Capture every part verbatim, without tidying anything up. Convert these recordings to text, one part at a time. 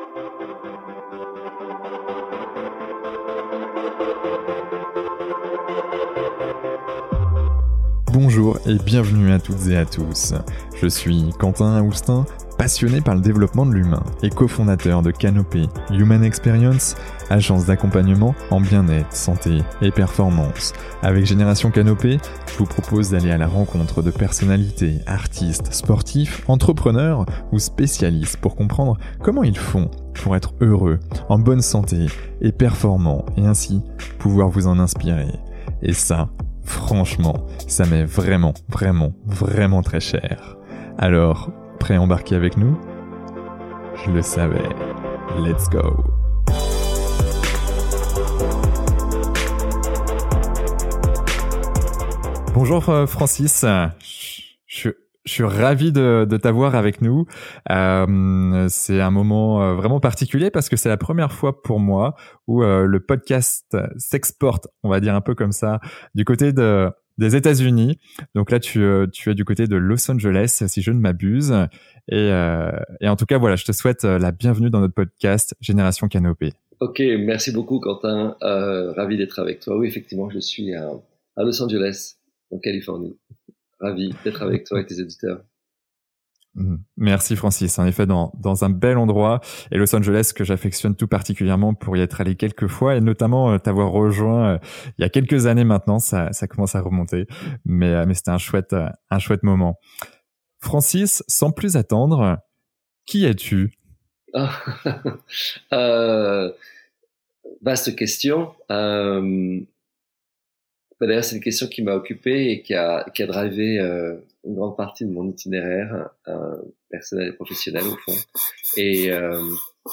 Bonjour et bienvenue à toutes et à tous. Je suis Quentin Aoustin, passionné par le développement de l'humain et cofondateur de Canopé Human Experience, agence d'accompagnement en bien-être, santé et performance. Avec Génération Canopé, je vous propose d'aller à la rencontre de personnalités, artistes, sportifs, entrepreneurs ou spécialistes pour comprendre comment ils font pour être heureux, en bonne santé et performants et ainsi pouvoir vous en inspirer. Et ça, franchement, ça m'est vraiment, vraiment, vraiment très cher. Alors, prêt à embarquer avec nous ? Je le savais. Let's go. Bonjour Francis, je, je suis ravi de, de t'avoir avec nous. Euh, c'est un moment vraiment particulier parce que c'est la première fois pour moi où euh, le podcast s'exporte, on va dire un peu comme ça, du côté de des États-Unis. Donc là, tu, tu es du côté de Los Angeles, si je ne m'abuse. Et, euh, et en tout cas, voilà, je te souhaite la bienvenue dans notre podcast Génération Canopé. Ok, merci beaucoup Quentin. Euh, ravi d'être avec toi. Oui, effectivement, je suis à, à Los Angeles, en Californie. Ravi d'être avec toi et tes éditeurs. Merci Francis, en effet dans dans un bel endroit et Los Angeles que j'affectionne tout particulièrement pour y être allé quelques fois et notamment euh, t'avoir rejoint euh, il y a quelques années maintenant, ça ça commence à remonter, mais euh, mais c'était un chouette euh, un chouette moment. Francis, sans plus attendre, qui es-tu ? euh, Vaste question. Euh, D'ailleurs, c'est une question qui m'a occupé et qui a qui a drivé euh, une grande partie de mon itinéraire euh, personnel et professionnel au fond. Et euh,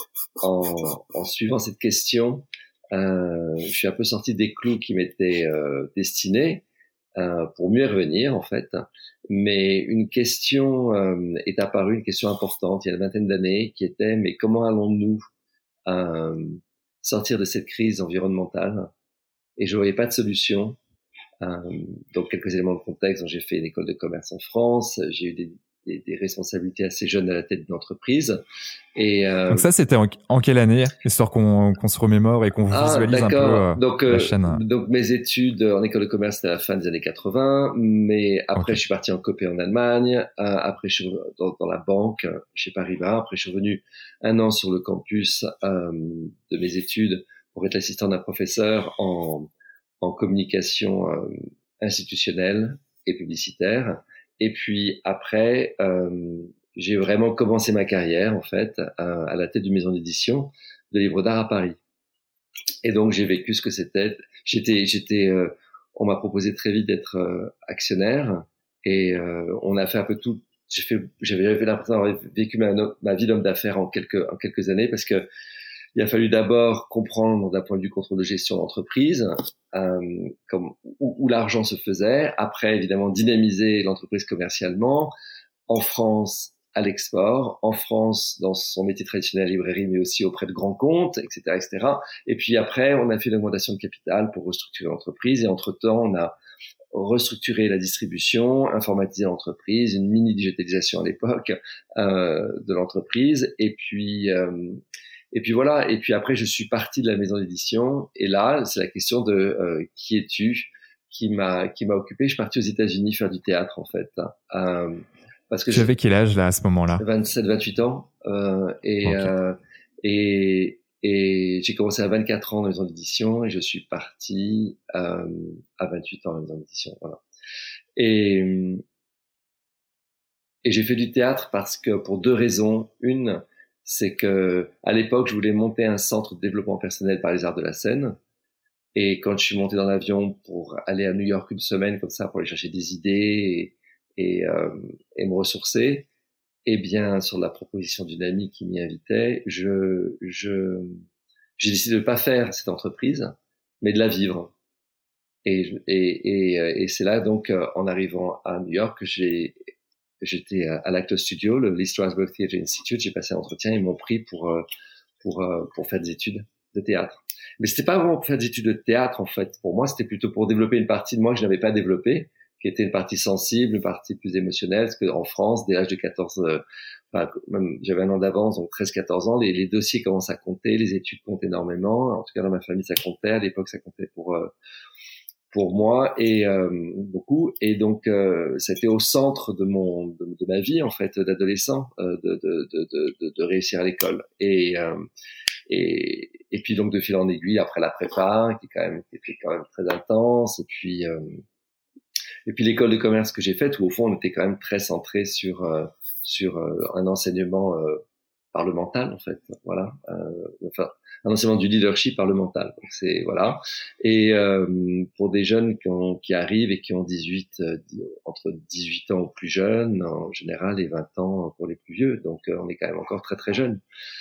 en, en suivant cette question, euh, je suis un peu sorti des clous qui m'étaient euh, destinés euh, pour mieux y revenir en fait. Mais une question euh, est apparue, une question importante il y a une vingtaine d'années, qui était mais comment allons-nous euh, sortir de cette crise environnementale ? Et je voyais pas de solution. Euh, donc quelques éléments de contexte. Donc, j'ai fait une école de commerce en France, j'ai eu des, des, des responsabilités assez jeunes à la tête d'une entreprise. Et euh... donc ça c'était en, en quelle année, histoire qu'on, qu'on se remémore et qu'on ah, visualise un peu euh, donc, la euh, chaîne. Donc mes études en école de commerce c'était à la fin des années quatre-vingts, mais après okay. Je suis parti en copé en Allemagne. Euh, après je suis dans, dans la banque chez Paribas. Après je suis revenu un an sur le campus euh, de mes études pour être l'assistant d'un professeur en en communication euh, institutionnelle et publicitaire. Et puis après, euh, j'ai vraiment commencé ma carrière en fait à, à la tête d'une maison d'édition de livres d'art à Paris. Et donc j'ai vécu ce que c'était. J'étais, j'étais. Euh, on m'a proposé très vite d'être euh, actionnaire et euh, on a fait un peu tout. J'ai fait, j'avais l'impression d'avoir vécu ma, ma vie d'homme d'affaires en quelques en quelques années parce que il a fallu d'abord comprendre d'un point de vue contrôle de gestion d'entreprise euh, comme, où, où l'argent se faisait. Après, évidemment, dynamiser l'entreprise commercialement en France à l'export, en France dans son métier traditionnel à librairie, mais aussi auprès de grands comptes, et cetera, et cetera. Et puis après, on a fait l'augmentation de capital pour restructurer l'entreprise. Et entre-temps, on a restructuré la distribution, informatisé l'entreprise, une mini-digitalisation à l'époque euh, de l'entreprise. Et puis... Euh, Et puis voilà, et puis après je suis parti de la maison d'édition et là c'est la question de euh, qui es-tu qui m'a qui m'a occupé. Je suis parti aux États-Unis faire du théâtre en fait. Euh, parce que tu avais quel âge là à ce moment-là ? vingt-sept vingt-huit ans euh, et okay. euh, et et j'ai commencé à vingt-quatre ans dans la maison d'édition et je suis parti euh, à vingt-huit ans dans la maison d'édition. Voilà. Et et j'ai fait du théâtre parce que pour deux raisons. Une, c'est que à l'époque, je voulais monter un centre de développement personnel par les arts de la scène. Et quand je suis monté dans l'avion pour aller à New York une semaine comme ça pour aller chercher des idées et, et, euh, et me ressourcer, eh bien, sur la proposition d'une amie qui m'y invitait, je, je, j'ai décidé de ne pas faire cette entreprise, mais de la vivre. Et, et, et, et c'est là donc, en arrivant à New York, que j'ai J'étais à l'Actors Studio, le Lee Strasberg Theatre Institute. J'ai passé un entretien, ils m'ont pris pour pour pour faire des études de théâtre. Mais c'était pas vraiment pour faire des études de théâtre en fait. Pour moi, c'était plutôt pour développer une partie de moi que je n'avais pas développée, qui était une partie sensible, une partie plus émotionnelle. Parce que en France, dès l'âge de quatorze, enfin, même, j'avais un an d'avance, donc treize quatorze ans, les, les dossiers commencent à compter, les études comptent énormément. En tout cas, dans ma famille, ça comptait. À l'époque, ça comptait pour euh, pour moi et euh, beaucoup. Et donc, euh, c'était au centre de mon de, de ma vie en fait d'adolescent, euh, de, de, de, de, de réussir à l'école. Et euh, et et puis donc de fil en aiguille après la prépa, qui quand même qui était quand même très intense. Et puis euh, et puis l'école de commerce que j'ai faite, où au fond on était quand même très centré sur euh, sur euh, un enseignement euh, parlemental en fait, voilà, euh, enfin un enseignement du leadership parlemental. Donc c'est voilà. Et euh, pour des jeunes qui, ont, qui arrivent et qui ont dix-huit euh, entre dix-huit ans ou plus jeunes, en général, et vingt ans pour les plus vieux. Donc euh, on est quand même encore très très jeunes.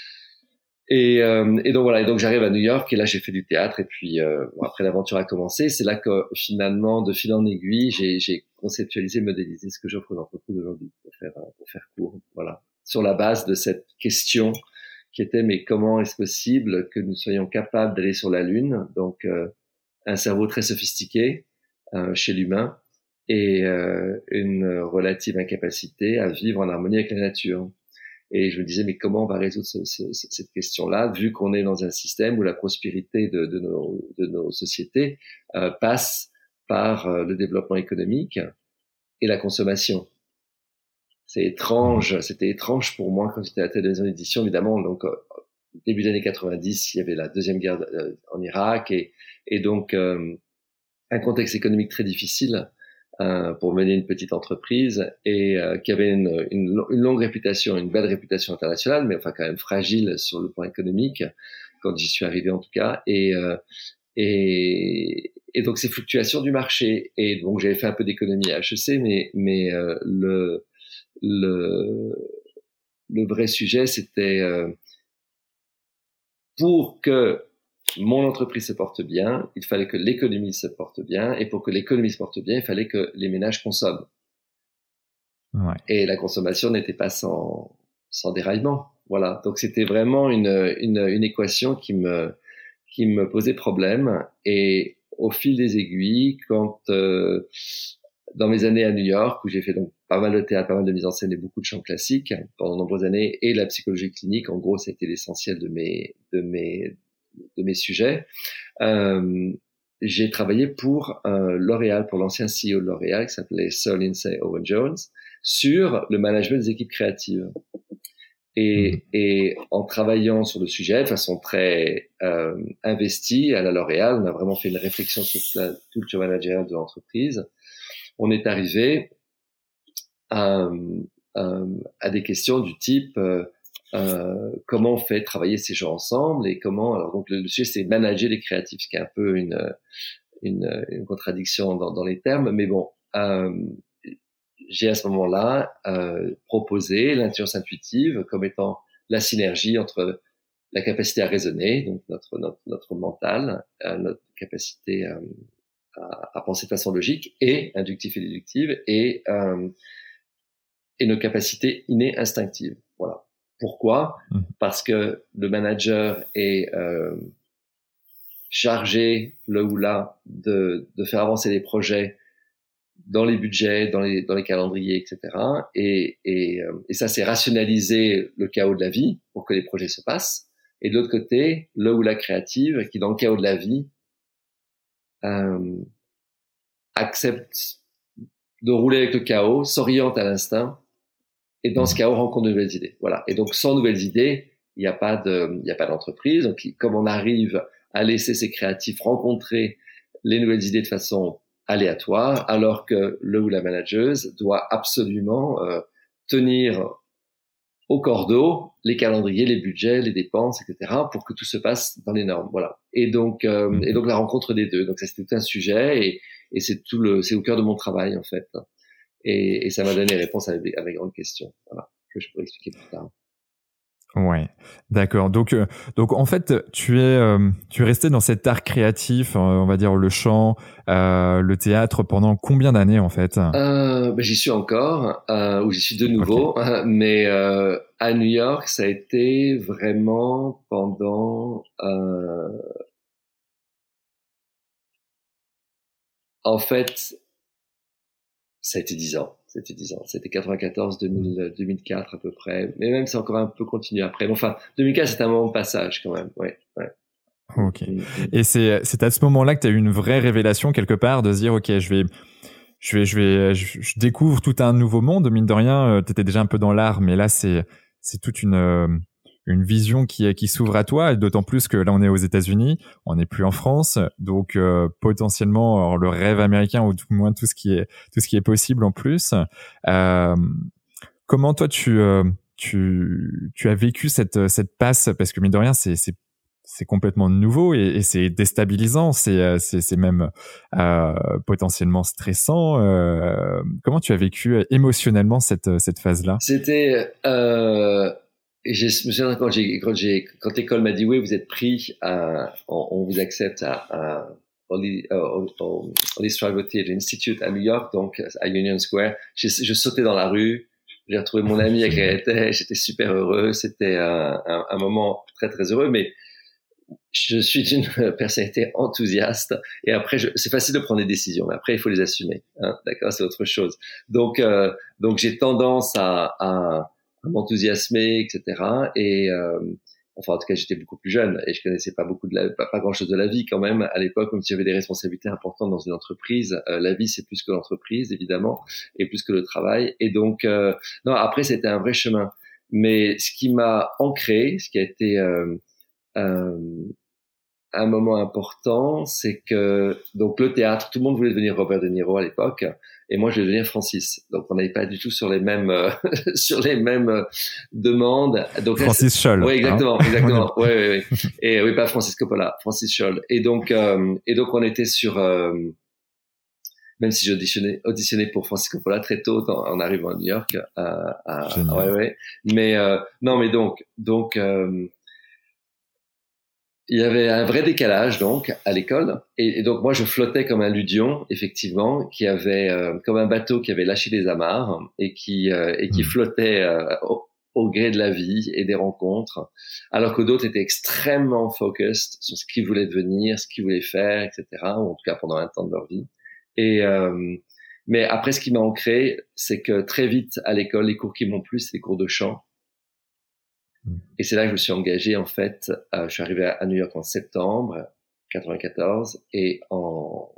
Et, euh, et donc voilà, et donc j'arrive à New York et là j'ai fait du théâtre et puis euh, bon, après l'aventure a commencé. C'est là que finalement, de fil en aiguille, j'ai, j'ai conceptualisé, modélisé ce que j'offre aux entreprises aujourd'hui, pour faire pour faire court, voilà, sur la base de cette question qui était mais comment est-ce possible que nous soyons capables d'aller sur la Lune, donc euh, un cerveau très sophistiqué euh, chez l'humain et euh, une relative incapacité à vivre en harmonie avec la nature. Et je me disais, mais comment on va résoudre ce, ce, cette question-là, vu qu'on est dans un système où la prospérité de, de, nos, de nos sociétés euh, passe par euh, le développement économique et la consommation. C'est étrange, c'était étrange pour moi quand j'étais à la télévision d'édition, évidemment. Donc, euh, début des années quatre-vingt-dix, il y avait la deuxième guerre euh, en Irak et, et donc euh, un contexte économique très difficile. Euh, pour mener une petite entreprise et euh, qui avait une, une, une longue réputation, une belle réputation internationale, mais enfin quand même fragile sur le plan économique quand j'y suis arrivé en tout cas. Et euh, et, et donc ces fluctuations du marché. Et donc j'avais fait un peu d'économie à H E C, mais mais euh, le le le vrai sujet c'était euh, pour que mon entreprise se porte bien, il fallait que l'économie se porte bien, et pour que l'économie se porte bien, il fallait que les ménages consomment. Ouais. Et la consommation n'était pas sans, sans déraillement. Voilà. Donc c'était vraiment une, une, une équation qui me, qui me posait problème. Et au fil des aiguilles, quand euh, dans mes années à New York, où j'ai fait donc pas mal de théâtre, pas mal de mise en scène et beaucoup de chants classiques pendant de nombreuses années, et la psychologie clinique, en gros, c'était l'essentiel de mes, de mes de mes sujets. Euh, j'ai travaillé pour euh, L'Oréal, pour l'ancien C E O de L'Oréal, qui s'appelait Sir Lindsay Owen-Jones, sur le management des équipes créatives. Et, et en travaillant sur le sujet de façon très euh, investie à la L'Oréal, on a vraiment fait une réflexion sur la culture managériale de l'entreprise. On est arrivé à, à, à des questions du type euh, Euh, comment on fait travailler ces gens ensemble et comment alors donc le, le sujet c'est manager les créatifs, ce qui est un peu une une, une contradiction dans, dans les termes, mais bon euh, j'ai à ce moment-là euh, proposé l'intelligence intuitive comme étant la synergie entre la capacité à raisonner, donc notre notre, notre mental, euh, notre capacité euh, à, à penser de façon logique et inductive et déductive et euh, et nos capacités innées instinctives. Voilà. Pourquoi ? Mmh. Parce que le manager est euh, chargé, là ou là, de, de faire avancer les projets dans les budgets, dans les, dans les calendriers, et cetera. Et, et, euh, et ça, c'est rationaliser le chaos de la vie pour que les projets se passent. Et de l'autre côté, le ou la créative, qui dans le chaos de la vie, euh, accepte de rouler avec le chaos, s'oriente à l'instinct, et dans ce chaos, on rencontre de nouvelles idées. Voilà. Et donc, sans nouvelles idées, il n'y a pas de, il n'y a pas d'entreprise. Donc, comme on arrive à laisser ces créatifs rencontrer les nouvelles idées de façon aléatoire, alors que le ou la manageuse doit absolument euh, tenir au cordeau les calendriers, les budgets, les dépenses, et cetera, pour que tout se passe dans les normes. Voilà. Et donc, euh, et donc la rencontre des deux. Donc, ça c'était tout un sujet, et, et c'est tout le, c'est au cœur de mon travail en fait. Et, et ça m'a donné réponse à mes, à mes grandes questions, voilà, que je pourrais expliquer plus tard. Ouais, d'accord. Donc, euh, donc en fait, tu es, euh, tu es resté dans cet art créatif, euh, on va dire le chant, euh, le théâtre, pendant combien d'années en fait ? euh, ben, J'y suis encore, euh, ou j'y suis de nouveau, okay. mais euh, à New York, ça a été vraiment pendant, euh, en fait, ça a été dix ans. c'était dix ans. C'était quatre-vingt-quatorze, deux mille, deux mille quatre à peu près. Mais même, c'est encore un peu continué après. Mais enfin, deux mille quatre, c'était un moment de passage quand même. Ouais, ouais. Ok. Et c'est, c'est à ce moment-là que tu as eu une vraie révélation quelque part de se dire, ok, je vais, je vais, je vais, je, je découvre tout un nouveau monde. Mine de rien, tu étais déjà un peu dans l'art, mais là, c'est, c'est toute une, euh, une vision qui, qui s'ouvre à toi. Et d'autant plus que là, on est aux États-Unis, on n'est plus en France, donc euh, potentiellement alors, le rêve américain ou tout moins tout ce qui est, tout ce qui est possible en plus. Euh, comment toi tu, euh, tu, tu as vécu cette, cette passe parce que mine de rien, c'est, c'est c'est complètement nouveau et, et c'est déstabilisant, c'est c'est, c'est même euh, potentiellement stressant. Euh, comment tu as vécu émotionnellement cette cette phase-là? C'était, euh, je me souviens quand j'ai quand j'ai quand l'école m'a dit oui, vous êtes pris, à, on, on vous accepte à, à Holly, euh, au Holly Strasberg Theatre Institute à New York, donc à Union Square. Je, je sautais dans la rue. J'ai retrouvé mon ami avec qui j'étais. J'étais super heureux. C'était un, un, un moment très très heureux, mais je suis d'une personnalité enthousiaste et après je, c'est facile de prendre des décisions mais après il faut les assumer, hein, d'accord, c'est autre chose. Donc euh, donc j'ai tendance à, à, à m'enthousiasmer, etc. Et euh, enfin en tout cas j'étais beaucoup plus jeune et je connaissais pas beaucoup de la, pas, pas grand chose de la vie quand même à l'époque, comme si j'avais des responsabilités importantes dans une entreprise. Euh, la vie c'est plus que l'entreprise évidemment et plus que le travail, et donc euh, non, après c'était un vrai chemin. Mais ce qui m'a ancré, ce qui a été euh, euh, un moment important, c'est que donc le théâtre, tout le monde voulait devenir Robert De Niro à l'époque, et moi je voulais devenir Francis. Donc on n'avait pas du tout sur les mêmes euh, sur les mêmes euh, demandes. Donc Francis Scholl. Oui, exactement, hein exactement. Oui, oui, oui. Et oui, pas Francis Coppola, Francis Scholl. Et donc euh, et donc on était sur euh, même si j'auditionnais auditionnais pour Francis Coppola très tôt en, en arrivant à New York. Euh, à, ouais, ouais. Mais euh, non, mais donc donc euh, il y avait un vrai décalage donc à l'école, et, et donc moi je flottais comme un ludion effectivement, qui avait euh, comme un bateau qui avait lâché les amarres et qui euh, et qui mmh. flottait euh, au, au gré de la vie et des rencontres, alors que d'autres étaient extrêmement focused sur ce qu'ils voulaient devenir, ce qu'ils voulaient faire, et cetera. Ou en tout cas pendant un temps de leur vie. Et euh, mais après, ce qui m'a ancré, c'est que très vite à l'école, les cours qui m'ont plu, c'est les cours de chant. Et c'est là que je me suis engagé, en fait. Euh, je suis arrivé à New York en septembre quatre-vingt-quatorze, et en,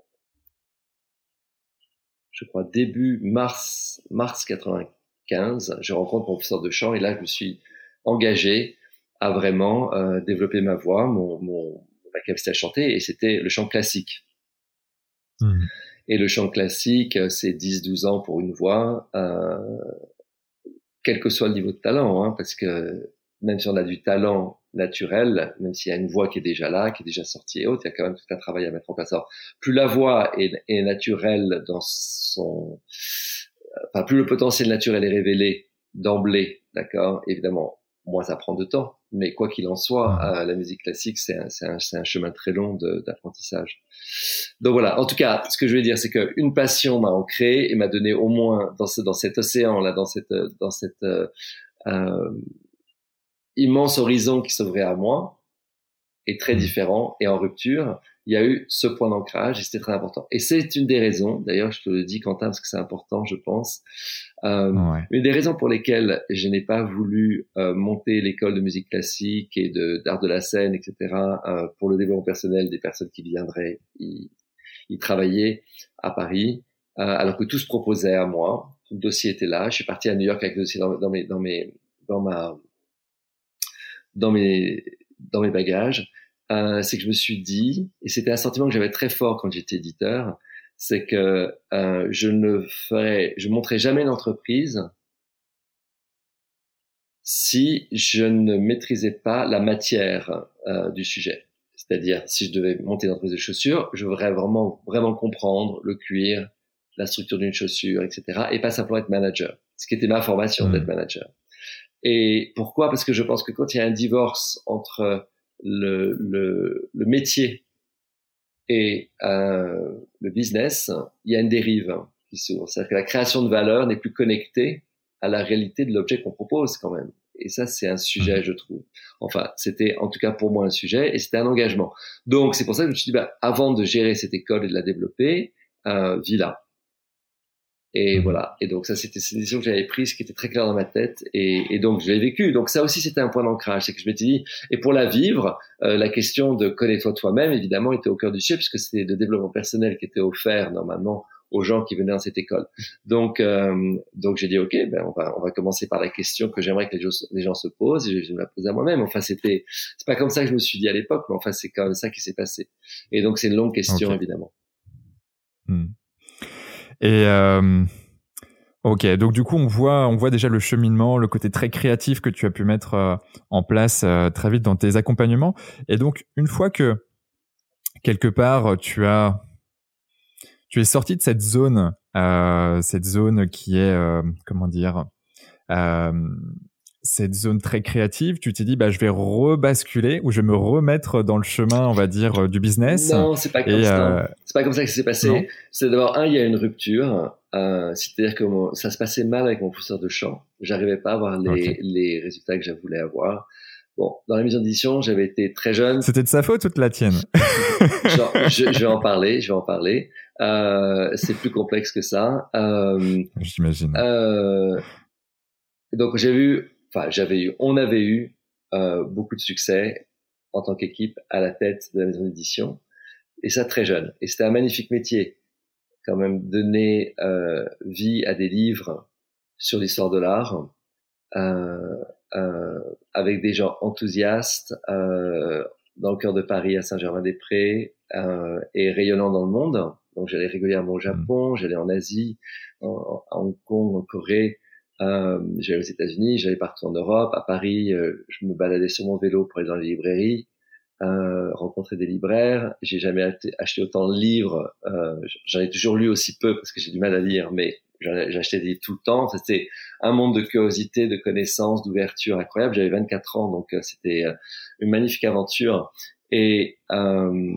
je crois, début mars, mars quatre-vingt-quinze, je rencontre mon professeur de chant, et là, je me suis engagé à vraiment euh, développer ma voix, mon, mon, ma capacité à chanter, et c'était le chant classique. Mmh. Et le chant classique, c'est dix douze ans pour une voix, euh, quel que soit le niveau de talent, hein, parce que même si on a du talent naturel, même s'il y a une voix qui est déjà là, qui est déjà sortie et autres, il y a quand même tout un travail à mettre en place. Alors, plus la voix est, est naturelle dans son, enfin, plus le potentiel naturel est révélé d'emblée, d'accord, évidemment, moins ça prend de temps. Mais quoi qu'il en soit, euh, la musique classique, c'est un, c'est un, c'est un chemin très long de, d'apprentissage. Donc voilà. En tout cas, ce que je veux dire, c'est qu'une passion m'a ancré et m'a donné au moins dans ce, dans cet océan là, dans cette, dans cette euh, euh, immense horizon qui s'ouvrait à moi, et très différent et en rupture, il y a eu ce point d'ancrage et c'était très important. Et c'est une des raisons, d'ailleurs je te le dis Quentin parce que c'est important je pense, euh, ouais. une des raisons pour lesquelles je n'ai pas voulu euh, monter l'école de musique classique et de, d'art de la scène, et cetera, euh, pour le développement personnel des personnes qui viendraient y, y travailler à Paris, euh, alors que tout se proposait à moi, tout le dossier était là, je suis parti à New York avec le dossier dans, dans mes, dans mes, dans ma, dans mes, dans mes bagages. Euh, c'est que je me suis dit, et c'était un sentiment que j'avais très fort quand j'étais éditeur, c'est que euh, je ne ferais, je montrais jamais une entreprise si je ne maîtrisais pas la matière euh, du sujet. C'est-à-dire, si je devais monter une entreprise de chaussures, je voudrais vraiment, vraiment comprendre le cuir, la structure d'une chaussure, et cetera, et pas simplement être manager. Ce qui était ma formation, mmh. d'être manager. Et pourquoi? Parce que je pense que quand il y a un divorce entre le, le, le métier et euh, le business, il y a une dérive qui s'ouvre. C'est-à-dire que la création de valeur n'est plus connectée à la réalité de l'objet qu'on propose quand même. Et ça, c'est un sujet, je trouve. Enfin, c'était en tout cas pour moi un sujet et c'était un engagement. Donc, c'est pour ça que je me suis dit, bah, avant de gérer cette école et de la développer, euh, Villa. Et mmh. voilà. Et donc ça, c'était cette décision que j'avais prise, qui était très claire dans ma tête, et, et donc je l'ai vécu. Donc ça aussi, c'était un point d'ancrage, c'est que je m'étais dit, et pour la vivre, euh, la question de connais-toi toi-même, évidemment, était au cœur du sujet, puisque c'était le développement personnel qui était offert normalement aux gens qui venaient dans cette école. Donc, euh, donc j'ai dit, ok, ben on va, on va commencer par la question que j'aimerais que les gens, les gens se posent, et je vais me la poser à moi-même. Enfin, c'était, c'est pas comme ça que je me suis dit à l'époque, mais enfin, c'est quand même ça qui s'est passé. Et donc, c'est une longue question, okay. évidemment. Hmm. Et euh, ok, donc du coup, on voit, on voit déjà le cheminement, le côté très créatif que tu as pu mettre euh, en place euh, très vite dans tes accompagnements. Et donc, une fois que quelque part, tu as Tu es sorti de cette zone, euh, cette zone qui est, euh, comment dire, euh, cette zone très créative. Tu t'es dit, bah, je vais rebasculer ou je vais me remettre dans le chemin, on va dire, du business. Non, c'est pas comme et, ça. Euh... C'est pas comme ça que ça s'est passé. Non. C'est d'abord un, il y a une rupture. Euh, c'est-à-dire que mon, ça se passait mal avec mon professeur de chant. J'arrivais pas à avoir les, okay. les résultats que je voulais avoir. Bon, dans la maison d'édition, j'avais été très jeune. C'était de sa faute ou de la tienne? Genre, je, je vais en parler, je vais en parler. Euh, c'est plus complexe que ça. Euh, J'imagine. Euh, donc j'ai eu, enfin j'avais eu, on avait eu euh, beaucoup de succès en tant qu'équipe à la tête de la maison d'édition, et ça très jeune. Et c'était un magnifique métier, quand même, donner euh, vie à des livres sur l'histoire de l'art. Euh, euh, avec des gens enthousiastes euh, dans le cœur de Paris, à Saint-Germain-des-Prés, euh, et rayonnant dans le monde. Donc j'allais régulièrement au Japon, j'allais en Asie, en, à Hong Kong, en Corée, euh, j'allais aux États-Unis, j'allais partout en Europe. À Paris, euh, je me baladais sur mon vélo pour aller dans les librairies, euh, rencontrer des libraires. J'ai jamais acheté, acheté autant de livres, euh, j'en ai toujours lu aussi peu parce que j'ai du mal à lire, mais j'achetais des livres tout le temps. C'était un monde de curiosité, de connaissances, d'ouverture incroyable. J'avais vingt-quatre ans, donc euh, c'était euh, une magnifique aventure. Et euh,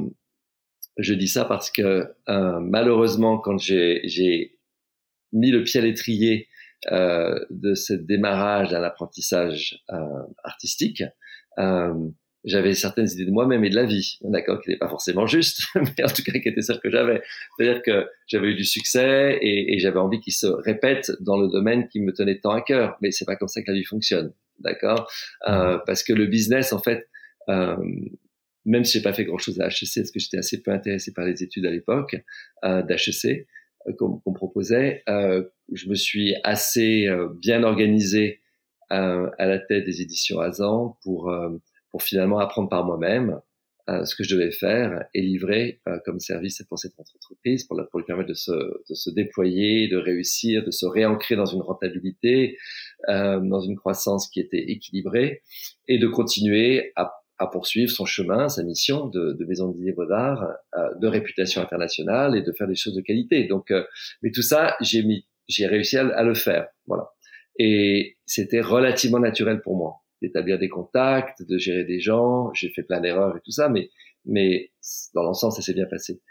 je dis ça parce que euh, malheureusement, quand j'ai, j'ai mis le pied à l'étrier euh, de ce démarrage d'un apprentissage euh, artistique, euh, j'avais certaines idées de moi-même et de la vie, d'accord, qui n'étaient pas forcément justes, mais en tout cas qui étaient celles que j'avais. C'est-à-dire que j'avais eu du succès et, et j'avais envie qu'il se répète dans le domaine qui me tenait tant à cœur. Mais c'est pas comme ça que la vie fonctionne, d'accord, euh, parce que le business, en fait, euh, même si j'ai pas fait grand-chose à H E C, parce que j'étais assez peu intéressé par les études à l'époque euh, d'H E C euh, qu'on, qu'on proposait, euh, je me suis assez euh, bien organisé euh, à la tête des éditions Azan pour euh, pour finalement apprendre par moi-même euh, ce que je devais faire et livrer euh, comme service pour cette entreprise, pour, la, pour lui permettre de se, de se déployer, de réussir, de se réancrer dans une rentabilité, euh, dans une croissance qui était équilibrée, et de continuer à, à poursuivre son chemin, sa mission de, de maison de livres d'art, euh, de réputation internationale et de faire des choses de qualité. Donc, euh, mais tout ça, j'ai mis, j'ai réussi à, à le faire, voilà. Et c'était relativement naturel pour moi d'établir des contacts, de gérer des gens. J'ai fait plein d'erreurs et tout ça, mais, mais dans l'ensemble, ça s'est bien passé.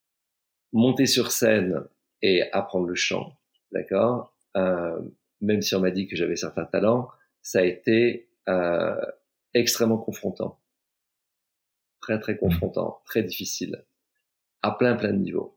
Monter sur scène et apprendre le chant, d'accord, euh, même si on m'a dit que j'avais certains talents, ça a été euh, extrêmement confrontant. Très, très confrontant, très difficile, à plein, plein de niveaux.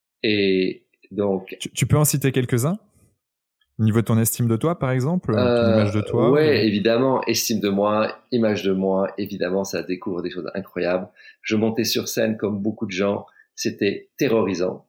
Et donc... Tu, tu peux en citer quelques-uns ? Au niveau de ton estime de toi, par exemple, euh, ton image de toi? Ouais, ou... évidemment, estime de moi, image de moi, évidemment, ça découvre des choses incroyables. Je montais sur scène comme beaucoup de gens, c'était terrorisant.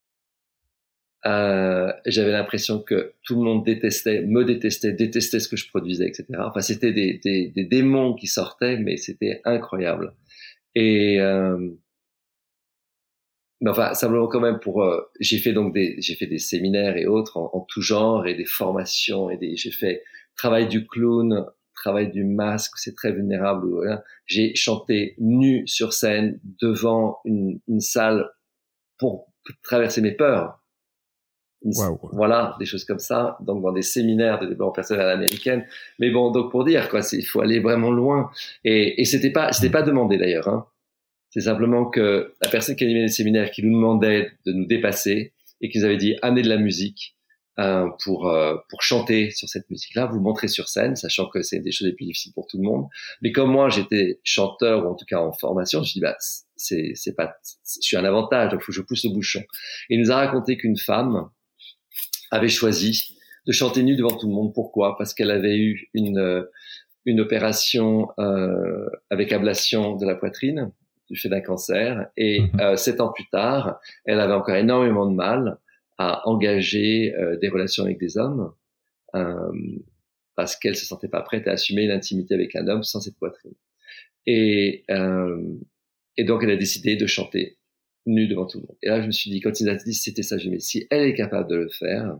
Euh, j'avais l'impression que tout le monde détestait, me détestait, détestait ce que je produisais, et cetera. Enfin, c'était des, des, des démons qui sortaient, mais c'était incroyable. Et... Euh, Mais enfin, simplement quand même pour, euh, j'ai fait donc des, j'ai fait des séminaires et autres en, en tout genre et des formations et des, j'ai fait travail du clown, travail du masque, c'est très vulnérable. Voilà. J'ai chanté nu sur scène devant une, une salle pour traverser mes peurs. Wow. Voilà, des choses comme ça. Donc dans des séminaires de développement personnel à l'américaine. Mais bon, donc pour dire quoi, c'est, il faut aller vraiment loin. Et, et c'était pas, c'était pas demandé d'ailleurs, hein. C'est simplement que la personne qui animait les séminaires, qui nous demandait de nous dépasser et qui nous avait dit amenez de la musique euh, pour euh, pour chanter sur cette musique-là, vous montrez sur scène, sachant que c'est des choses les plus difficiles pour tout le monde. Mais comme moi j'étais chanteur ou en tout cas en formation, je dis bah c'est c'est pas, je suis un avantage, donc faut que je pousse le bouchon. Et il nous a raconté qu'une femme avait choisi de chanter nue devant tout le monde. Pourquoi? Parce qu'elle avait eu une une opération euh, avec ablation de la poitrine du fait d'un cancer, et mmh. euh, sept ans plus tard, elle avait encore énormément de mal à engager euh, des relations avec des hommes euh, parce qu'elle se sentait pas prête à assumer l'intimité avec un homme sans cette poitrine. Et euh, et donc elle a décidé de chanter nue devant tout le monde. Et là je me suis dit, quand il a dit c'était ça, je me suis dit, si elle est capable de le faire,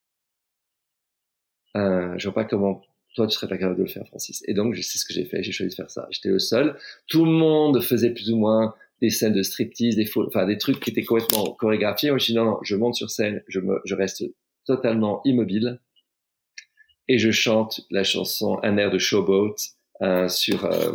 euh, je vois pas comment toi tu serais pas capable de le faire, Francis. Et donc c'est ce que j'ai fait, j'ai choisi de faire ça. J'étais le seul. Tout le monde faisait plus ou moins des scènes de striptease, des faux, enfin des trucs qui étaient complètement chorégraphiés. Moi je dis non non, je monte sur scène, je me, je reste totalement immobile et je chante la chanson, un air de Showboat euh, sur euh,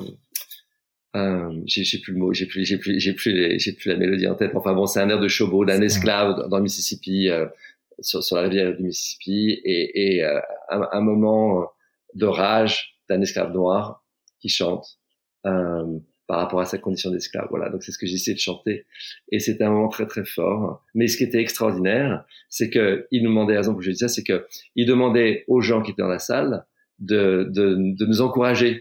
Euh, j'ai, j'ai plus le mot, j'ai plus, j'ai plus, j'ai plus, les, j'ai plus la mélodie en tête. Enfin bon, c'est un air de Showboat d'un esclave dans le Mississippi, euh, sur, sur la rivière du Mississippi, et, et euh, un, un moment de rage d'un esclave noir qui chante euh, par rapport à sa condition d'esclave. Voilà, donc c'est ce que j'ai essayé de chanter, et c'était un moment très très fort. Mais ce qui était extraordinaire, c'est que il nous demandait, la raison pour laquelle je dis ça, c'est que il demandait aux gens qui étaient dans la salle de, de, de nous encourager.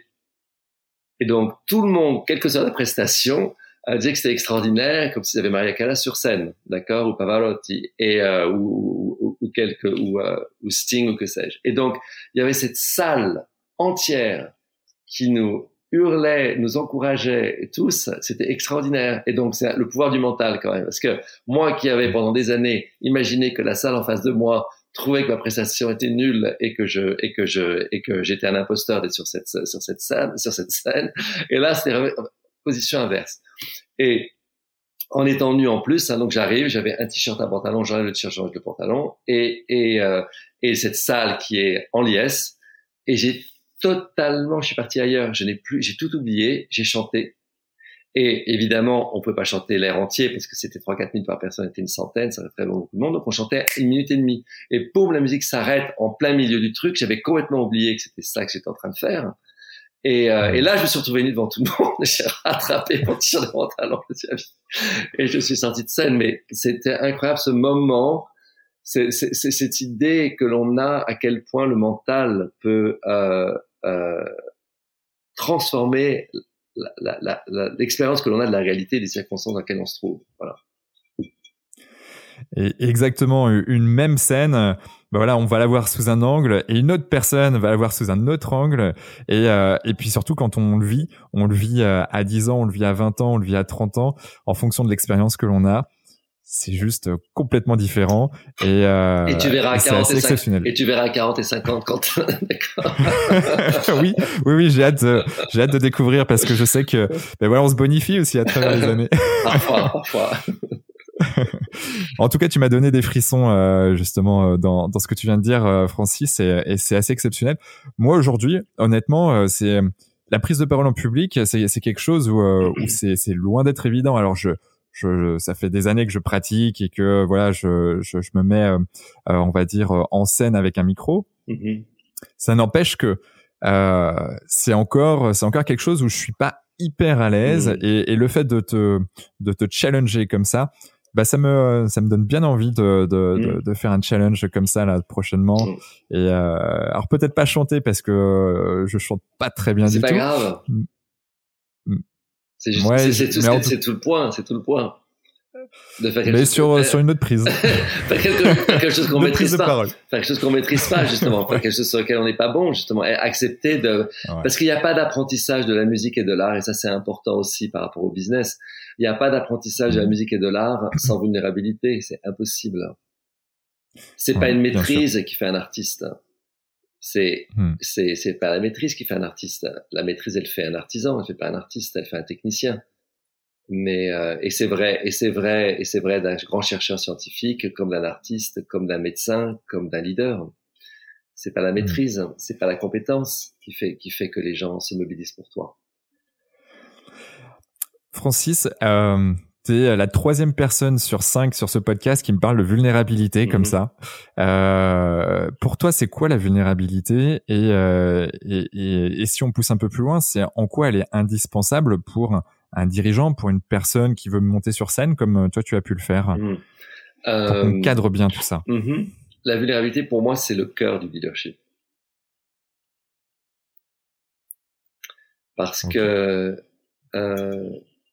Et donc, tout le monde, quelle que soit la prestation, euh, disait que c'était extraordinaire, comme s'ils avaient Maria Callas sur scène, d'accord, ou Pavarotti, et, euh, ou, ou, ou, quelque, ou, euh, ou Sting, ou que sais-je. Et donc, il y avait cette salle entière qui nous hurlait, nous encourageait, et tous, c'était extraordinaire. Et donc, c'est le pouvoir du mental, quand même. Parce que moi qui avais, pendant des années, imaginé que la salle en face de moi trouvais que ma prestation était nulle et que je et que je et que j'étais un imposteur d'être sur cette sur cette scène sur cette scène, et là c'était position inverse. Et en étant nu en plus, hein, donc j'arrive, j'avais un t-shirt, un pantalon, j'enlève le t-shirt, j'enlève le pantalon, et et euh, et cette salle qui est en liesse, et j'ai totalement, je suis parti ailleurs, je n'ai plus, j'ai tout oublié, j'ai chanté. Et évidemment, on pouvait pas chanter l'air entier parce que c'était trois, quatre minutes par personne, c'était une centaine, ça ferait beaucoup de monde. Donc on chantait une minute et demie. Et boum, la musique s'arrête en plein milieu du truc. J'avais complètement oublié que c'était ça que j'étais en train de faire. Et, euh, et là, je me suis retrouvé nu devant tout le monde. J'ai rattrapé mon t-shirt de pantalon. Et je suis sorti de scène. Mais c'était incroyable ce moment. C'est, c'est, c'est cette idée que l'on a à quel point le mental peut euh, euh, transformer La, la, la, la, l'expérience que l'on a de la réalité des circonstances dans lesquelles on se trouve. Voilà. Et exactement, une même scène, ben voilà, on va la voir sous un angle et une autre personne va la voir sous un autre angle. Et, euh, et puis surtout, quand on le vit, on le vit à dix ans, on le vit à vingt ans, on le vit à trente ans, en fonction de l'expérience que l'on a. C'est juste complètement différent, et, euh, et tu verras à quarante et, et, cinquante, et tu verras à quarante et cinquante quand d'accord. oui, oui, oui, j'ai hâte, de, j'ai hâte de découvrir, parce que je sais que, ben voilà, on se bonifie aussi à travers les années. Parfois, parfois. En tout cas, tu m'as donné des frissons, euh, justement, dans, dans ce que tu viens de dire, euh, Francis, et, et c'est assez exceptionnel. Moi, aujourd'hui, honnêtement, euh, c'est la prise de parole en public, c'est, c'est quelque chose où, euh, où c'est, c'est loin d'être évident. Alors, je Je, je, ça fait des années que je pratique et que voilà, je, je, je me mets, euh, euh, on va dire, en scène avec un micro. Mm-hmm. Ça n'empêche que euh, c'est encore, c'est encore quelque chose où je suis pas hyper à l'aise. Mm-hmm. et, et le fait de te, de te challenger comme ça, bah ça me, ça me donne bien envie de, de, mm-hmm. de, de faire un challenge comme ça là prochainement. Mm-hmm. Et euh, alors peut-être pas chanter parce que je chante pas très bien c'est du pas tout. Grave. Mm. C'est juste, ouais, c'est, c'est, tout, c'est, tout... c'est tout le point, c'est tout le point. De faire quelque mais chose sur, sur une autre prise. faire quelque, faire quelque chose qu'on maîtrise pas. Faire quelque chose qu'on maîtrise pas, justement. ouais. Faire quelque chose sur lequel on n'est pas bon, justement. Et accepter de, ouais. Parce qu'il n'y a pas d'apprentissage de la musique et de l'art, et ça c'est important aussi par rapport au business. Il n'y a pas d'apprentissage mmh. de la musique et de l'art sans vulnérabilité, c'est impossible. C'est ouais, pas une maîtrise qui fait un artiste. C'est, mmh. c'est, c'est pas la maîtrise qui fait un artiste. La maîtrise, elle fait un artisan, elle fait pas un artiste, elle fait un technicien. Mais euh, et c'est vrai, et c'est vrai, et c'est vrai d'un grand chercheur scientifique, comme d'un artiste, comme d'un médecin, comme d'un leader. C'est pas la maîtrise, mmh. c'est pas la compétence qui fait qui fait que les gens se mobilisent pour toi. Francis, euh, t'es la troisième personne sur cinq sur ce podcast qui me parle de vulnérabilité mmh. comme ça. Euh, pour toi, c'est quoi la vulnérabilité, et, euh, et, et, et si on pousse un peu plus loin, c'est en quoi elle est indispensable pour un dirigeant, pour une personne qui veut monter sur scène comme toi tu as pu le faire, mmh. pour euh, qu'on cadre bien tout ça. Mmh. la vulnérabilité, pour moi, c'est le cœur du leadership. Parce okay. que, euh,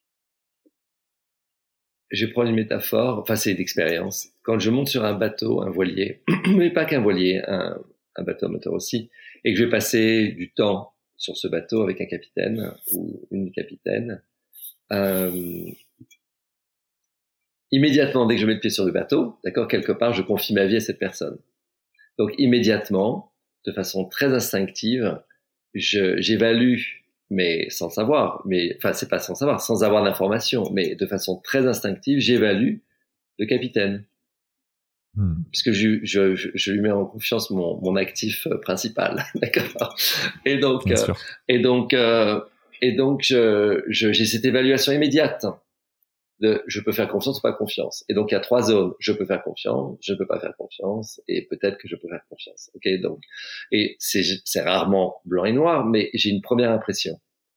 je vais prendre une métaphore, enfin, c'est d'expérience. Quand je monte sur un bateau, un voilier, mais pas qu'un voilier, un, un bateau à moteur aussi, et que je vais passer du temps sur ce bateau avec un capitaine ou une capitaine, euh, immédiatement, dès que je mets le pied sur le bateau, d'accord, quelque part, je confie ma vie à cette personne. Donc, immédiatement, de façon très instinctive, je, j'évalue, mais sans savoir, mais, enfin, c'est pas sans savoir, sans avoir d'information, mais de façon très instinctive, j'évalue le capitaine. Hmm. Puisque je, je, je, je lui mets en confiance mon, mon actif principal, d'accord. Et donc, euh, et donc, euh, et donc, je, je, j'ai cette évaluation immédiate de je peux faire confiance ou pas confiance. Et donc, il y a trois zones. Je peux faire confiance, je peux pas faire confiance, et peut-être que je peux faire confiance. Ok, donc, et c'est, c'est rarement blanc et noir, mais j'ai une première impression.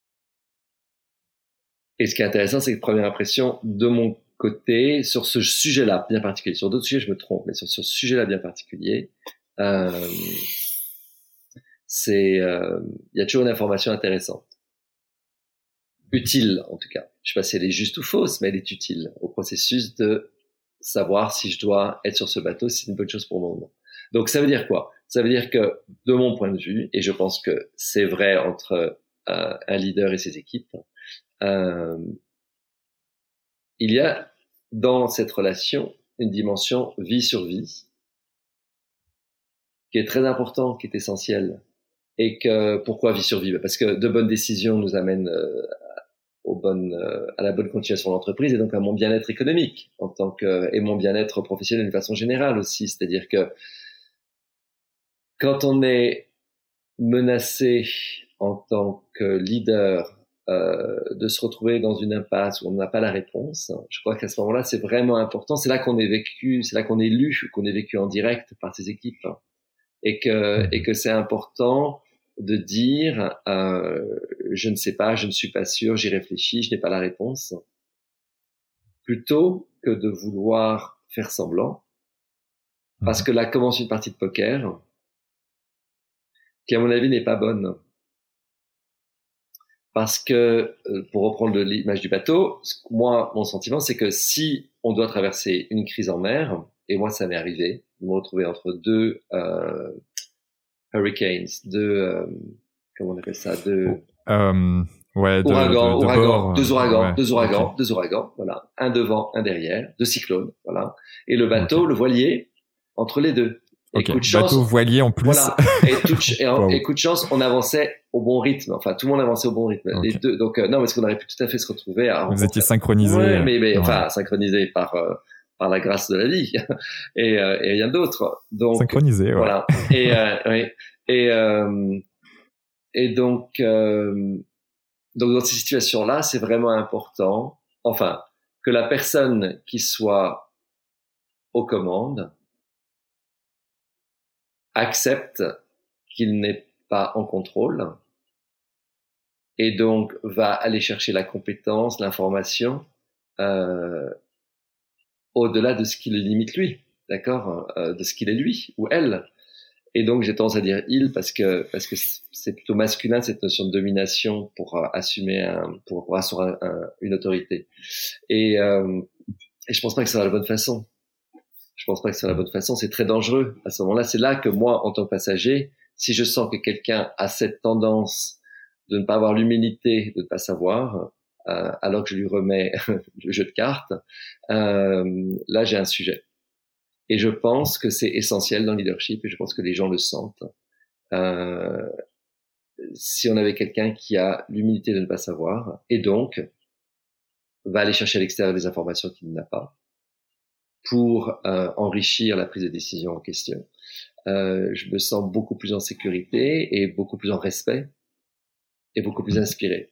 Et ce qui est intéressant, c'est que première impression de mon côté, sur ce sujet-là bien particulier, sur d'autres sujets je me trompe, mais sur ce sujet-là bien particulier, euh, c'est, euh, il y a toujours une information intéressante, utile en tout cas. Je sais pas si elle est juste ou fausse, mais elle est utile au processus de savoir si je dois être sur ce bateau, si c'est une bonne chose pour moi ou non. Donc ça veut dire quoi? Ça veut dire que de mon point de vue, et je pense que c'est vrai entre euh, un leader et ses équipes, euh, il y a dans cette relation une dimension vie sur vie qui est très importante, qui est essentielle. Et que pourquoi vie sur vie? Parce que de bonnes décisions nous amènent euh, aux bonnes, euh, à la bonne continuation de l'entreprise et donc à mon bien-être économique en tant que et mon bien-être professionnel d'une façon générale aussi. C'est-à-dire que quand on est menacé en tant que leader Euh, de se retrouver dans une impasse où on n'a pas la réponse, je crois qu'à ce moment-là, c'est vraiment important. C'est là qu'on est vécu, c'est là qu'on est lu, qu'on est vécu en direct par ses équipes, et que et que c'est important de dire euh, je ne sais pas, je ne suis pas sûr, j'y réfléchis, je n'ai pas la réponse, plutôt que de vouloir faire semblant, parce que là commence une partie de poker qui, à mon avis, n'est pas bonne. Parce que, pour reprendre l'image du bateau, moi, mon sentiment, c'est que si on doit traverser une crise en mer, et moi, ça m'est arrivé, de me retrouver entre deux euh, hurricanes, deux, euh, comment on appelle ça, deux um, ouais, de, ouragans, de, de ouragans, bord, deux ouragans, ouais, deux ouragans, okay. deux ouragans, voilà, un devant, un derrière, deux cyclones, voilà, et le bateau, okay. le voilier, entre les deux. Et okay. coup de chance, bateau voilier en plus. Voilà. Et, tout, et, en, wow. et coup de chance, on avançait au bon rythme. Enfin, tout le monde avançait au bon rythme. Okay. Les deux. Donc, euh, non, parce qu'on aurait pu tout à fait se retrouver à. Vous étiez synchronisés. Ouais, mais, mais ouais. enfin, synchronisés par euh, par la grâce de la vie et, euh, et rien d'autre. Donc. Synchronisés, ouais. Voilà. Et euh, oui. Et euh, et donc euh, donc dans ces situations-là, c'est vraiment important. Enfin, que la personne qui soit aux commandes accepte qu'il n'est pas en contrôle et donc va aller chercher la compétence, l'information euh, au-delà de ce qui le limite lui, d'accord, euh, de ce qu'il est lui ou elle. Et donc j'ai tendance à dire il parce que parce que c'est plutôt masculin cette notion de domination pour euh, assumer un, pour, pour assurer un, un, une autorité. Et, euh, et je pense pas que c'est la bonne façon. Je pense pas que c'est la bonne façon. C'est très dangereux. À ce moment-là, c'est là que moi, en tant que passager, si je sens que quelqu'un a cette tendance de ne pas avoir l'humilité, de ne pas savoir, euh, alors que je lui remets le jeu de cartes, euh, là, j'ai un sujet. Et je pense que c'est essentiel dans le leadership, et je pense que les gens le sentent. Euh, si on avait quelqu'un qui a l'humilité de ne pas savoir, et donc va aller chercher à l'extérieur des informations qu'il n'a pas, pour euh, enrichir la prise de décision en question, euh, je me sens beaucoup plus en sécurité et beaucoup plus en respect et beaucoup plus inspiré.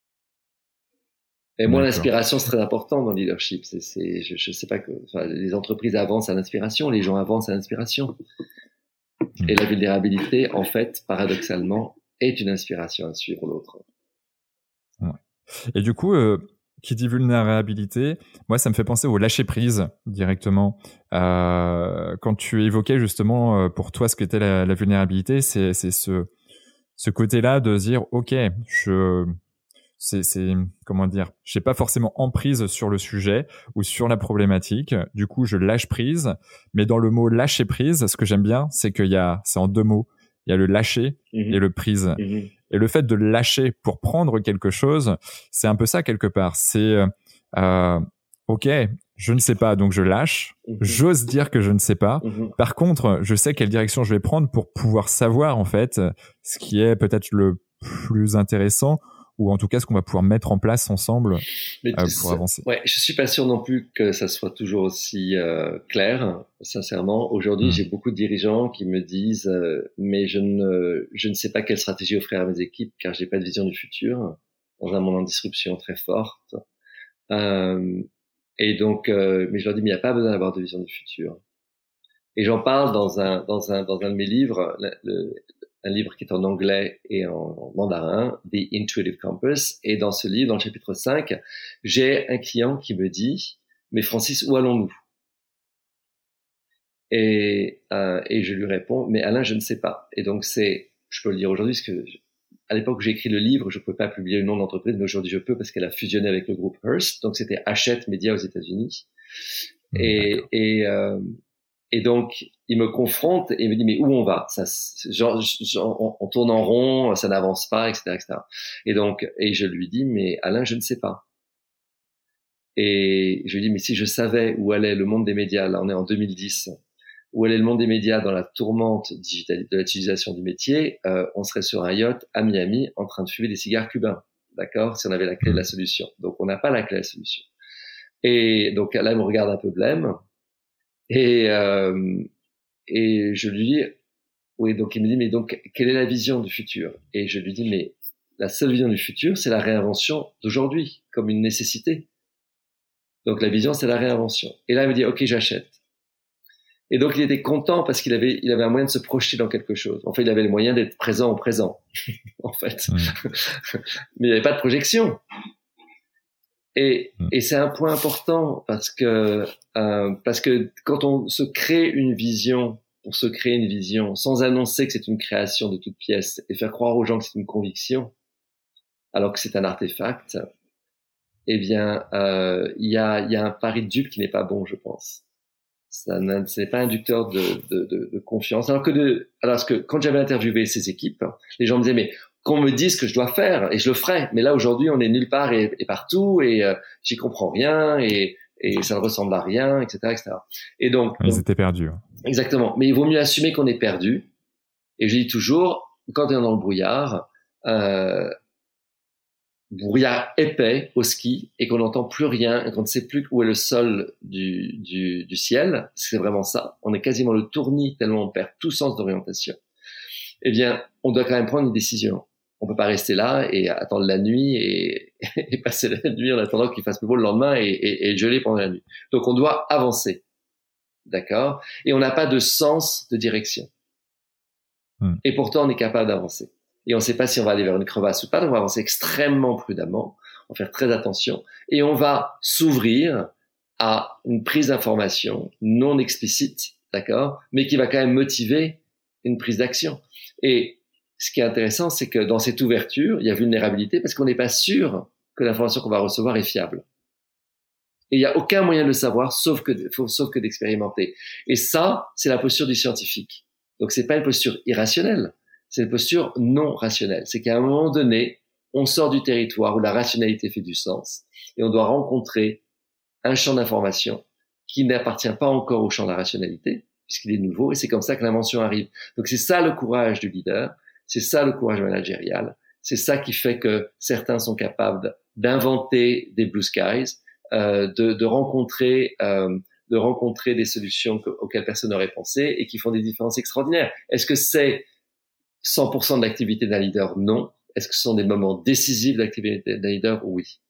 Et moi, l'inspiration, c'est très important dans le leadership. C'est, c'est, je, je sais pas que, enfin, les entreprises avancent à l'inspiration, les gens avancent à l'inspiration. Et la vulnérabilité, en fait, paradoxalement, est une inspiration à suivre l'autre. Ouais. Et du coup, euh, qui dit vulnérabilité, moi, ça me fait penser au lâcher prise directement. Euh, quand tu évoquais justement pour toi ce qu'était la, la vulnérabilité, c'est, c'est ce, ce côté-là de dire, ok, je, c'est, c'est, comment dire, j'ai pas forcément emprise sur le sujet ou sur la problématique. Du coup, je lâche prise. Mais dans le mot lâcher prise, ce que j'aime bien, c'est qu'il y a, c'est en deux mots. Il y a le lâcher mmh. et le prise. Mmh. Et le fait de lâcher pour prendre quelque chose, c'est un peu ça quelque part. C'est, euh, ok, je ne sais pas, donc je lâche. Mmh. J'ose dire que je ne sais pas. Mmh. Par contre, je sais quelle direction je vais prendre pour pouvoir savoir, en fait, ce qui est peut-être le plus intéressant, ou en tout cas ce qu'on va pouvoir mettre en place ensemble Mais euh, pour avancer. Ouais, je suis pas sûr non plus que ça soit toujours aussi euh, clair. Sincèrement, aujourd'hui, mmh. j'ai beaucoup de dirigeants qui me disent euh, mais je ne je ne sais pas quelle stratégie offrir à mes équipes car j'ai pas de vision du futur dans un monde en disruption très forte. Euh, et donc, euh, mais je leur dis mais il n'y a pas besoin d'avoir de vision du futur. Et j'en parle dans un dans un dans un de mes livres. Le, le, un livre qui est en anglais et en mandarin, The Intuitive Compass. Et dans ce livre, dans le chapitre cinq, j'ai un client qui me dit « Mais Francis, où allons-nous » et, euh, et je lui réponds « Mais Alain, je ne sais pas. » Et donc c'est, je peux le dire aujourd'hui, parce que à l'époque où j'ai écrit le livre, je ne pouvais pas publier le nom de l'entreprise, mais aujourd'hui je peux parce qu'elle a fusionné avec le groupe Hearst. Donc c'était Hachette Media aux États-Unis. Mmh, et, et, euh, Et donc, il me confronte et il me dit, mais où on va? Ça, genre, genre, on, on tourne en rond, ça n'avance pas, et cetera, et cetera. Et donc, et je lui dis, mais Alain, je ne sais pas. Et je lui dis, mais si je savais où allait le monde des médias, là, on est en deux mille dix, où allait le monde des médias dans la tourmente digitale de l'utilisation du métier, euh, on serait sur un yacht à Miami en train de fumer des cigares cubains. D'accord? Si on avait la clé de la solution. Donc, on n'a pas la clé de la solution. Et donc, là, il me regarde un peu blême. Et, euh, et je lui dis, oui, donc il me dit, mais donc, quelle est la vision du futur? Et je lui dis, mais la seule vision du futur, c'est la réinvention d'aujourd'hui, comme une nécessité. Donc la vision, c'est la réinvention. Et là, il me dit, ok, j'achète. Et donc il était content parce qu'il avait, il avait un moyen de se projeter dans quelque chose. En fait, il avait le moyen d'être présent au présent, en fait. Mmh. Mais il n'y avait pas de projection. Et, mmh. et c'est un point important parce que euh, parce que quand on se crée une vision, pour se créer une vision sans annoncer que c'est une création de toute pièce et faire croire aux gens que c'est une conviction, alors que c'est un artefact, eh bien euh, il y a il y a un pari de dupe qui n'est pas bon, je pense. Ça n'est pas inducteur de, de, de, de confiance. Alors que de alors parce que quand j'avais interviewé ces équipes, les gens me disaient mais qu'on me dise ce que je dois faire et je le ferai. Mais là aujourd'hui, on est nulle part et, et partout et euh, j'y comprends rien et, et ça ne ressemble à rien, et cetera, et cetera. Et donc ils étaient perdus. Exactement. Mais il vaut mieux assumer qu'on est perdu. Et je dis toujours, quand on est dans le brouillard, euh, brouillard épais au ski et qu'on n'entend plus rien et qu'on ne sait plus où est le sol du, du, du ciel, c'est vraiment ça. On est quasiment le tournis tellement on perd tout sens d'orientation. Eh bien, on doit quand même prendre une décision. On peut pas rester là et attendre la nuit et, et passer la nuit en attendant qu'il fasse plus beau le lendemain et, et, et geler pendant la nuit. Donc, on doit avancer. D'accord? Et on n'a pas de sens de direction. Mmh. Et pourtant, on est capable d'avancer. Et on ne sait pas si on va aller vers une crevasse ou pas, donc on va avancer extrêmement prudemment, on va faire très attention, et on va s'ouvrir à une prise d'information non explicite, d'accord? Mais qui va quand même motiver une prise d'action. Et ce qui est intéressant, c'est que dans cette ouverture, il y a vulnérabilité parce qu'on n'est pas sûr que l'information qu'on va recevoir est fiable. Et il n'y a aucun moyen de le savoir sauf que, sauf que d'expérimenter. Et ça, c'est la posture du scientifique. Donc c'est pas une posture irrationnelle, c'est une posture non rationnelle. C'est qu'à un moment donné, on sort du territoire où la rationalité fait du sens et on doit rencontrer un champ d'information qui n'appartient pas encore au champ de la rationalité, puisqu'il est nouveau, et c'est comme ça que l'invention arrive. Donc c'est ça le courage du leader, c'est ça le courage managérial, c'est ça qui fait que certains sont capables d'inventer des blue skies, euh, de, de rencontrer euh, de rencontrer des solutions que, auxquelles personne n'aurait pensé et qui font des différences extraordinaires. Est-ce que c'est cent pour cent de l'activité d'un leader? Non. Est-ce que ce sont des moments décisifs de l'activité d'un leader? Oui.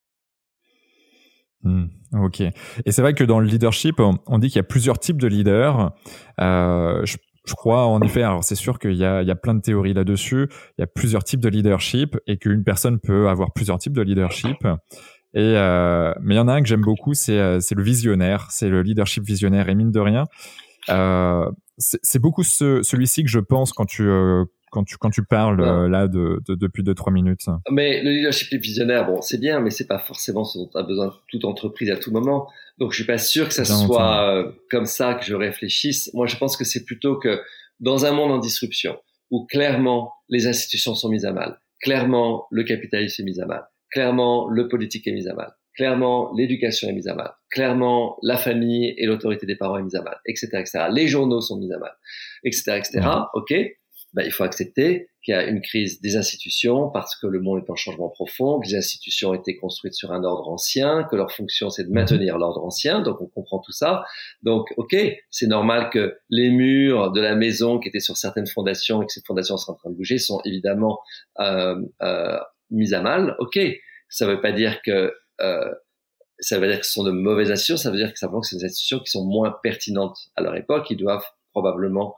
Mmh, ok. Et c'est vrai que dans le leadership, on, on dit qu'il y a plusieurs types de leaders. Euh, je, je crois en effet, alors c'est sûr qu'il y a, il y a plein de théories là-dessus. Il y a plusieurs types de leadership et qu'une personne peut avoir plusieurs types de leadership. Et euh, mais il y en a un que j'aime beaucoup, c'est euh, c'est le visionnaire, c'est le leadership visionnaire. Et mine de rien, euh, c'est, c'est beaucoup ce, celui-ci que je pense quand tu euh, quand tu quand tu parles euh, là de, de depuis deux trois minutes. Mais le leadership visionnaire, bon, c'est bien, mais c'est pas forcément ce dont a besoin toute entreprise à tout moment. Donc je suis pas sûr que ça bien soit euh, comme ça que je réfléchisse. Moi, je pense que c'est plutôt que dans un monde en disruption où clairement les institutions sont mises à mal, clairement le capitalisme est mis à mal, clairement le politique est mis à mal, clairement l'éducation est mise à mal, clairement la famille et l'autorité des parents est mise à mal, et cetera, et cetera. Les journaux sont mis à mal, et cetera, et cetera. Ouais. Ok, ben, il faut accepter qu'il y a une crise des institutions parce que le monde est en changement profond, que les institutions ont été construites sur un ordre ancien, que leur fonction c'est de maintenir l'ordre ancien, donc on comprend tout ça. Donc, ok, c'est normal que les murs de la maison qui étaient sur certaines fondations et que ces fondations sont en train de bouger sont évidemment euh, euh, mises à mal. Ok, ça veut pas dire que euh, ça veut dire que ce sont de mauvaises institutions, ça veut dire que simplement que c'est des institutions qui sont moins pertinentes à leur époque, qui doivent probablement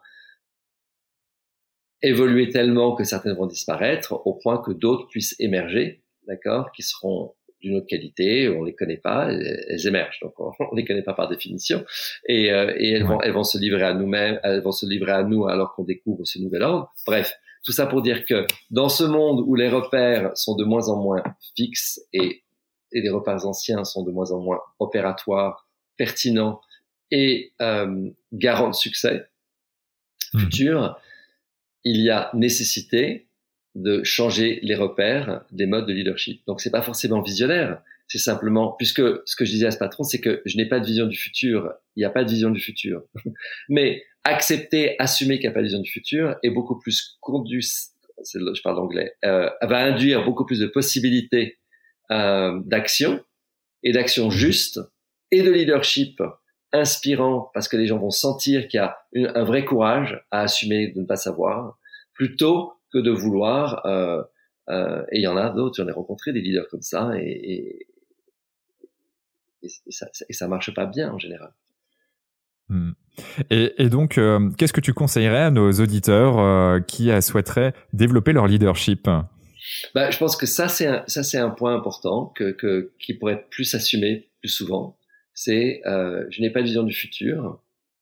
évoluer tellement que certaines vont disparaître au point que d'autres puissent émerger, d'accord, qui seront d'une autre qualité, on les connaît pas, elles émergent, donc on, on les connaît pas par définition, et, euh, et elles ouais. vont, elles vont se livrer à nous-mêmes, elles vont se livrer à nous alors qu'on découvre ce nouvel ordre. Bref, tout ça pour dire que dans ce monde où les repères sont de moins en moins fixes et, et les repères anciens sont de moins en moins opératoires, pertinents et euh, garants de succès mmh. futur, il y a nécessité de changer les repères des modes de leadership. Donc, c'est pas forcément visionnaire, c'est simplement, puisque ce que je disais à ce patron, c'est que je n'ai pas de vision du futur, il n'y a pas de vision du futur. Mais accepter, assumer qu'il n'y a pas de vision du futur est beaucoup plus conduit, je parle anglais, euh, va induire beaucoup plus de possibilités euh, d'action et d'action juste et de leadership inspirant parce que les gens vont sentir qu'il y a une, un vrai courage à assumer de ne pas savoir plutôt que de vouloir euh, euh, et il y en a d'autres, j'en ai rencontré des leaders comme ça et, et, et, et, ça, et ça marche pas bien en général. Hmm. Et, et donc, euh, qu'est-ce que tu conseillerais à nos auditeurs euh, qui euh, souhaiteraient développer leur leadership ? Bah, je pense que ça c'est un, ça c'est un point important que, que qui pourrait être plus assumé plus souvent. C'est euh, je n'ai pas de vision du futur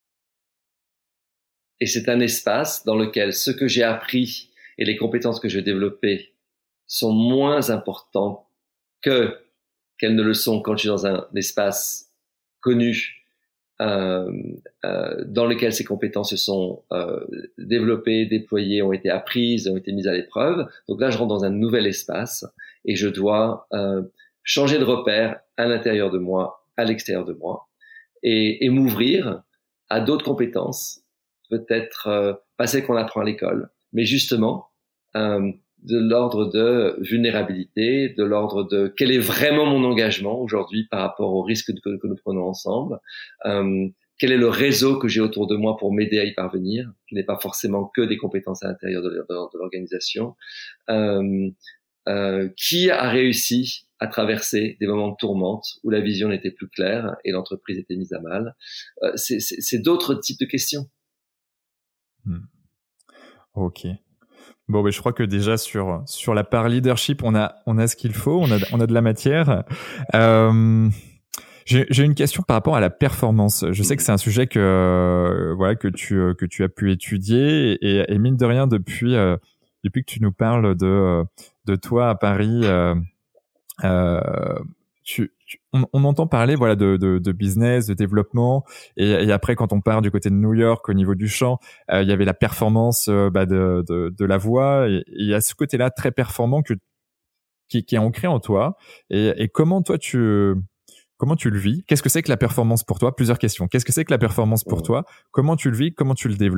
et c'est un espace dans lequel ce que j'ai appris et les compétences que j'ai développées sont moins importantes que qu'elles ne le sont quand je suis dans un espace connu euh, euh, dans lequel ces compétences se sont euh, développées, déployées, ont été apprises, ont été mises à l'épreuve. Donc là, je rentre dans un nouvel espace et je dois euh, changer de repère à l'intérieur de moi, à l'extérieur de moi, et, et m'ouvrir à d'autres compétences, peut-être euh, pas celles qu'on apprend à l'école, mais justement euh, de l'ordre de vulnérabilité, de l'ordre de quel est vraiment mon engagement aujourd'hui par rapport aux risques que, que nous prenons ensemble, euh, quel est le réseau que j'ai autour de moi pour m'aider à y parvenir, qui n'est pas forcément que des compétences à l'intérieur de, de, de l'organisation, euh, euh, qui a réussi à traverser des moments de tourmente où la vision n'était plus claire et l'entreprise était mise à mal. Euh, c'est, c'est, c'est d'autres types de questions. Hmm. Ok. Bon, ben, je crois que déjà sur sur la part leadership, on a on a ce qu'il faut, on a on a de la matière. Euh, j'ai j'ai une question par rapport à la performance. Je sais que c'est un sujet que euh, voilà que tu que tu as pu étudier et, et mine de rien depuis euh, depuis que tu nous parles de de toi à Paris, euh, euh, tu, tu, on, on entend parler voilà de, de, de business, de développement, et, et après quand on part du côté de New York au niveau du chant, euh, il y avait la performance euh, bah, de, de, de la voix, et il y a ce côté-là très performant que qui, qui est ancré en toi. Et, et comment toi tu comment tu le vis ? Qu'est-ce que c'est que la performance pour toi ? Plusieurs questions. Qu'est-ce que c'est que la performance pour toi ? Comment tu le vis ? Comment tu le développes ?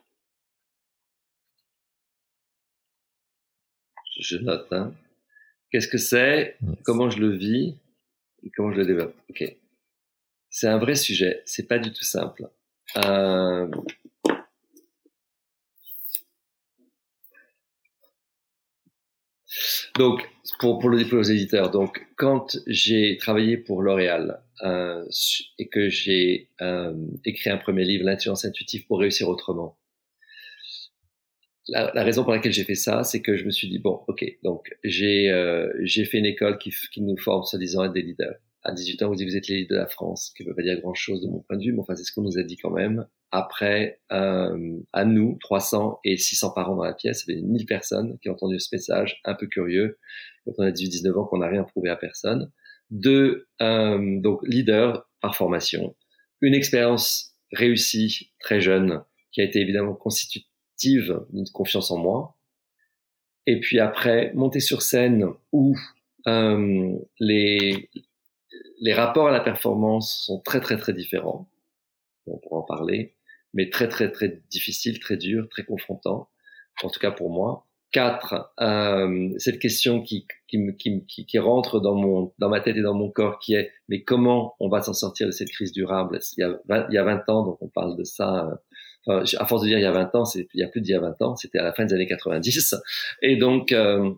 Je note. Hein. Qu'est-ce que c'est ? Yes. Comment je le vis ? Et comment je le développe ? Ok. C'est un vrai sujet. C'est pas du tout simple. Euh... Donc, pour, pour le déployer aux éditeurs, donc, quand j'ai travaillé pour L'Oréal euh, et que j'ai euh, écrit un premier livre, L'intelligence intuitive pour réussir autrement, la, la raison pour laquelle j'ai fait ça, c'est que je me suis dit bon, ok, donc j'ai euh, j'ai fait une école qui, qui nous forme soi-disant à être des leaders. À dix-huit ans, vous dites vous êtes les leaders de la France, ce qui ne veut pas dire grand-chose de mon point de vue, mais enfin c'est ce qu'on nous a dit quand même. Après, euh, à nous, trois cents et six cents parents dans la pièce, il y avait mille personnes qui ont entendu ce message, un peu curieux, quand on a dix-huit dix-neuf ans, qu'on n'a rien prouvé à personne. Deux, euh, donc leader par formation, une expérience réussie très jeune, qui a été évidemment constitutive d'une confiance en moi. Et puis après, monter sur scène où euh, les les rapports à la performance sont très très très différents. On pourra en parler, mais très très très difficiles, très durs, très confrontants. En tout cas pour moi. Quatre, euh, cette question qui qui, qui qui qui rentre dans mon dans ma tête et dans mon corps, qui est mais comment on va s'en sortir de cette crise durable? Il y a vingt, il y a vingt ans, donc on parle de ça. Enfin, à force de dire il y a vingt ans, c'est il y a plus d'il y a vingt ans, c'était à la fin des années quatre-vingt-dix. Et donc euh,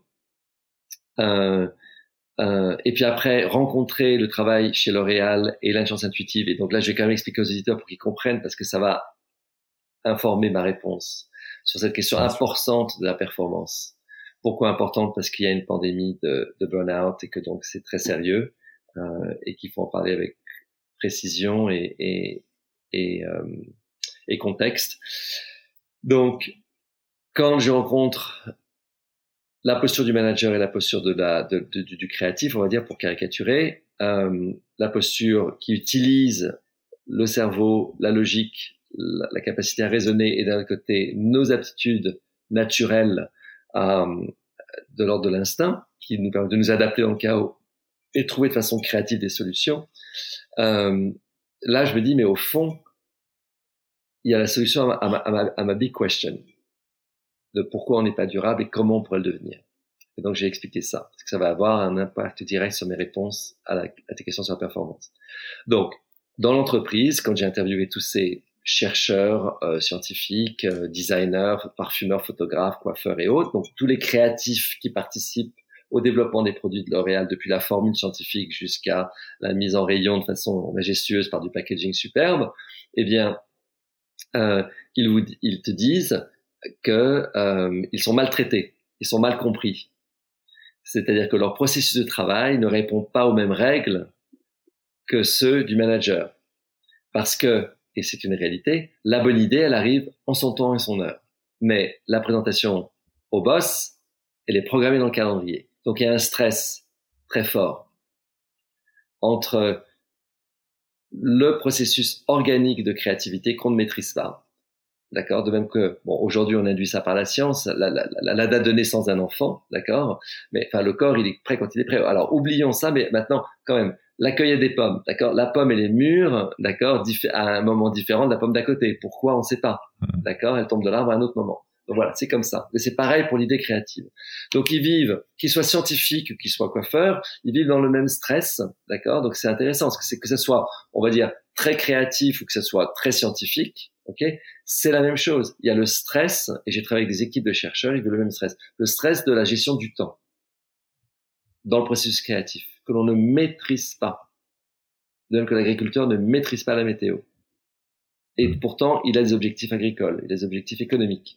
euh, euh, et puis après rencontrer le travail chez L'Oréal et l'intelligence intuitive. Et donc là, je vais quand même expliquer aux éditeurs pour qu'ils comprennent, parce que ça va informer ma réponse sur cette question importante de la performance. Pourquoi importante? Parce qu'il y a une pandémie de, de burn-out et que donc c'est très sérieux euh, et qu'il faut en parler avec précision et, et, et, euh, et contexte. Donc, quand je rencontre la posture du manager et la posture de la, de, de, du, du créatif, on va dire pour caricaturer, euh, la posture qui utilise le cerveau, la logique, la, la capacité à raisonner et d'un côté nos aptitudes naturelles euh, de l'ordre de l'instinct qui nous permet de nous adapter dans le chaos et trouver de façon créative des solutions. Euh, là, je me dis, mais au fond, il y a la solution à ma, à ma, à ma big question de pourquoi on n'est pas durable et comment on pourrait le devenir. Et donc, j'ai expliqué ça, parce que ça va avoir un impact direct sur mes réponses à, la, à tes questions sur la performance. Donc, dans l'entreprise, quand j'ai interviewé tous ces chercheurs, euh, scientifiques, euh, designers, parfumeurs, photographes, coiffeurs et autres, donc tous les créatifs qui participent au développement des produits de L'Oréal, depuis la formule scientifique jusqu'à la mise en rayon de façon majestueuse par du packaging superbe, eh bien, euh, ils, vous, ils te disent que euh, ils sont maltraités, ils sont mal compris. C'est-à-dire que leur processus de travail ne répond pas aux mêmes règles que ceux du manager. Parce que, et c'est une réalité, la bonne idée, elle arrive en son temps et son heure. Mais la présentation au boss, elle est programmée dans le calendrier. Donc il y a un stress très fort entre le processus organique de créativité qu'on ne maîtrise pas. D'accord, de même que bon, aujourd'hui on induit ça par la science, la, la, la, la date de naissance d'un enfant, d'accord, mais enfin le corps il est prêt quand il est prêt. Alors oublions ça, mais maintenant quand même la cueillette des pommes, d'accord, la pomme elle est mûre, d'accord, à un moment différent de la pomme d'à côté. Pourquoi on ne sait pas, d'accord, elle tombe de l'arbre à un autre moment. Donc voilà, c'est comme ça. Mais c'est pareil pour l'idée créative. Donc ils vivent, qu'ils soient scientifiques ou qu'ils soient coiffeurs, ils vivent dans le même stress, d'accord. Donc c'est intéressant, parce que c'est que ce soit, on va dire, très créatif ou que ce soit très scientifique. Ok, c'est la même chose. Il y a le stress, et j'ai travaillé avec des équipes de chercheurs, ils veulent le même stress. Le stress de la gestion du temps dans le processus créatif, que l'on ne maîtrise pas. De même que l'agriculteur ne maîtrise pas la météo. Et pourtant, il a des objectifs agricoles, il a des objectifs économiques.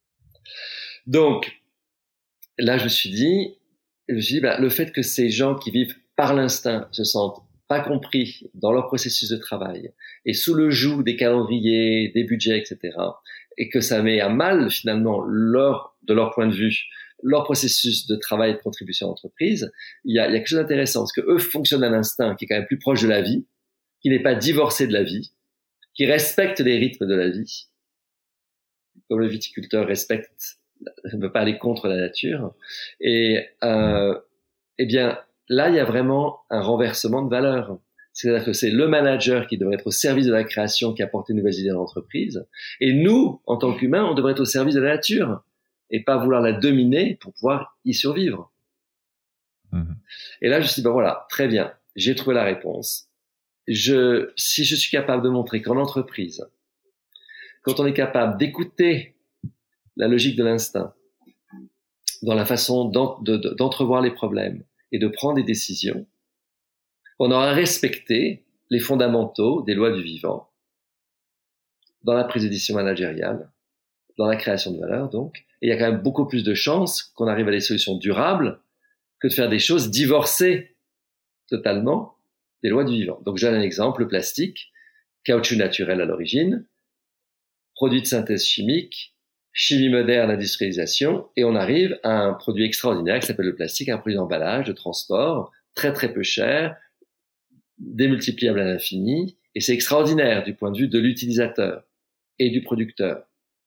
Donc, là, je me suis dit, je me suis dit, bah, le fait que ces gens qui vivent par l'instinct se sentent pas compris dans leur processus de travail et sous le joug des calendriers, des budgets, et cetera, et que ça met à mal finalement leur, de leur point de vue, leur processus de travail et de contribution à l'entreprise, il y a, il y a quelque chose d'intéressant, parce que eux fonctionnent à l'instinct qui est quand même plus proche de la vie, qui n'est pas divorcé de la vie, qui respecte les rythmes de la vie, comme le viticulteur respecte, ne veut pas aller contre la nature, et euh, eh bien là, il y a vraiment un renversement de valeur. C'est-à-dire que c'est le manager qui devrait être au service de la création, qui apporte de nouvelles idées à l'entreprise. Et nous, en tant qu'humains, on devrait être au service de la nature et pas vouloir la dominer pour pouvoir y survivre. Mmh. Et là, je me suis dit, ben voilà, très bien, j'ai trouvé la réponse. Je, si je suis capable de montrer qu'en entreprise, quand on est capable d'écouter la logique de l'instinct, dans la façon d'en, de, de, d'entrevoir les problèmes, et de prendre des décisions, on aura respecté les fondamentaux des lois du vivant dans la prise de décision managériale, dans la création de valeur donc, Et il y a quand même beaucoup plus de chances qu'on arrive à des solutions durables que de faire des choses divorcées totalement des lois du vivant. Donc, j'ai un exemple, le plastique, caoutchouc naturel à l'origine, produit de synthèse chimique, chimie moderne, industrialisation, et on arrive à un produit extraordinaire qui s'appelle le plastique, un produit d'emballage, de transport, très très peu cher, démultipliable à l'infini, et c'est extraordinaire du point de vue de l'utilisateur et du producteur.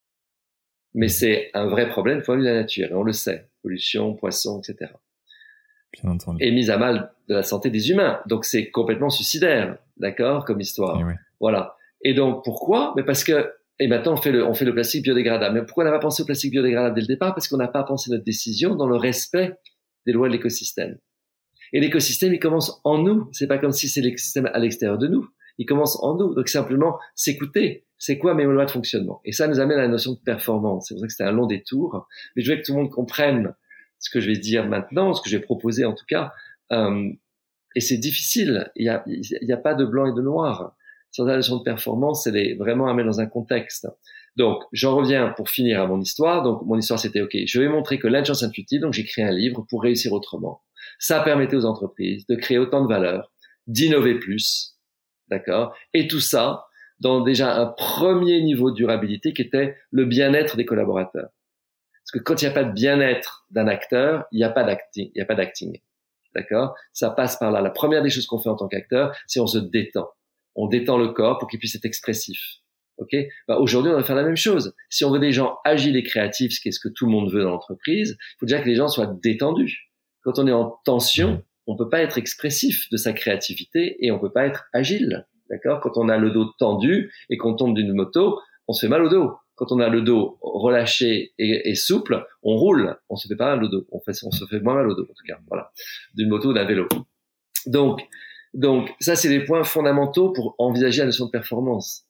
Mais c'est un vrai problème du point de vue de la nature, et on le sait, pollution, poissons, et cetera. Bien entendu. Et mise à mal de la santé des humains. Donc c'est complètement suicidaire, d'accord, comme histoire. Et oui. Voilà. Et donc pourquoi? Mais parce que et maintenant on fait le on fait le plastique biodégradable. Mais pourquoi on n'a pas pensé au plastique biodégradable dès le départ? Parce qu'on n'a pas pensé notre décision dans le respect des lois de l'écosystème. Et l'écosystème, il commence en nous. C'est pas comme si c'est l'écosystème à l'extérieur de nous. Il commence en nous. Donc simplement s'écouter. C'est quoi mes lois de fonctionnement? Et ça nous amène à la notion de performance. C'est pour ça que c'était un long détour. Mais je veux que tout le monde comprenne ce que je vais dire maintenant, ce que je vais proposer en tout cas. Euh, et c'est difficile. Il y a, il y a pas de blanc et de noir. Sur la notion de performance, c'est les, vraiment à mettre dans un contexte. Donc, j'en reviens pour finir à mon histoire. Donc, mon histoire, c'était, OK, je vais montrer que l'intelligence intuitive, donc j'ai créé un livre pour réussir autrement. Ça permettait aux entreprises de créer autant de valeur, d'innover plus, d'accord? Et tout ça dans déjà un premier niveau de durabilité qui était le bien-être des collaborateurs. Parce que quand il n'y a pas de bien-être d'un acteur, il n'y a pas d'acting, il n'y a pas d'acting. D'accord? Ça passe par là. La première des choses qu'on fait en tant qu'acteur, c'est on se détend. On détend le corps pour qu'il puisse être expressif. Ok? Ben, aujourd'hui, on va faire la même chose. Si on veut des gens agiles et créatifs, ce qui est ce que tout le monde veut dans l'entreprise, il faut déjà que les gens soient détendus. Quand on est en tension, on peut pas être expressif de sa créativité et on peut pas être agile. D'accord? Quand on a le dos tendu et qu'on tombe d'une moto, on se fait mal au dos. Quand on a le dos relâché et, et souple, on roule. On se fait pas mal au dos. On, fait, on se fait moins mal au dos, en tout cas. Voilà. D'une moto ou d'un vélo. Donc, donc, ça, c'est des points fondamentaux pour envisager la notion de performance.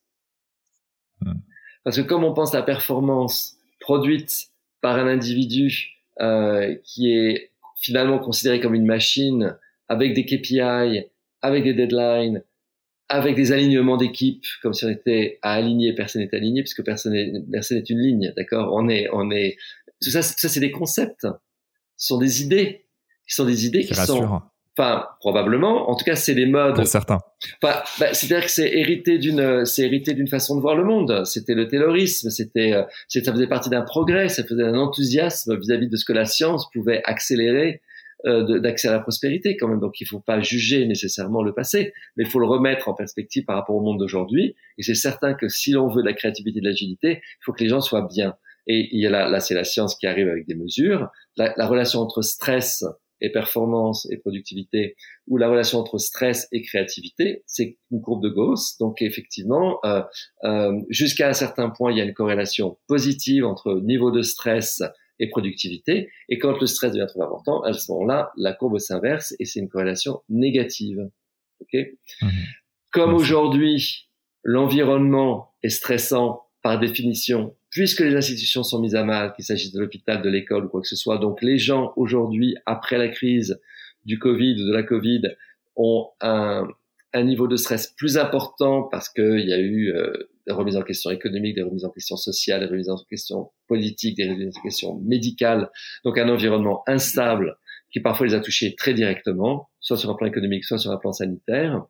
Parce que comme on pense à la performance produite par un individu euh, qui est finalement considéré comme une machine avec des K P I, avec des deadlines, avec des alignements d'équipe, comme si on était à aligner, personne n'est aligné, puisque personne n'est, personne n'est une ligne, d'accord? On est, on est, tout ça, tout ça, c'est des concepts, ce sont des idées, qui sont des idées qui sont, enfin, probablement, en tout cas, c'est des modes. Pour certains. Enfin, bah, c'est-à-dire que c'est hérité d'une, c'est hérité d'une façon de voir le monde. C'était le taylorisme, c'était, euh, ça faisait partie d'un progrès, ça faisait un enthousiasme vis-à-vis de ce que la science pouvait accélérer. Euh, d'accès à la prospérité quand même, donc il faut pas juger nécessairement le passé, mais il faut le remettre en perspective par rapport au monde d'aujourd'hui, et c'est certain que si l'on veut de la créativité et de l'agilité, il faut que les gens soient bien, et il y a là, là c'est la science qui arrive avec des mesures, la, la relation entre stress et performance et productivité, ou la relation entre stress et créativité, c'est une courbe de Gauss, donc effectivement, euh, euh, jusqu'à un certain point, il y a une corrélation positive entre niveau de stress et productivité, et quand le stress devient trop important, à ce moment-là, la courbe s'inverse et c'est une corrélation négative. Ok ? Mmh. Comme Merci. Aujourd'hui, l'environnement est stressant par définition, puisque les institutions sont mises à mal, qu'il s'agisse de l'hôpital, de l'école ou quoi que ce soit, donc les gens aujourd'hui, après la crise du Covid ou de la Covid, ont un, un niveau de stress plus important parce qu'il y a eu euh, des remises en question économiques, des remises en question sociales, des remises en question politiques, des remises en question médicales, donc un environnement instable qui parfois les a touchés très directement, soit sur un plan économique, soit sur un plan sanitaire,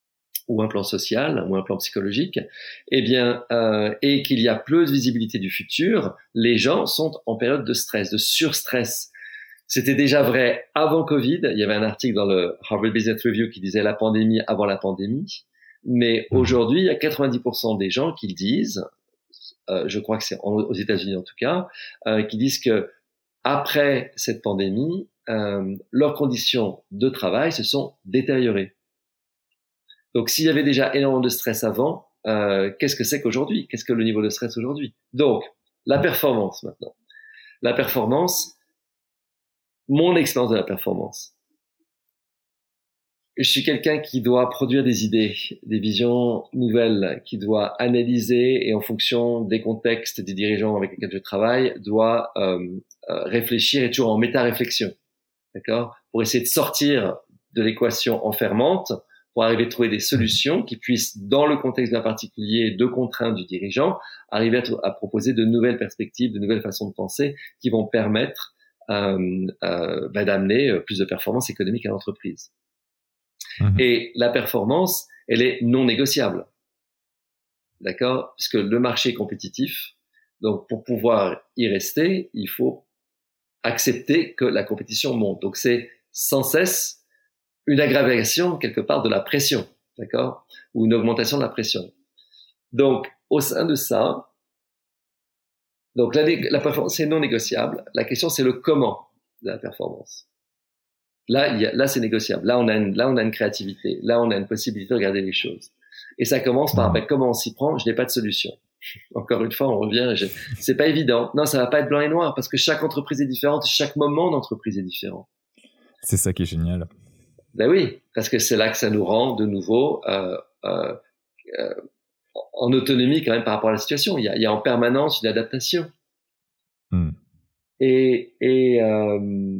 ou un plan social, ou un plan psychologique, eh bien, euh, et qu'il y a peu de visibilité du futur, les gens sont en période de stress, de surstress. C'était déjà vrai avant Covid. Il y avait un article dans le Harvard Business Review qui disait la pandémie avant la pandémie. Mais aujourd'hui, il y a quatre-vingt-dix pour cent des gens qui le disent, euh, je crois que c'est aux États-Unis en tout cas, euh, qui disent que après cette pandémie, euh, leurs conditions de travail se sont détériorées. Donc, s'il y avait déjà énormément de stress avant, euh, qu'est-ce que c'est qu'aujourd'hui? Qu'est-ce que le niveau de stress aujourd'hui? Donc, la performance maintenant. La performance, mon expérience de la performance. Je suis quelqu'un qui doit produire des idées, des visions nouvelles, qui doit analyser et en fonction des contextes des dirigeants avec lesquels je travaille, doit euh, euh, réfléchir et toujours en méta-réflexion, d'accord, pour essayer de sortir de l'équation enfermante pour arriver à trouver des solutions qui puissent, dans le contexte bien particulier de contraintes du dirigeant, arriver à, à proposer de nouvelles perspectives, de nouvelles façons de penser qui vont permettre euh, euh, bah, d'amener plus de performance économique à l'entreprise. Mmh. Et la performance, elle est non négociable. D'accord? Puisque le marché est compétitif. Donc, pour pouvoir y rester, il faut accepter que la compétition monte. Donc, c'est sans cesse une aggravation, quelque part, de la pression. D'accord? Ou une augmentation de la pression. Donc, au sein de ça, donc, la, la performance est non négociable. La question, c'est le comment de la performance. Là, il y a, là, c'est négociable. Là, on a une, là, on a une créativité. Là, on a une possibilité de regarder les choses. Et ça commence par, ben, comment on s'y prend? Je n'ai pas de solution. Encore une fois, on revient, je, c'est pas évident. Non, ça va pas être blanc et noir parce que chaque entreprise est différente, chaque moment d'entreprise est différent. C'est ça qui est génial. Ben oui, parce que c'est là que ça nous rend de nouveau, euh, euh, euh, en autonomie quand même par rapport à la situation. Il y a, il y a en permanence une adaptation. Hmm. Et, et, euh,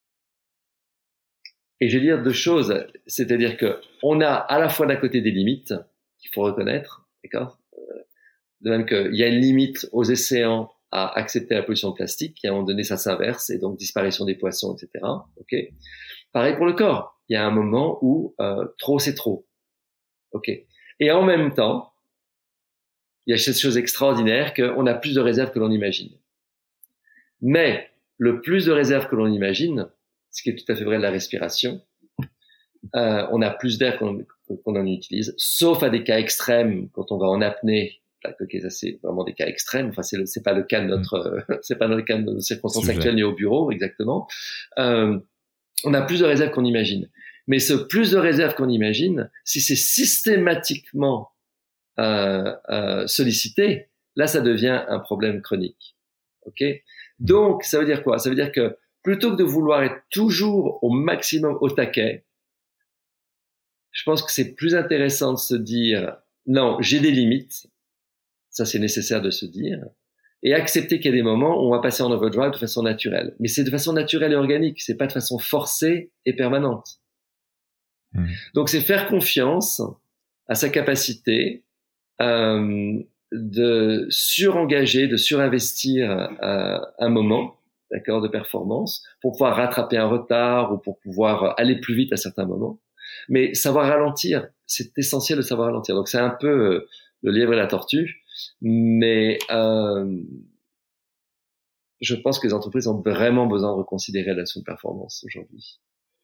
et je vais dire deux choses. C'est-à-dire que on a à la fois d'un côté des limites qu'il faut reconnaître, d'accord? De même qu'il y a une limite aux océans à accepter la pollution de plastique, et à un moment donné, ça s'inverse, et donc disparition des poissons, et cetera. Ok. Pareil pour le corps. Il y a un moment où euh, trop, c'est trop. Ok. Et en même temps, il y a cette chose extraordinaire qu'on a plus de réserves que l'on imagine. Mais le plus de réserves que l'on imagine, ce qui est tout à fait vrai de la respiration, euh, on a plus d'air qu'on, qu'on en utilise, sauf à des cas extrêmes, quand on va en apnée. Ok, ça c'est vraiment des cas extrêmes. Enfin, c'est le, c'est pas le cas de notre, mmh. euh, c'est pas le cas de nos circonstances actuelles ni au bureau, exactement. Euh, on a plus de réserves qu'on imagine. Mais ce plus de réserves qu'on imagine, si c'est systématiquement euh, euh, sollicité, là, ça devient un problème chronique. Ok. Donc, ça veut dire quoi? Ça veut dire que plutôt que de vouloir être toujours au maximum au taquet, je pense que c'est plus intéressant de se dire non, j'ai des limites. Ça, c'est nécessaire de se dire. Et accepter qu'il y a des moments où on va passer en overdrive de façon naturelle. Mais c'est de façon naturelle et organique. C'est pas de façon forcée et permanente. Mmh. Donc, c'est faire confiance à sa capacité euh, de surengager, de surinvestir euh, un moment, d'accord, de performance pour pouvoir rattraper un retard ou pour pouvoir aller plus vite à certains moments. Mais savoir ralentir, c'est essentiel de savoir ralentir. Donc, c'est un peu euh, le lièvre et la tortue. Mais euh, je pense que les entreprises ont vraiment besoin de reconsidérer la sous-performance aujourd'hui.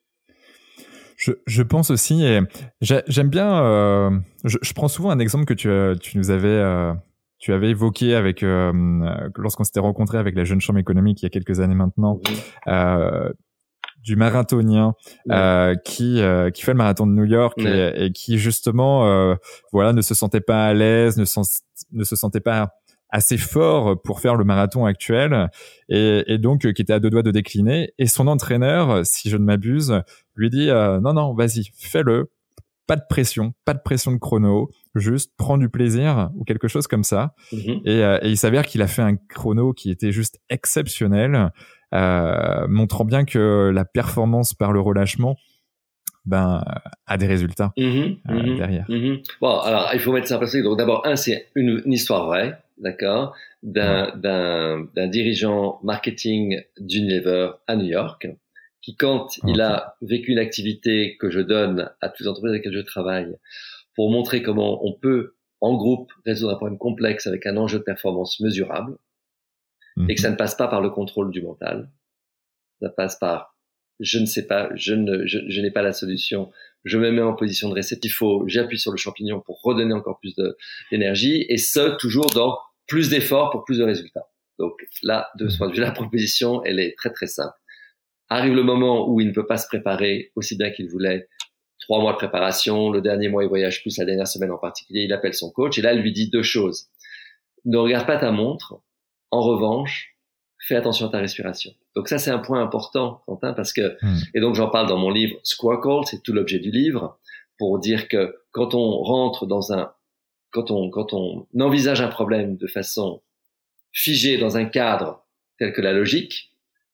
Je, je pense aussi, et j'aime bien, euh, je, je prends souvent un exemple que tu, tu nous avais, euh, tu avais évoqué avec, euh, lorsqu'on s'était rencontré avec la Jeune Chambre économique il y a quelques années maintenant, mmh. euh, du marathonien ouais. euh, qui euh, qui fait le marathon de New York ouais. et, et qui justement euh, voilà ne se sentait pas à l'aise, ne, sens, ne se sentait pas assez fort pour faire le marathon actuel et, et donc euh, qui était à deux doigts de décliner, et son entraîneur, si je ne m'abuse, lui dit euh, non non vas-y fais-le, pas de pression, pas de pression de chrono, juste prends du plaisir ou quelque chose comme ça. Mm-hmm. et, euh, et il s'avère qu'il a fait un chrono qui était juste exceptionnel. Euh, montrant bien que la performance par le relâchement ben a des résultats mmh, euh, mmh, derrière. Mmh. Bon, alors il faut mettre ça en perspective. Donc d'abord, un, c'est une, une histoire vraie, d'accord, d'un, ouais. d'un, d'un dirigeant marketing d'Unilever à New York, qui quand okay. il a vécu une activité que je donne à toutes les entreprises avec lesquelles je travaille, pour montrer comment on peut en groupe résoudre un problème complexe avec un enjeu de performance mesurable. Et que ça ne passe pas par le contrôle du mental. Ça passe par je ne sais pas, je ne, je, je n'ai pas la solution, je me mets en position de réceptif, j'appuie sur le champignon pour redonner encore plus de, d'énergie, et ce, toujours dans plus d'efforts pour plus de résultats. Donc là, de ce point de vue, la proposition, elle est très très simple. Arrive le moment où il ne peut pas se préparer aussi bien qu'il voulait, trois mois de préparation, le dernier mois il voyage plus, la dernière semaine en particulier, il appelle son coach, et là, il lui dit deux choses. Ne regarde pas ta montre. En revanche, fais attention à ta respiration. Donc ça, c'est un point important, Quentin, parce que, mmh. et donc j'en parle dans mon livre Squircle, c'est tout l'objet du livre, pour dire que quand on rentre dans un, quand on, quand on envisage un problème de façon figée dans un cadre tel que la logique,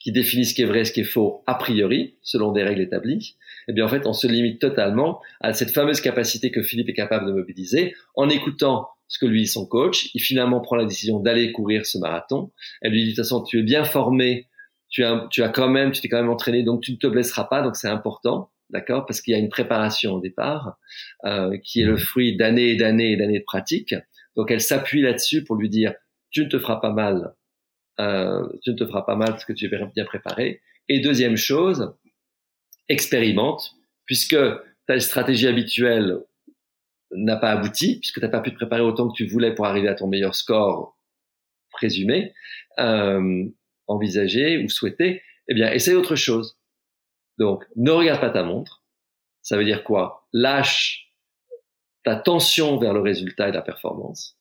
qui définit ce qui est vrai, ce qui est faux a priori, selon des règles établies, eh bien en fait on se limite totalement à cette fameuse capacité que Philippe est capable de mobiliser en écoutant ce que lui dit son coach. Il finalement prend la décision d'aller courir ce marathon. Elle lui dit de toute façon tu es bien formé, tu as, tu as quand même, tu t'es quand même entraîné, donc tu ne te blesseras pas, donc c'est important, d'accord, parce qu'il y a une préparation au départ euh, qui est le fruit d'années et d'années et d'années de pratique. Donc elle s'appuie là-dessus pour lui dire tu ne te feras pas mal. Euh, tu ne te feras pas mal parce que tu es bien préparé. Et deuxième chose, expérimente, puisque ta stratégie habituelle n'a pas abouti, puisque tu n'as pas pu te préparer autant que tu voulais pour arriver à ton meilleur score présumé, euh, envisagé ou souhaité, eh bien, essaye autre chose. Donc, ne regarde pas ta montre. Ça veut dire quoi? Lâche ta tension vers le résultat et la performance.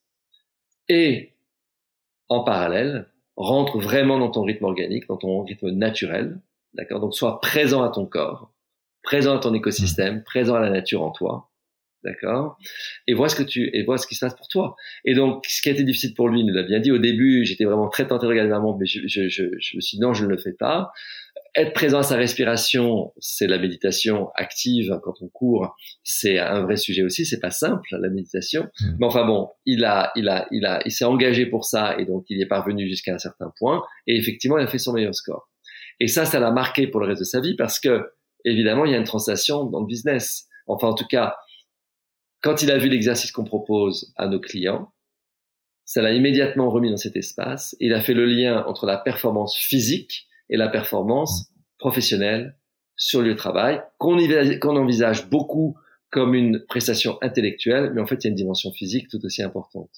Et, en parallèle, rentre vraiment dans ton rythme organique, dans ton rythme naturel, d'accord? Donc, sois présent à ton corps, présent à ton écosystème, présent à la nature en toi, d'accord? Et vois ce que tu, et vois ce qui se passe pour toi. Et donc, ce qui a été difficile pour lui, il nous l'a bien dit au début, j'étais vraiment très tenté de regarder ma montre, mais je, je, je, je me suis dit non, je ne le fais pas. Être présent à sa respiration, c'est la méditation active quand on court, c'est un vrai sujet aussi, c'est pas simple la méditation, mmh. mais enfin bon, il a, il a, il a, il s'est engagé pour ça et donc il y est parvenu jusqu'à un certain point et effectivement il a fait son meilleur score. Et ça, ça l'a marqué pour le reste de sa vie parce que évidemment il y a une translation dans le business. Enfin en tout cas, quand il a vu l'exercice qu'on propose à nos clients, ça l'a immédiatement remis dans cet espace. Et il a fait le lien entre la performance physique et la performance professionnelle sur le lieu de travail, qu'on, y, qu'on envisage beaucoup comme une prestation intellectuelle, mais en fait, il y a une dimension physique tout aussi importante.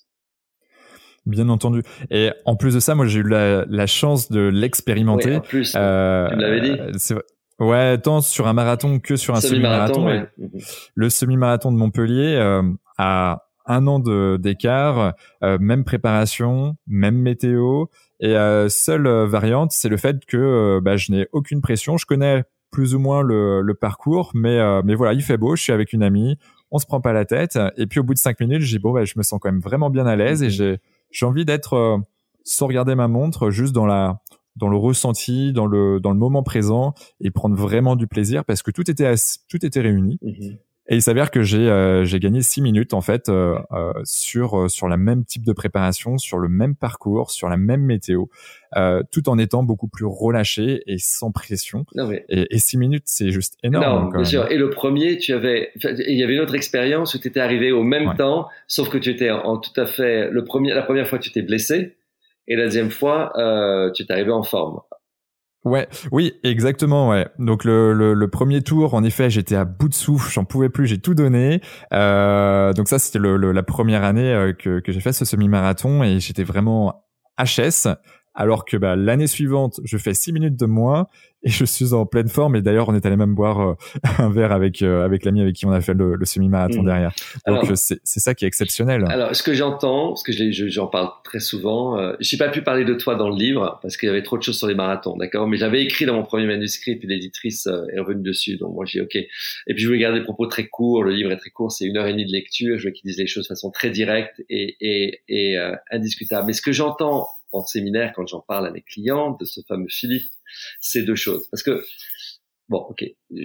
Bien entendu. Et en plus de ça, moi, j'ai eu la, la chance de l'expérimenter. Oui, en plus, euh, tu me l'avais dit. C'est vrai. Ouais, tant sur un marathon que sur un semi-marathon. semi-marathon ouais. Le semi-marathon de Montpellier euh, a un an de, d'écart, euh, même préparation, même météo, et euh, seule euh, variante, c'est le fait que euh, bah, je n'ai aucune pression. Je connais plus ou moins le, le parcours, mais euh, mais voilà, il fait beau, je suis avec une amie, on se prend pas la tête, et puis au bout de cinq minutes, je dis bon, bah, je me sens quand même vraiment bien à l'aise, et j'ai j'ai envie d'être euh, sans regarder ma montre, juste dans la dans le ressenti, dans le dans le moment présent, et prendre vraiment du plaisir parce que tout était assez, tout était réuni. Mm-hmm. Et il s'avère que j'ai euh, j'ai gagné six minutes en fait euh, euh, sur euh, sur la même type de préparation, sur le même parcours, sur la même météo, euh, tout en étant beaucoup plus relâché et sans pression. Non, mais... et, et six minutes, c'est juste énorme. Non, bien sûr. Et le premier, tu avais, il y avait une autre expérience où tu étais arrivé au même ouais. temps, sauf que tu étais en, en tout à fait le premier. La première fois, tu t'es blessé, et la deuxième fois, euh, tu t'es arrivé en forme. Ouais, oui, exactement, ouais. Donc le, le, le premier tour, en effet, j'étais à bout de souffle, j'en pouvais plus, j'ai tout donné. Euh, donc ça, c'était le, le, la première année euh, que, que j'ai fait ce semi-marathon et j'étais vraiment H S. Alors que bah, l'année suivante, je fais six minutes de moins et je suis en pleine forme. Et d'ailleurs, on est allé même boire euh, un verre avec euh, avec l'ami avec qui on a fait le, le semi-marathon mmh. derrière. Donc alors, c'est, c'est ça qui est exceptionnel. Alors, ce que j'entends, parce que je, je, j'en parle très souvent, euh, j'ai pas pu parler de toi dans le livre parce qu'il y avait trop de choses sur les marathons, d'accord. Mais j'avais écrit dans mon premier manuscrit, puis l'éditrice euh, est revenue dessus. Donc moi, j'ai dit OK. Et puis je voulais garder des propos très courts. Le livre est très court, c'est une heure et demie de lecture. Je veux qu'ils disent les choses de façon très directe et et, et euh, indiscutable. Mais ce que j'entends en séminaire, quand j'en parle à mes clients de ce fameux Philippe, c'est deux choses. Parce que, bon, ok,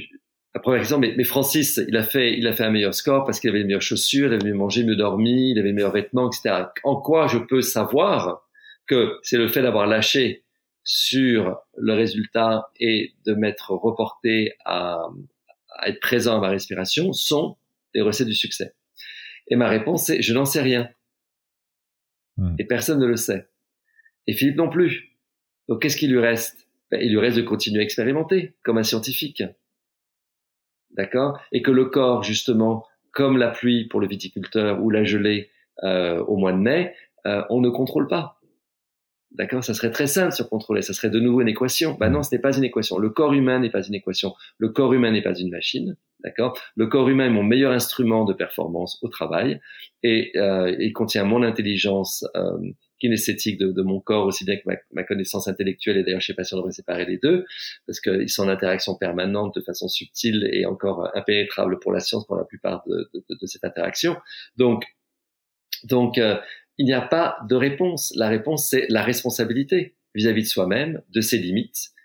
la première question, mais, mais Francis, il a fait, il a fait un meilleur score parce qu'il avait les meilleures chaussures, il avait mieux mangé, mieux dormi, il avait les meilleurs vêtements, et cetera. En quoi je peux savoir que c'est le fait d'avoir lâché sur le résultat et de m'être reporté à, à être présent à ma respiration sont les recettes du succès? Et ma réponse est, je n'en sais rien. Mmh. Et personne ne le sait. Et Philippe non plus. Donc, qu'est-ce qu'il lui reste? Ben, il lui reste de continuer à expérimenter, comme un scientifique. D'accord? Et que le corps, justement, comme la pluie pour le viticulteur ou la gelée euh, au mois de mai, euh, on ne contrôle pas. D'accord? Ça serait très simple sur contrôler. Ça serait de nouveau une équation. Ben non, ce n'est pas une équation. Le corps humain n'est pas une équation. Le corps humain n'est pas une machine. D'accord? Le corps humain est mon meilleur instrument de performance au travail et euh, il contient mon intelligence euh, kinesthétique de, de mon corps aussi bien que ma, ma connaissance intellectuelle. Et d'ailleurs, je sais pas si on devrait séparer les deux parce qu'ils sont en interaction permanente de façon subtile et encore impénétrable pour la science pour la plupart de, de, de, de cette interaction. Donc, donc euh, il n'y a pas de réponse. La réponse, c'est la responsabilité vis-à-vis de soi-même, de ses limites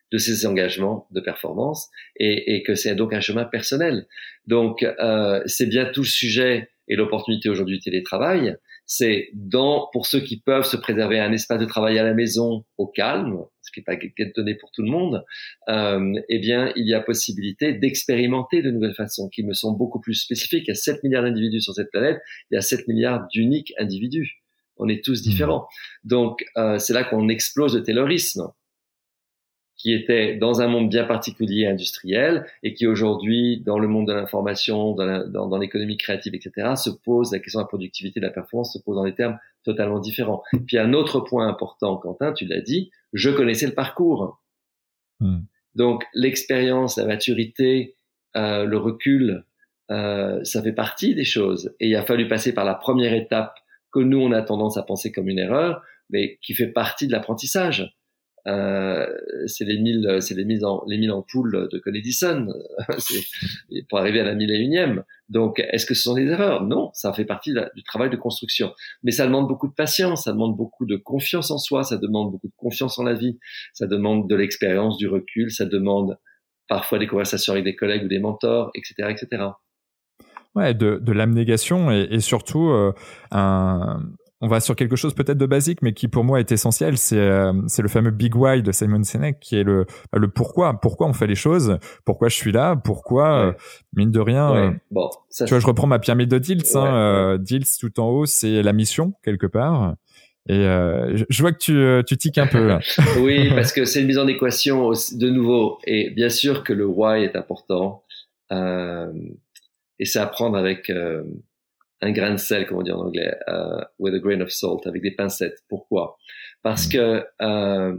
de ses engagements de performance et, et que c'est donc un chemin personnel. Donc, euh, c'est bien tout le sujet et l'opportunité aujourd'hui du télétravail. C'est dans, pour ceux qui peuvent se préserver un espace de travail à la maison au calme, ce qui n'est pas donné pour tout le monde, euh, eh bien, il y a possibilité d'expérimenter de nouvelles façons qui me sont beaucoup plus spécifiques. Il y a sept milliards d'individus sur cette planète, il y a sept milliards d'uniques individus. On est tous différents. Mmh. Donc, euh, c'est là qu'on explose le taylorisme, qui était dans un monde bien particulier industriel et qui aujourd'hui, dans le monde de l'information, dans, la, dans, dans l'économie créative, et cetera, se pose la question de la productivité, de la performance, se pose dans des termes totalement différents. Puis un autre point important, Quentin, tu l'as dit, je connaissais le parcours. Mmh. Donc l'expérience, la maturité, euh, le recul, euh, ça fait partie des choses. Et il a fallu passer par la première étape que nous, on a tendance à penser comme une erreur, mais qui fait partie de l'apprentissage. Euh, c'est les mille, c'est les mises en, les mille ampoules de Conn Edison, c'est pour arriver à la mille et unième. Donc, est-ce que ce sont des erreurs? Non, ça fait partie de la, du travail de construction. Mais ça demande beaucoup de patience, ça demande beaucoup de confiance en soi, ça demande beaucoup de confiance en la vie, ça demande de l'expérience, du recul, ça demande parfois des conversations avec des collègues ou des mentors, et cetera, et cetera. Ouais, de, de l'abnégation et, et surtout euh, un. On va sur quelque chose peut-être de basique, mais qui pour moi est essentiel. C'est euh, c'est le fameux Big Why de Simon Sinek, qui est le le pourquoi. Pourquoi on fait les choses. Pourquoi je suis là. Pourquoi, ouais. euh, mine de rien. Ouais. Euh, bon, ça, tu vois, je reprends ma pyramide de Diels. Ouais, hein, euh, ouais. Diels tout en haut, c'est la mission quelque part. Et euh, je, je vois que tu tu tiques un peu là. Oui, parce que c'est une mise en équation aussi, de nouveau. Et bien sûr que le why est important. Euh, et c'est à prendre avec euh, un grain de sel, comme on dit en anglais, uh, with a grain of salt, avec des pincettes. Pourquoi? Parce mmh. que euh,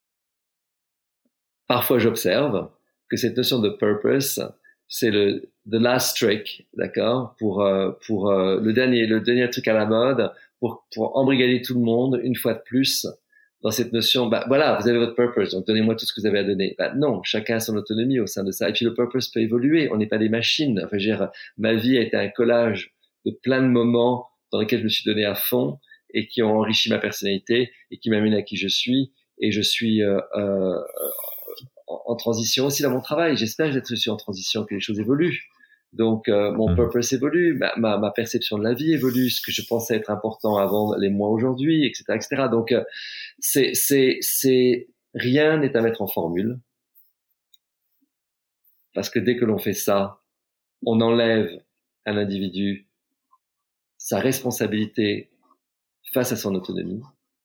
parfois j'observe que cette notion de purpose, c'est le the last trick, d'accord, pour euh, pour euh, le dernier le dernier truc à la mode, pour pour embrigader tout le monde une fois de plus dans cette notion. Bah voilà, vous avez votre purpose, donc donnez-moi tout ce que vous avez à donner. Bah non, chacun a son autonomie au sein de ça. Et puis le purpose peut évoluer. On n'est pas des machines. Enfin, je veux dire, ma vie a été un collage de plein de moments dans lesquels je me suis donné à fond et qui ont enrichi ma personnalité et qui m'amènent à qui je suis. Et je suis euh, euh, en, en transition aussi dans mon travail. J'espère que je suis en transition, que les choses évoluent. Donc euh, mon mmh. purpose évolue, ma, ma, ma perception de la vie évolue, ce que je pensais être important avant les mois aujourd'hui, et cetera, et cetera. Donc euh, c'est c'est c'est rien n'est à mettre en formule, parce que dès que l'on fait ça, on enlève à l'individu sa responsabilité face à son autonomie.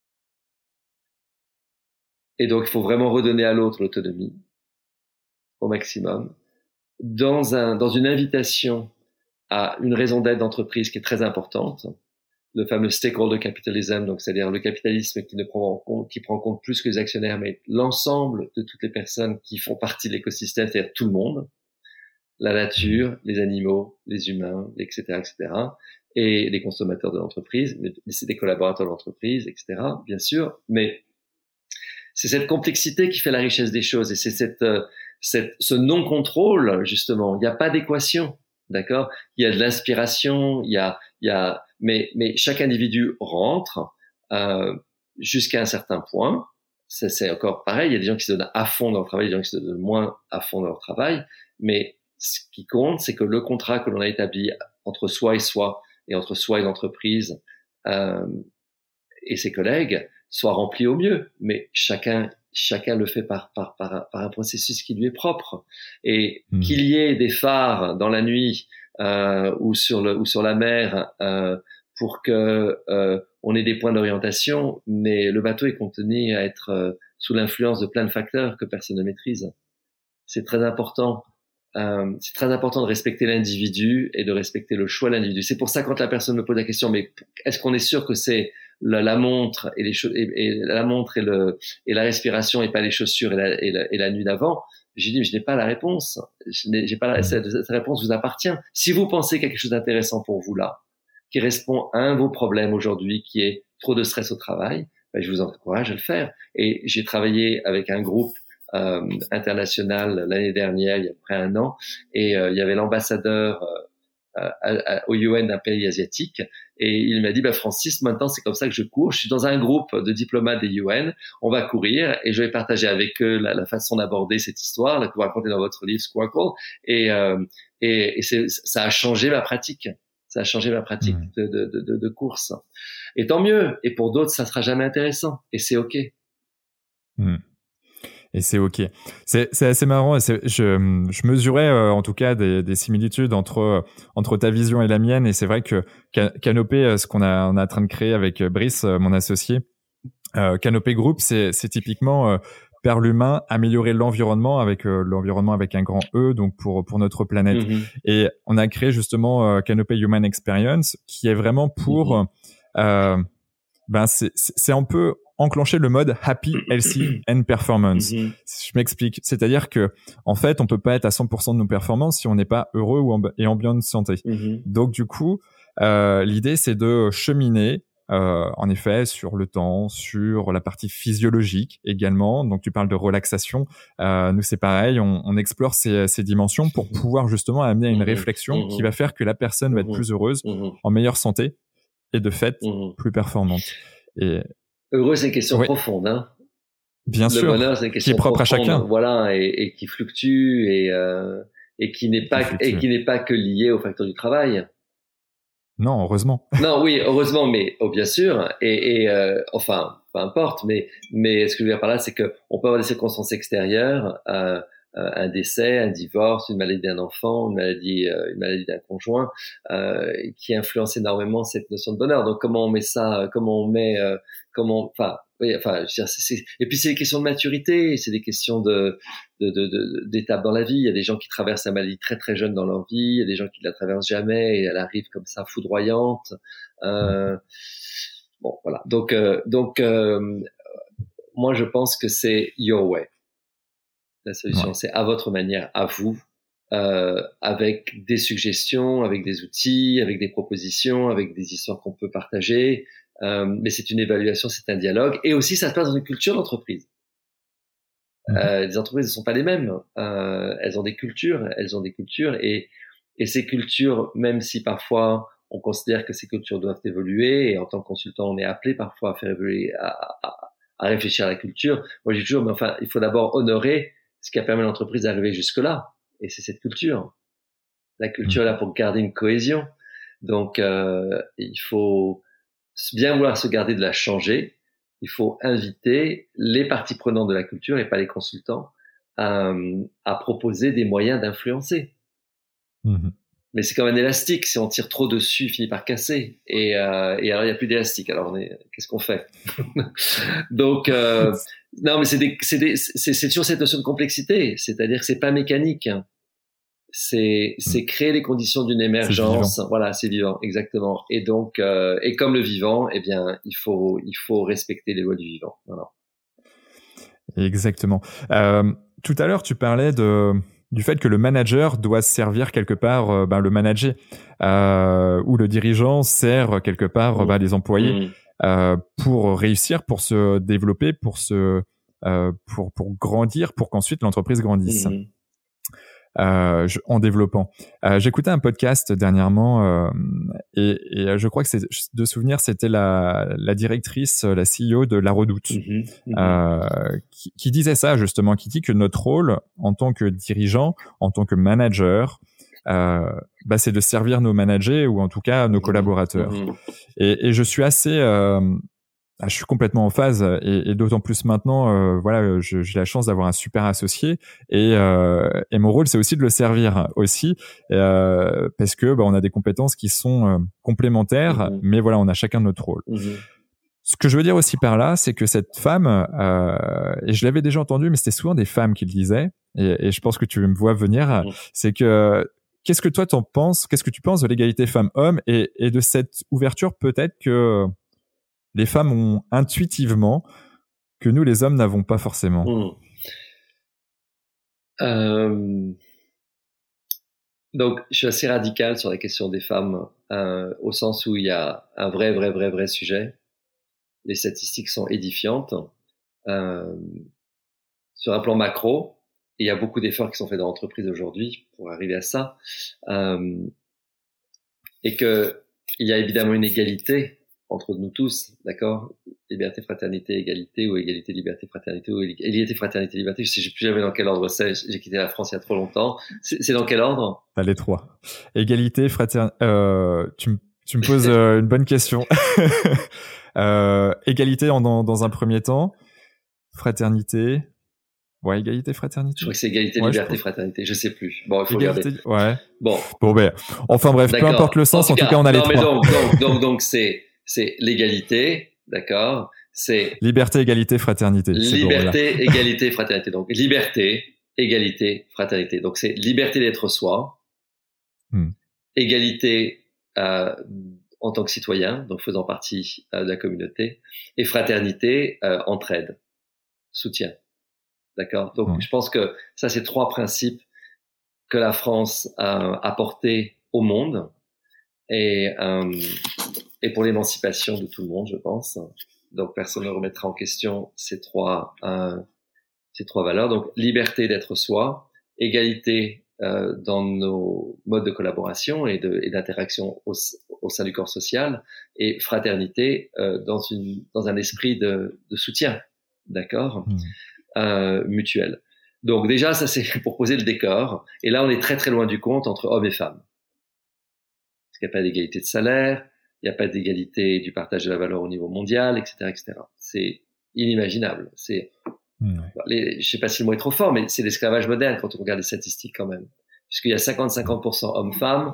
Et donc, il faut vraiment redonner à l'autre l'autonomie au maximum dans un, dans une invitation à une raison d'être d'entreprise qui est très importante, le fameux stakeholder capitalism, donc c'est-à-dire le capitalisme qui ne prend en compte, qui prend en compte plus que les actionnaires, mais l'ensemble de toutes les personnes qui font partie de l'écosystème, c'est-à-dire tout le monde, la nature, les animaux, les humains, et cetera, et cetera, et les consommateurs de l'entreprise, mais c'est des collaborateurs de l'entreprise, et cetera, bien sûr, mais c'est cette complexité qui fait la richesse des choses, et c'est cette, cette, ce non-contrôle, justement. Il n'y a pas d'équation, d'accord? Il y a de l'inspiration, il y a, il y a, mais, mais chaque individu rentre, euh, jusqu'à un certain point. Ça, c'est encore pareil. Il y a des gens qui se donnent à fond dans leur travail, des gens qui se donnent moins à fond dans leur travail, mais ce qui compte, c'est que le contrat que l'on a établi entre soi et soi, et entre soi et l'entreprise, euh, et ses collègues, soit rempli au mieux. Mais chacun, chacun le fait par, par, par, par un processus qui lui est propre. Et mmh. qu'il y ait des phares dans la nuit, euh, ou sur le, ou sur la mer, euh, pour que, euh, on ait des points d'orientation, mais le bateau est condamné à être euh, sous l'influence de plein de facteurs que personne ne maîtrise. C'est très important. Euh, c'est très important de respecter l'individu et de respecter le choix de l'individu. C'est pour ça quand la personne me pose la question, mais est-ce qu'on est sûr que c'est la, la montre et les cho- et, et la montre et le et la respiration et pas les chaussures et la, et la, et la nuit d'avant? J'ai dit, mais je n'ai pas la réponse. Je n'ai j'ai pas la, cette, cette réponse vous appartient. Si vous pensez quelque chose d'intéressant pour vous là, qui répond à un de vos problèmes aujourd'hui, qui est trop de stress au travail, ben, je vous encourage à le faire. Et j'ai travaillé avec un groupe Euh, international l'année dernière, il y a près un an, et euh, il y avait l'ambassadeur à, à, au U N d'un pays asiatique. Et il m'a dit, bah, Francis, maintenant, c'est comme ça que je cours. Je suis dans un groupe de diplomates des U N. On va courir et je vais partager avec eux la, la façon d'aborder cette histoire, là, que vous racontez dans votre livre Squawkle. Et, euh, et, et c'est, ça a changé ma pratique. Ça a changé ma pratique mmh. de, de, de, de course. Et tant mieux. Et pour d'autres, ça sera jamais intéressant. Et c'est OK. Mmh. Et c'est OK. C'est, c'est assez marrant. Et c'est, je, je mesurais euh, en tout cas des, des similitudes entre, entre ta vision et la mienne. Et c'est vrai que Canopé, ce qu'on a, on est en train de créer avec Brice, mon associé, euh, Canopé Group, c'est, c'est typiquement euh, vers l'humain, améliorer l'environnement avec euh, l'environnement avec un grand E, donc pour, pour notre planète. Mm-hmm. Et on a créé justement euh, Canopé Human Experience, qui est vraiment pour... Mm-hmm. euh, ben c'est, c'est un peu enclencher le mode happy, healthy and performance. Mm-hmm. Je m'explique. C'est-à-dire que, en fait, on peut pas être à cent pour cent de nos performances si on n'est pas heureux ou en, et en bonne santé. Mm-hmm. Donc, du coup, euh, l'idée, c'est de cheminer, euh, en effet, sur le temps, sur la partie physiologique également. Donc, tu parles de relaxation. Euh, nous, c'est pareil. On, on explore ces, ces dimensions pour pouvoir justement amener à une mm-hmm. réflexion mm-hmm. qui va faire que la personne mm-hmm. va être plus heureuse, mm-hmm. en meilleure santé et de fait, mmh. plus performante. Et... Heureux, c'est une question ouais. profonde. Hein. Bien le sûr, le bonheur, c'est une question qui est propre profonde, à chacun. Voilà, et, et qui fluctue et, euh, et qui n'est pas qui et qui n'est pas que lié au facteur du travail. Non, heureusement. Non, oui, heureusement, mais oh, bien sûr. Et, et euh, enfin, peu importe. Mais mais ce que je veux dire par là, c'est que on peut avoir des circonstances extérieures. Euh, un décès, un divorce, une maladie d'un enfant, une maladie, euh, une maladie d'un conjoint, euh, qui influence énormément cette notion de bonheur. Donc, comment on met ça, comment on met, euh, comment, enfin, oui, enfin, je veux dire, c'est, c'est, et puis c'est des questions de maturité, c'est des questions de, de, de, de, d'étapes dans la vie. Il y a des gens qui traversent la maladie très très jeune dans leur vie, il y a des gens qui la traversent jamais et elle arrive comme ça foudroyante. Euh, bon, voilà. Donc, euh, donc, euh, moi, je pense que c'est your way. La solution, ouais. c'est à votre manière, à vous, euh, avec des suggestions, avec des outils, avec des propositions, avec des histoires qu'on peut partager. Euh, mais c'est une évaluation, c'est un dialogue. Et aussi, ça se passe dans une culture d'entreprise. Mmh. Euh, les entreprises ne sont pas les mêmes. Euh, elles ont des cultures, elles ont des cultures. Et, et ces cultures, même si parfois on considère que ces cultures doivent évoluer, et en tant que consultant, on est appelé parfois à faire évoluer, à, à, à réfléchir à la culture. Moi, je dis toujours, mais enfin, il faut d'abord honorer ce qui a permis à l'entreprise d'arriver jusque-là. Et c'est cette culture. La culture est là pour garder une cohésion. Donc, euh, il faut bien vouloir se garder de la changer. Il faut inviter les parties prenantes de la culture, et pas les consultants, à, à proposer des moyens d'influencer. Mmh. Mais c'est comme un élastique. Si on tire trop dessus, il finit par casser. Et, euh, et alors, il n'y a plus d'élastique. Alors, on est, qu'est-ce qu'on fait? Donc, euh, non, mais c'est, des, c'est, des, c'est, c'est toujours cette notion de complexité. C'est-à-dire que c'est pas mécanique. Hein. C'est, c'est mmh. créer les conditions d'une émergence. C'est voilà, c'est vivant, exactement. Et donc, euh, et comme le vivant, eh bien, il faut, il faut respecter les lois du vivant. Voilà. Exactement. Euh, tout à l'heure, tu parlais de... du fait que le manager doit servir quelque part euh, ben, le manager, euh, ou le dirigeant sert quelque part mmh. ben, les employés mmh. euh, pour réussir, pour se développer, pour se euh, pour pour grandir, pour qu'ensuite l'entreprise grandisse. Mmh. Euh, je, en développant. Euh, j'écoutais un podcast dernièrement euh, et, et je crois que c'est de souvenir, c'était la, la directrice, la C E O de La Redoute, mmh, mmh. Euh, qui, qui disait ça justement, qui dit que notre rôle en tant que dirigeant, en tant que manager, euh, bah, c'est de servir nos managers ou en tout cas nos collaborateurs. Mmh. Et, et je suis assez euh, Ah, je suis complètement en phase et, et d'autant plus maintenant, euh, voilà, je, j'ai la chance d'avoir un super associé et, euh, et mon rôle c'est aussi de le servir aussi euh, parce que bah, on a des compétences qui sont euh, complémentaires, mmh. mais voilà, on a chacun notre rôle. Mmh. Ce que je veux dire aussi par là, c'est que cette femme, euh, et je l'avais déjà entendu, mais c'était souvent des femmes qui le disaient, et, et je pense que tu me vois venir, mmh. c'est que qu'est-ce que toi t'en penses, qu'est-ce que tu penses de l'égalité femmes-hommes et, et de cette ouverture peut-être que les femmes ont intuitivement que nous, les hommes, n'avons pas forcément. Mmh. Euh... Donc, je suis assez radical sur la question des femmes, euh, au sens où il y a un vrai, vrai, vrai, vrai sujet. Les statistiques sont édifiantes. Euh, sur un plan macro, il y a beaucoup d'efforts qui sont faits dans l'entreprise aujourd'hui pour arriver à ça. Euh, et que il y a évidemment une égalité entre nous tous, d'accord? Liberté, fraternité, égalité, ou égalité, liberté, fraternité, ou égalité, fraternité, liberté. Je sais, je sais plus jamais dans quel ordre c'est. J'ai quitté la France il y a trop longtemps. C'est, c'est dans quel ordre? T'as les trois. Égalité, fraternité. Euh, tu me tu me poses euh, une bonne question. euh, égalité en, dans, dans un premier temps. Fraternité. Ouais, égalité, fraternité. Je crois que c'est égalité, ouais, liberté, je fraternité. Je sais plus. Bon, il faut égalité, regarder. Ouais. Bon. Bon, ben, enfin bref, d'accord. Peu importe le sens, en tout, en tout cas, on a non, les mais trois. Donc, donc, donc, donc, c'est, c'est l'égalité, d'accord? C'est liberté, égalité, fraternité. Liberté, bon, égalité, fraternité. Donc, liberté, égalité, fraternité. Donc, c'est liberté d'être soi, hmm. égalité euh, en tant que citoyen, donc faisant partie euh, de la communauté, et fraternité, euh, entraide, soutien. D'accord? Donc, mmh. je pense que ça, c'est trois principes que la France a apportés au monde et, euh, et pour l'émancipation de tout le monde, je pense. Donc, personne ne remettra en question ces trois, euh, ces trois valeurs. Donc, liberté d'être soi, égalité euh, dans nos modes de collaboration et, de, et d'interaction au, au sein du corps social, et fraternité euh, dans, une, dans un esprit de, de soutien. D'accord? Mmh. Euh, mutuelle. Donc déjà, ça c'est pour poser le décor. Et là, on est très très loin du compte entre hommes et femmes. Parce qu'il n'y a pas d'égalité de salaire, il n'y a pas d'égalité du partage de la valeur au niveau mondial, et cetera, et cetera. C'est inimaginable. C'est, mmh. les, je sais pas si le mot est trop fort, mais c'est l'esclavage moderne quand on regarde les statistiques quand même. Puisqu'il y a cinquante à cinquante pour cent hommes-femmes,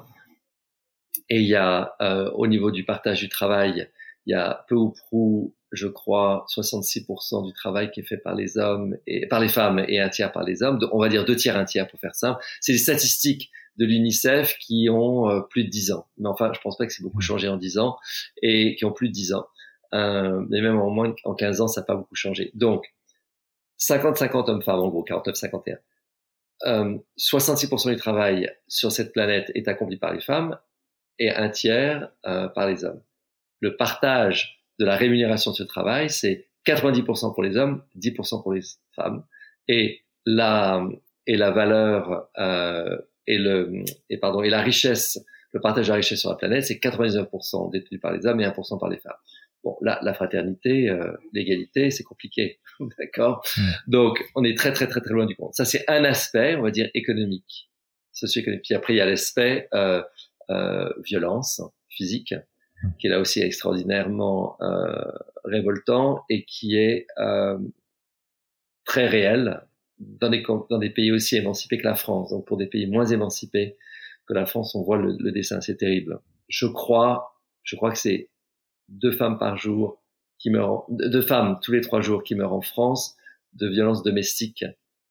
et il y a euh, au niveau du partage du travail, il y a peu ou prou, je crois, soixante-six pour cent du travail qui est fait par les hommes et par les femmes et un tiers par les hommes. On va dire deux tiers, un tiers pour faire simple. C'est les statistiques de l'UNICEF qui ont euh, plus de dix ans. Mais enfin, je pense pas que c'est beaucoup changé en dix ans et qui ont plus de dix ans. Euh, mais même en moins en quinze ans, ça n'a pas beaucoup changé. Donc, cinquante cinquante hommes-femmes, en gros, quarante-neuf cinquante et un. Euh, soixante-six pour cent du travail sur cette planète est accompli par les femmes et un tiers euh, par les hommes. Le partage de la rémunération de ce travail, c'est quatre-vingt-dix pour cent pour les hommes, dix pour cent pour les femmes, et la et la valeur euh, et le et pardon et la richesse, le partage de la richesse sur la planète, c'est quatre-vingt-dix-neuf pour cent détenu par les hommes et un pour cent par les femmes. Bon, là, la fraternité, euh, l'égalité, c'est compliqué, d'accord? Mmh. Donc, on est très très très très loin du compte. Ça, c'est un aspect, on va dire économique, socio-économique. Puis après, il y a l'aspect euh, euh, violence physique, qui est là aussi extraordinairement euh, révoltant et qui est euh, très réel dans des, dans des pays aussi émancipés que la France. Donc pour des pays moins émancipés que la France, on voit le, le dessin, c'est terrible. Je crois, je crois que c'est deux femmes par jour qui meurent, deux femmes tous les trois jours qui meurent en France de violences domestiques.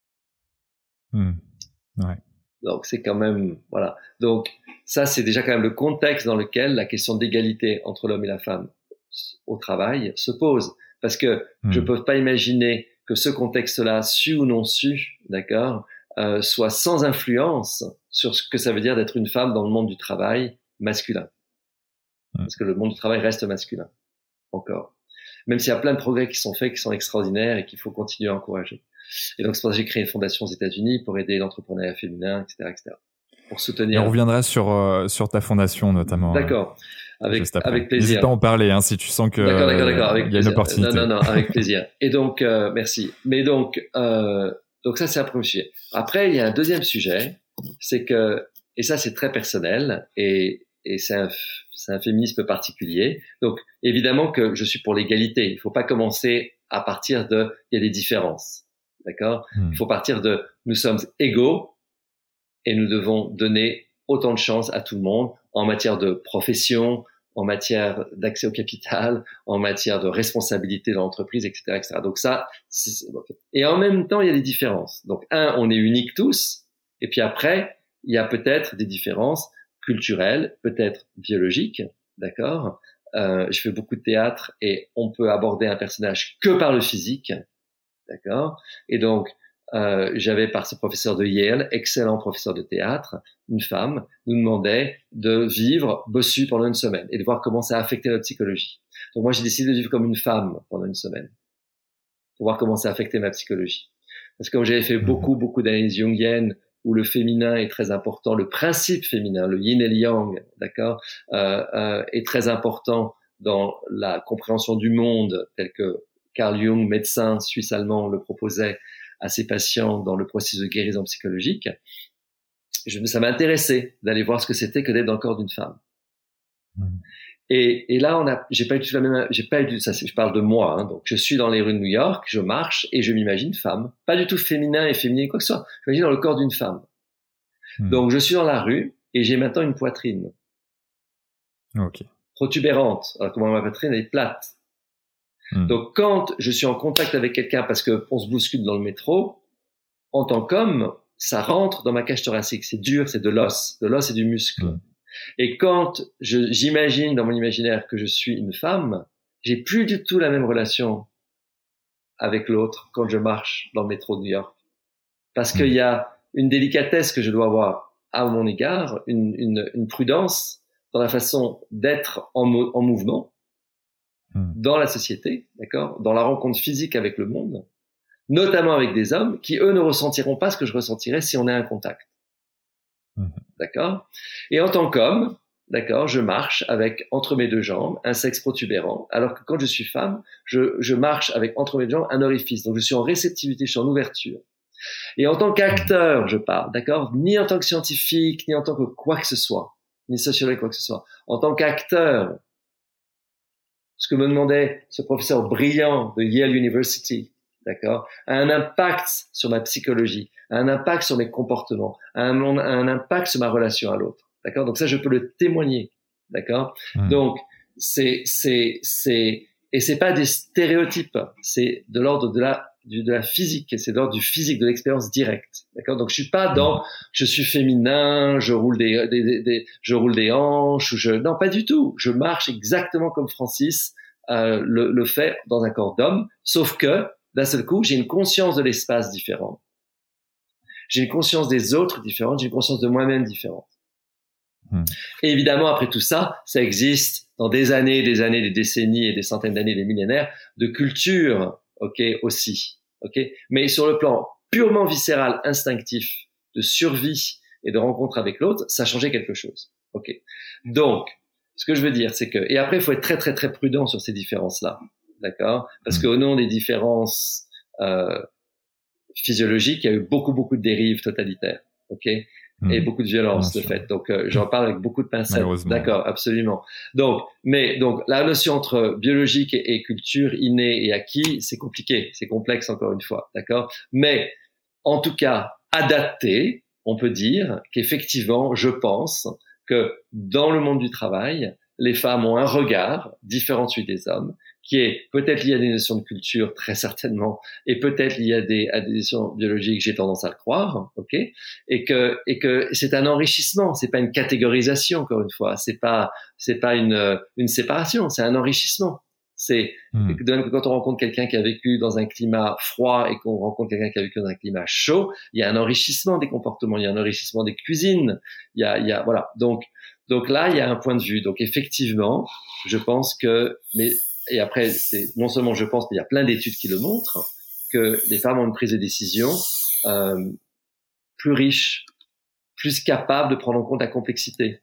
Mmh. Ouais. Donc c'est quand même, voilà. Donc ça, c'est déjà quand même le contexte dans lequel la question d'égalité entre l'homme et la femme au travail se pose. Parce que mmh. je peux pas imaginer que ce contexte-là, su ou non su, d'accord, euh, soit sans influence sur ce que ça veut dire d'être une femme dans le monde du travail masculin. Mmh. Parce que le monde du travail reste masculin, encore. Même s'il y a plein de progrès qui sont faits, qui sont extraordinaires et qu'il faut continuer à encourager. Et donc, c'est pour ça que j'ai créé une fondation aux États-Unis pour aider l'entrepreneuriat féminin, et cetera, et cetera. Pour soutenir. Et on reviendra sur euh, sur ta fondation notamment. D'accord, avec avec plaisir. N'hésite pas à en parler, hein, si tu sens que d'accord, d'accord, d'accord, avec il y a plaisir. une opportunité. Non, non, non, avec plaisir. Et donc, euh, merci. Mais donc, euh, donc ça, c'est un premier sujet. Après, il y a un deuxième sujet, c'est que, et ça, c'est très personnel, et et c'est un c'est un féminisme particulier. Donc, évidemment que je suis pour l'égalité. Il faut pas commencer à partir de, il y a des différences. D'accord? Hmm. Il faut partir de, nous sommes égaux et nous devons donner autant de chances à tout le monde en matière de profession, en matière d'accès au capital, en matière de responsabilité dans l'entreprise, et cetera, et cetera. Donc ça, c'est, okay. Et en même temps, il y a des différences. Donc un, on est uniques tous, et puis après, il y a peut-être des différences culturelles, peut-être biologiques, d'accord? Euh, je fais beaucoup de théâtre et on peut aborder un personnage que par le physique. D'accord. Et donc, euh, j'avais par ce professeur de Yale, excellent professeur de théâtre, une femme, nous demandait de vivre bossu pendant une semaine et de voir comment ça affectait notre psychologie. Donc moi, j'ai décidé de vivre comme une femme pendant une semaine pour voir comment ça affectait ma psychologie. Parce que comme j'avais fait beaucoup, beaucoup d'analyses jungiennes où le féminin est très important, le principe féminin, le yin et le yang, d'accord, euh, euh, est très important dans la compréhension du monde, tel que Carl Jung, médecin suisse-allemand, le proposait à ses patients dans le processus de guérison psychologique. Je, ça m'a intéressé d'aller voir ce que c'était que d'être dans le corps d'une femme. Mmh. Et, et là, on a, j'ai pas eu tout la même, j'ai pas eu du, ça, je parle de moi, hein, donc je suis dans les rues de New York, je marche et je m'imagine femme, pas du tout féminin et féminin quoi que ce soit. Je m'imagine dans le corps d'une femme. Mmh. Donc je suis dans la rue et j'ai maintenant une poitrine. Ok. Protubérante, alors que moi ma poitrine elle est plate. Mmh. Donc quand je suis en contact avec quelqu'un parce que on se bouscule dans le métro, en tant qu'homme, ça rentre dans ma cage thoracique, c'est dur, c'est de l'os, de l'os et du muscle. Mmh. Et quand je, j'imagine dans mon imaginaire que je suis une femme, j'ai plus du tout la même relation avec l'autre quand je marche dans le métro de New York. Parce mmh. qu'il y a une délicatesse que je dois avoir à mon égard, une, une, une prudence dans la façon d'être en, mo- en mouvement mmh. dans la société, d'accord, dans la rencontre physique avec le monde, notamment avec des hommes qui, eux, ne ressentiront pas ce que je ressentirais si on est un contact. Mmh. D'accord? Et en tant qu'homme, d'accord, je marche avec entre mes deux jambes un sexe protubérant, alors que quand je suis femme, je, je marche avec entre mes deux jambes un orifice. Donc je suis en réceptivité, je suis en ouverture. Et en tant qu'acteur, je parle, d'accord, ni en tant que scientifique, ni en tant que quoi que ce soit, ni sociologue, quoi que ce soit. En tant qu'acteur, ce que me demandait ce professeur brillant de Yale University, d'accord, a un impact sur ma psychologie, a un impact sur mes comportements, a un, a un impact sur ma relation à l'autre, d'accord. Donc ça, je peux le témoigner, d'accord. Mmh. Donc c'est c'est c'est et c'est pas des stéréotypes, c'est de l'ordre de la du, de la physique, c'est de l'ordre du physique, de l'expérience directe, d'accord. Donc je suis pas dans je suis féminin, je roule des, des, des, des je roule des hanches, ou je non pas du tout. Je marche exactement comme Francis euh, le, le fait dans un corps d'homme, sauf que d'un seul coup, j'ai une conscience de l'espace différente. J'ai une conscience des autres différente, j'ai une conscience de moi-même différente. Mmh. Et évidemment, après tout ça, ça existe dans des années, des années, des décennies et des centaines d'années, des millénaires de culture, ok, aussi, ok. Mais sur le plan purement viscéral, instinctif, de survie et de rencontre avec l'autre, ça a changé quelque chose, ok. Donc, ce que je veux dire, c'est que, et après, il faut être très, très, très prudent sur ces différences-là. D'accord? Parce qu'au nom des différences euh, physiologiques, il y a eu beaucoup, beaucoup de dérives totalitaires, ok, mmh. et beaucoup de violence de fait. Donc, euh, j'en parle avec beaucoup de pincettes. D'accord, absolument. Donc, mais donc la notion entre biologique et, et culture, innée et acquis, c'est compliqué, c'est complexe encore une fois, d'accord. Mais en tout cas, adapté, on peut dire qu'effectivement, je pense que dans le monde du travail, les femmes ont un regard différent de celui des hommes, qui est peut-être lié à des notions de culture, très certainement, et peut-être lié à des, à des notions biologiques, j'ai tendance à le croire, ok, et que, et que c'est un enrichissement, c'est pas une catégorisation, encore une fois, c'est pas, c'est pas une, une séparation, c'est un enrichissement. C'est, mmh. quand on rencontre quelqu'un qui a vécu dans un climat froid et qu'on rencontre quelqu'un qui a vécu dans un climat chaud, il y a un enrichissement des comportements, il y a un enrichissement des cuisines, il y a, il y a, voilà. Donc, donc là, il y a un point de vue. Donc effectivement, je pense que, mais, et après, c'est non seulement je pense, mais il y a plein d'études qui le montrent, que les femmes ont une prise de décision euh, plus riche, plus capable de prendre en compte la complexité.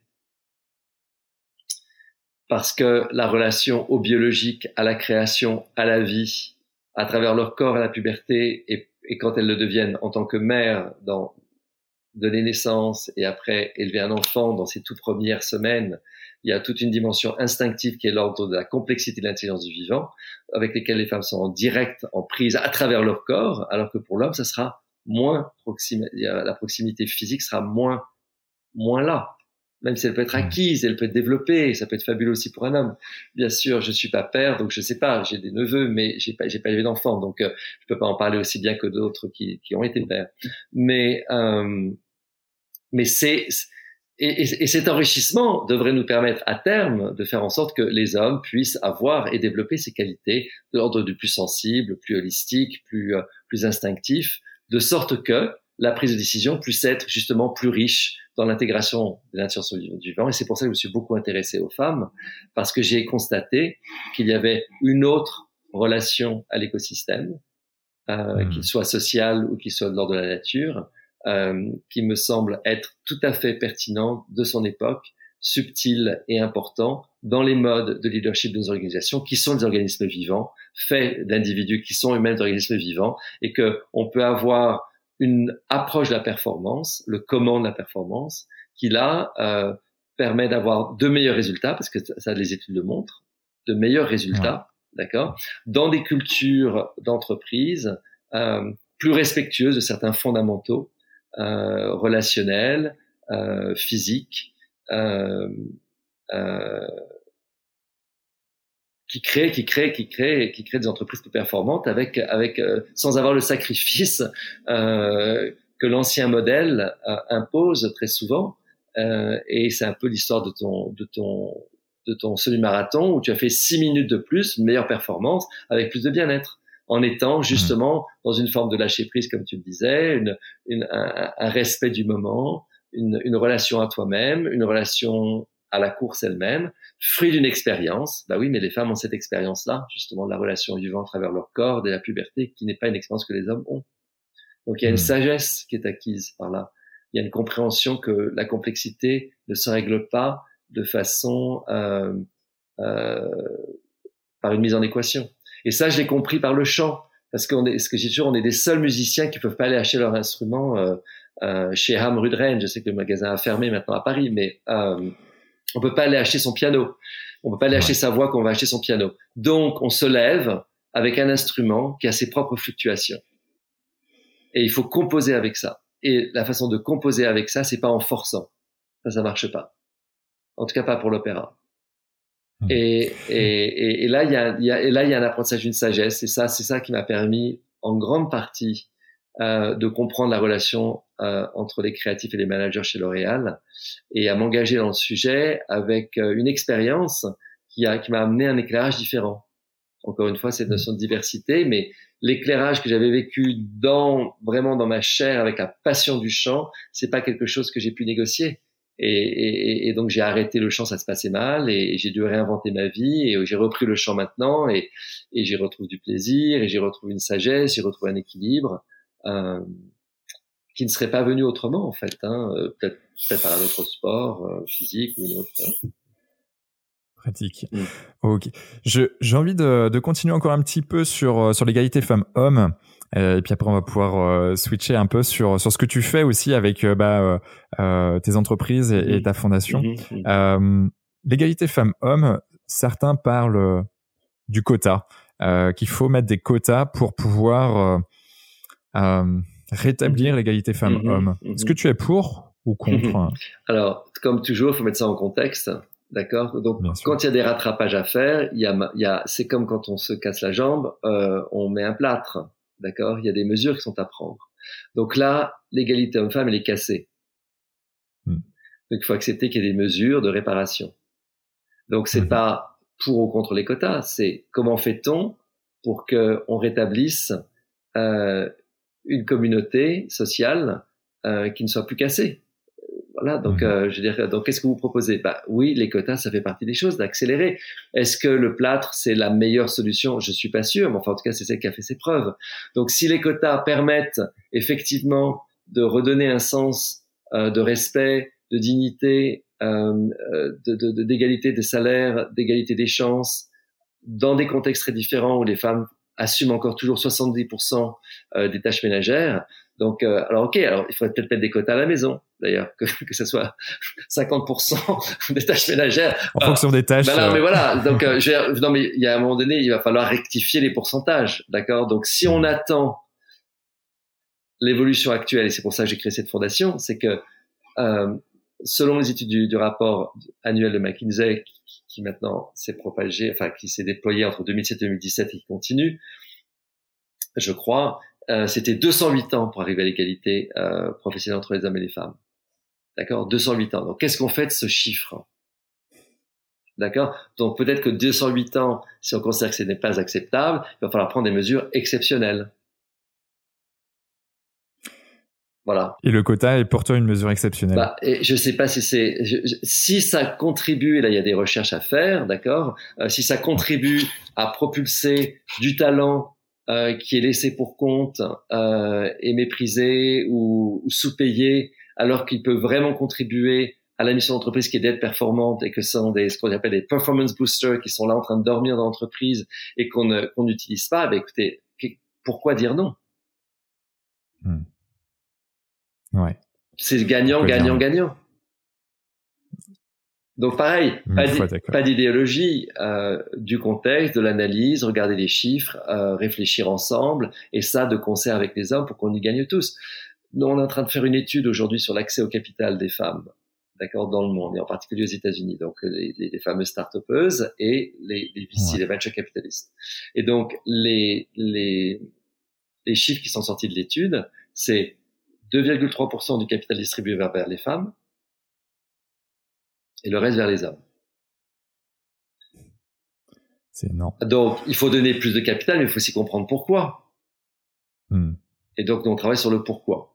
Parce que la relation au biologique, à la création, à la vie, à travers leur corps, à la puberté, et, et quand elles le deviennent en tant que mère, dans donner naissance et après élever un enfant dans ses toutes premières semaines, il y a toute une dimension instinctive qui est l'ordre de la complexité de l'intelligence du vivant, avec lesquelles les femmes sont en direct, en prise à travers leur corps, alors que pour l'homme, ça sera moins proximité, la proximité physique sera moins, moins là. Même si elle peut être acquise, elle peut être développée, ça peut être fabuleux aussi pour un homme. Bien sûr, je suis pas père, donc je sais pas, j'ai des neveux, mais j'ai pas, j'ai pas élevé d'enfants, donc euh, je peux pas en parler aussi bien que d'autres qui, qui ont été pères. Mais, euh, mais c'est, et, et, et cet enrichissement devrait nous permettre à terme de faire en sorte que les hommes puissent avoir et développer ces qualités de l'ordre du plus sensible, plus holistique, plus, euh, plus instinctif, de sorte que la prise de décision puisse être justement plus riche dans l'intégration de l'intelligence du vivant. Et c'est pour ça que je me suis beaucoup intéressé aux femmes, parce que j'ai constaté qu'il y avait une autre relation à l'écosystème, euh, mmh. qu'il soit social ou qu'il soit de l'ordre de la nature, euh, qui me semble être tout à fait pertinent de son époque, subtil et important dans les modes de leadership de nos organisations, qui sont des organismes vivants, faits d'individus qui sont eux-mêmes des organismes vivants, et que on peut avoir une approche de la performance, le comment de la performance, qui là euh, permet d'avoir de meilleurs résultats, parce que ça, les études le montrent, de meilleurs résultats, ouais. D'accord, dans des cultures d'entreprise euh, plus respectueuses de certains fondamentaux euh, relationnels, euh, physiques, euh, euh, qui crée, qui crée, qui crée, qui crée des entreprises plus performantes avec, avec, euh, sans avoir le sacrifice euh, que l'ancien modèle euh, impose très souvent. Euh, et c'est un peu l'histoire de ton, de ton, de ton semi-marathon où tu as fait six minutes de plus, meilleure performance, avec plus de bien-être, en étant justement dans une forme de lâcher prise, comme tu le disais, une, une, un, un respect du moment, une, une relation à toi-même, une relation à la course elle-même, fruit d'une expérience. Bah oui, mais les femmes ont cette expérience-là, justement, de la relation vivante à travers leur corps, de la puberté, qui n'est pas une expérience que les hommes ont. Donc il y a une mmh. sagesse qui est acquise par là. Il y a une compréhension que la complexité ne se règle pas de façon euh, euh, par une mise en équation. Et ça, je l'ai compris par le chant, parce qu'on est, ce que j'ai toujours, on est des seuls musiciens qui peuvent pas aller acheter leur instrument euh, euh, chez Ham rue de Rennes. Je sais que le magasin a fermé maintenant à Paris, mais euh, on peut pas aller acheter son piano. On peut pas aller ouais. acheter sa voix quand on va acheter son piano. Donc, on se lève avec un instrument qui a ses propres fluctuations. Et il faut composer avec ça. Et la façon de composer avec ça, c'est pas en forçant. Ça, ça marche pas. En tout cas, pas pour l'opéra. Mmh. Et, et, et, et là, il y a, il y a, et là, il y a un apprentissage d'une sagesse. Et ça, c'est ça qui m'a permis, en grande partie, euh, de comprendre la relation euh, entre les créatifs et les managers chez L'Oréal, et à m'engager dans le sujet avec euh, une expérience qui a, qui m'a amené un éclairage différent. Encore une fois, cette notion de diversité, mais l'éclairage que j'avais vécu dans, vraiment dans ma chair avec la passion du chant, c'est pas quelque chose que j'ai pu négocier. Et, et, et donc j'ai arrêté le chant, ça se passait mal, et j'ai dû réinventer ma vie, et j'ai repris le chant maintenant, et, et j'y retrouve du plaisir, et j'y retrouve une sagesse, j'y retrouve un équilibre euh, qui ne serait pas venu autrement en fait, hein, peut-être, peut-être par un autre sport euh, physique ou une autre. Hein. Pratique. Mmh. Ok. Je, j'ai envie de, de continuer encore un petit peu sur, sur l'égalité femmes-hommes. Euh, et puis après, on va pouvoir euh, switcher un peu sur, sur ce que tu fais aussi avec euh, bah, euh, tes entreprises et, mmh. et ta fondation. Mmh. Euh, l'égalité femmes-hommes, certains parlent du quota, euh, qu'il faut mettre des quotas pour pouvoir euh, euh, rétablir mmh. l'égalité femmes-hommes. Mmh. Est-ce que tu es pour ou contre? Mmh. Alors, comme toujours, il faut mettre ça en contexte. D'accord. Donc, quand il y a des rattrapages à faire, il y a, il y a, c'est comme quand on se casse la jambe, euh, on met un plâtre. D'accord. Il y a des mesures qui sont à prendre. Donc là, l'égalité homme-femme, elle est cassée. Mm. Donc, il faut accepter qu'il y ait des mesures de réparation. Donc, c'est mm. pas pour ou contre les quotas, c'est comment fait-on pour que on rétablisse euh, une communauté sociale euh, qui ne soit plus cassée. Voilà, donc euh, je veux dire, donc qu'est-ce que vous proposez? Bah oui, les quotas, ça fait partie des choses, d'accélérer. Est-ce que le plâtre c'est la meilleure solution? Je suis pas sûr, mais enfin en tout cas c'est celle qui a fait ses preuves. Donc si les quotas permettent effectivement de redonner un sens euh, de respect, de dignité, euh, de, de, de, d'égalité des salaires, d'égalité des chances, dans des contextes très différents où les femmes assument encore toujours soixante-dix pour cent des tâches ménagères. Donc, euh, alors ok, alors il faudrait peut-être mettre des quotas à la maison, d'ailleurs, que que ce soit cinquante pour cent des tâches ménagères. En ah, fonction des tâches. Ben non, euh... mais voilà. Donc, euh, je vais, non, mais il y a un moment donné, il va falloir rectifier les pourcentages, d'accord. Donc, si on attend l'évolution actuelle, et c'est pour ça que j'ai créé cette fondation, c'est que euh, selon les études du, du rapport annuel de McKinsey, qui, qui maintenant s'est propagé, enfin qui s'est déployé entre deux mille sept et deux mille dix-sept et qui continue, je crois. Euh, c'était deux cent huit ans pour arriver à l'égalité euh, professionnelle entre les hommes et les femmes. D'accord, deux cent huit ans. Donc, qu'est-ce qu'on fait de ce chiffre? D'accord. Donc, peut-être que deux cent huit ans, si on considère que ce n'est pas acceptable, il va falloir prendre des mesures exceptionnelles. Voilà. Et le quota est pour toi une mesure exceptionnelle? Bah, et je sais pas si c'est, je, je, si ça contribue, et là il y a des recherches à faire, d'accord, euh, si ça contribue à propulser du talent euh, qui est laissé pour compte euh, et méprisé ou, ou sous-payé, alors qu'il peut vraiment contribuer à la mission d'entreprise qui est d'être performante et que ce sont des, ce qu'on appelle des performance boosters qui sont là en train de dormir dans l'entreprise et qu'on ne, qu'on n'utilise pas, ben écoutez, pourquoi dire non? Hmm. Ouais. C'est gagnant, pourquoi gagnant, gagnant. Donc pareil, pas, fois, pas d'idéologie, euh, du contexte, de l'analyse, regarder les chiffres, euh, réfléchir ensemble, et ça de concert avec les hommes pour qu'on y gagne tous. Nous, on est en train de faire une étude aujourd'hui sur l'accès au capital des femmes, d'accord, dans le monde, et en particulier aux États-Unis, donc les, les, les fameuses start-upeuses et les, les V C, ouais. les venture capitalistes. Et donc les, les, les chiffres qui sont sortis de l'étude, c'est deux virgule trois pour cent du capital distribué vers, vers les femmes, et le reste vers les hommes. C'est énorme. Donc, il faut donner plus de capital, mais il faut aussi comprendre pourquoi. Hmm. Et donc, nous, on travaille sur le pourquoi.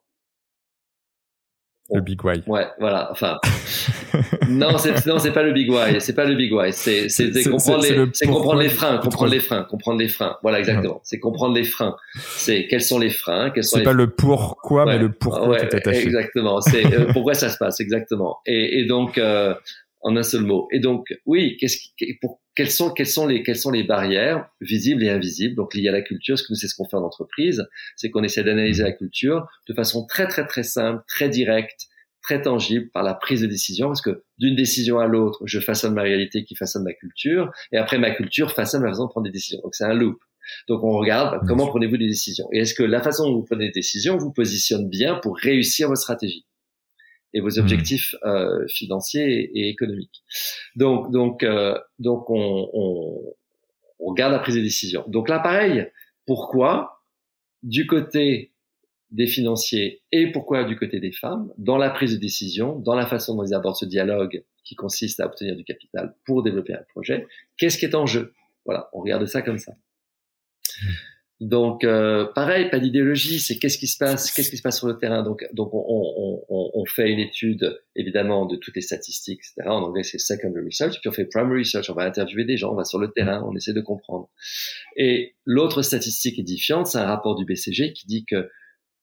Le big why. Ouais, voilà. Enfin, non, c'est non, c'est pas le big why. C'est pas le big why. C'est c'est, c'est, c'est comprendre c'est, les, c'est comprendre les freins, comprendre les freins, comprendre les freins. Voilà, exactement. Ouais. C'est comprendre les freins. C'est quels sont les freins, quels sont. C'est les... pas le pourquoi, ouais, mais le pourquoi ouais, tout attaché. Exactement. C'est euh, pourquoi ça se passe, exactement. Et, et donc, euh, en un seul mot. Et donc, oui, qu'est-ce qui, pour quelles sont quelles sont les quelles sont les barrières visibles et invisibles, donc liées à la culture. Ce que nous, c'est ce qu'on fait en entreprise, c'est qu'on essaie d'analyser la culture de façon très très très simple, très directe, très tangible par la prise de décision, parce que d'une décision à l'autre, je façonne ma réalité qui façonne ma culture, et après ma culture façonne ma façon de prendre des décisions. Donc c'est un loop. Donc on regarde bah, comment prenez-vous des décisions, et est-ce que la façon dont vous prenez des décisions vous positionne bien pour réussir votre stratégie et vos objectifs euh, financiers et, et économiques. Donc donc euh, donc on, on on regarde la prise de décision. Donc là pareil, pourquoi du côté des financiers et pourquoi du côté des femmes, dans la prise de décision, dans la façon dont ils abordent ce dialogue qui consiste à obtenir du capital pour développer un projet, qu'est-ce qui est en jeu? Voilà, on regarde ça comme ça. Donc, euh, pareil, pas d'idéologie, c'est qu'est-ce qui se passe, qu'est-ce qui se passe sur le terrain. Donc, donc on, on, on, on fait une étude, évidemment, de toutes les statistiques, et cetera. En anglais, c'est secondary research, puis on fait primary research, on va interviewer des gens, on va sur le terrain, on essaie de comprendre. Et l'autre statistique édifiante, c'est un rapport du B C G qui dit que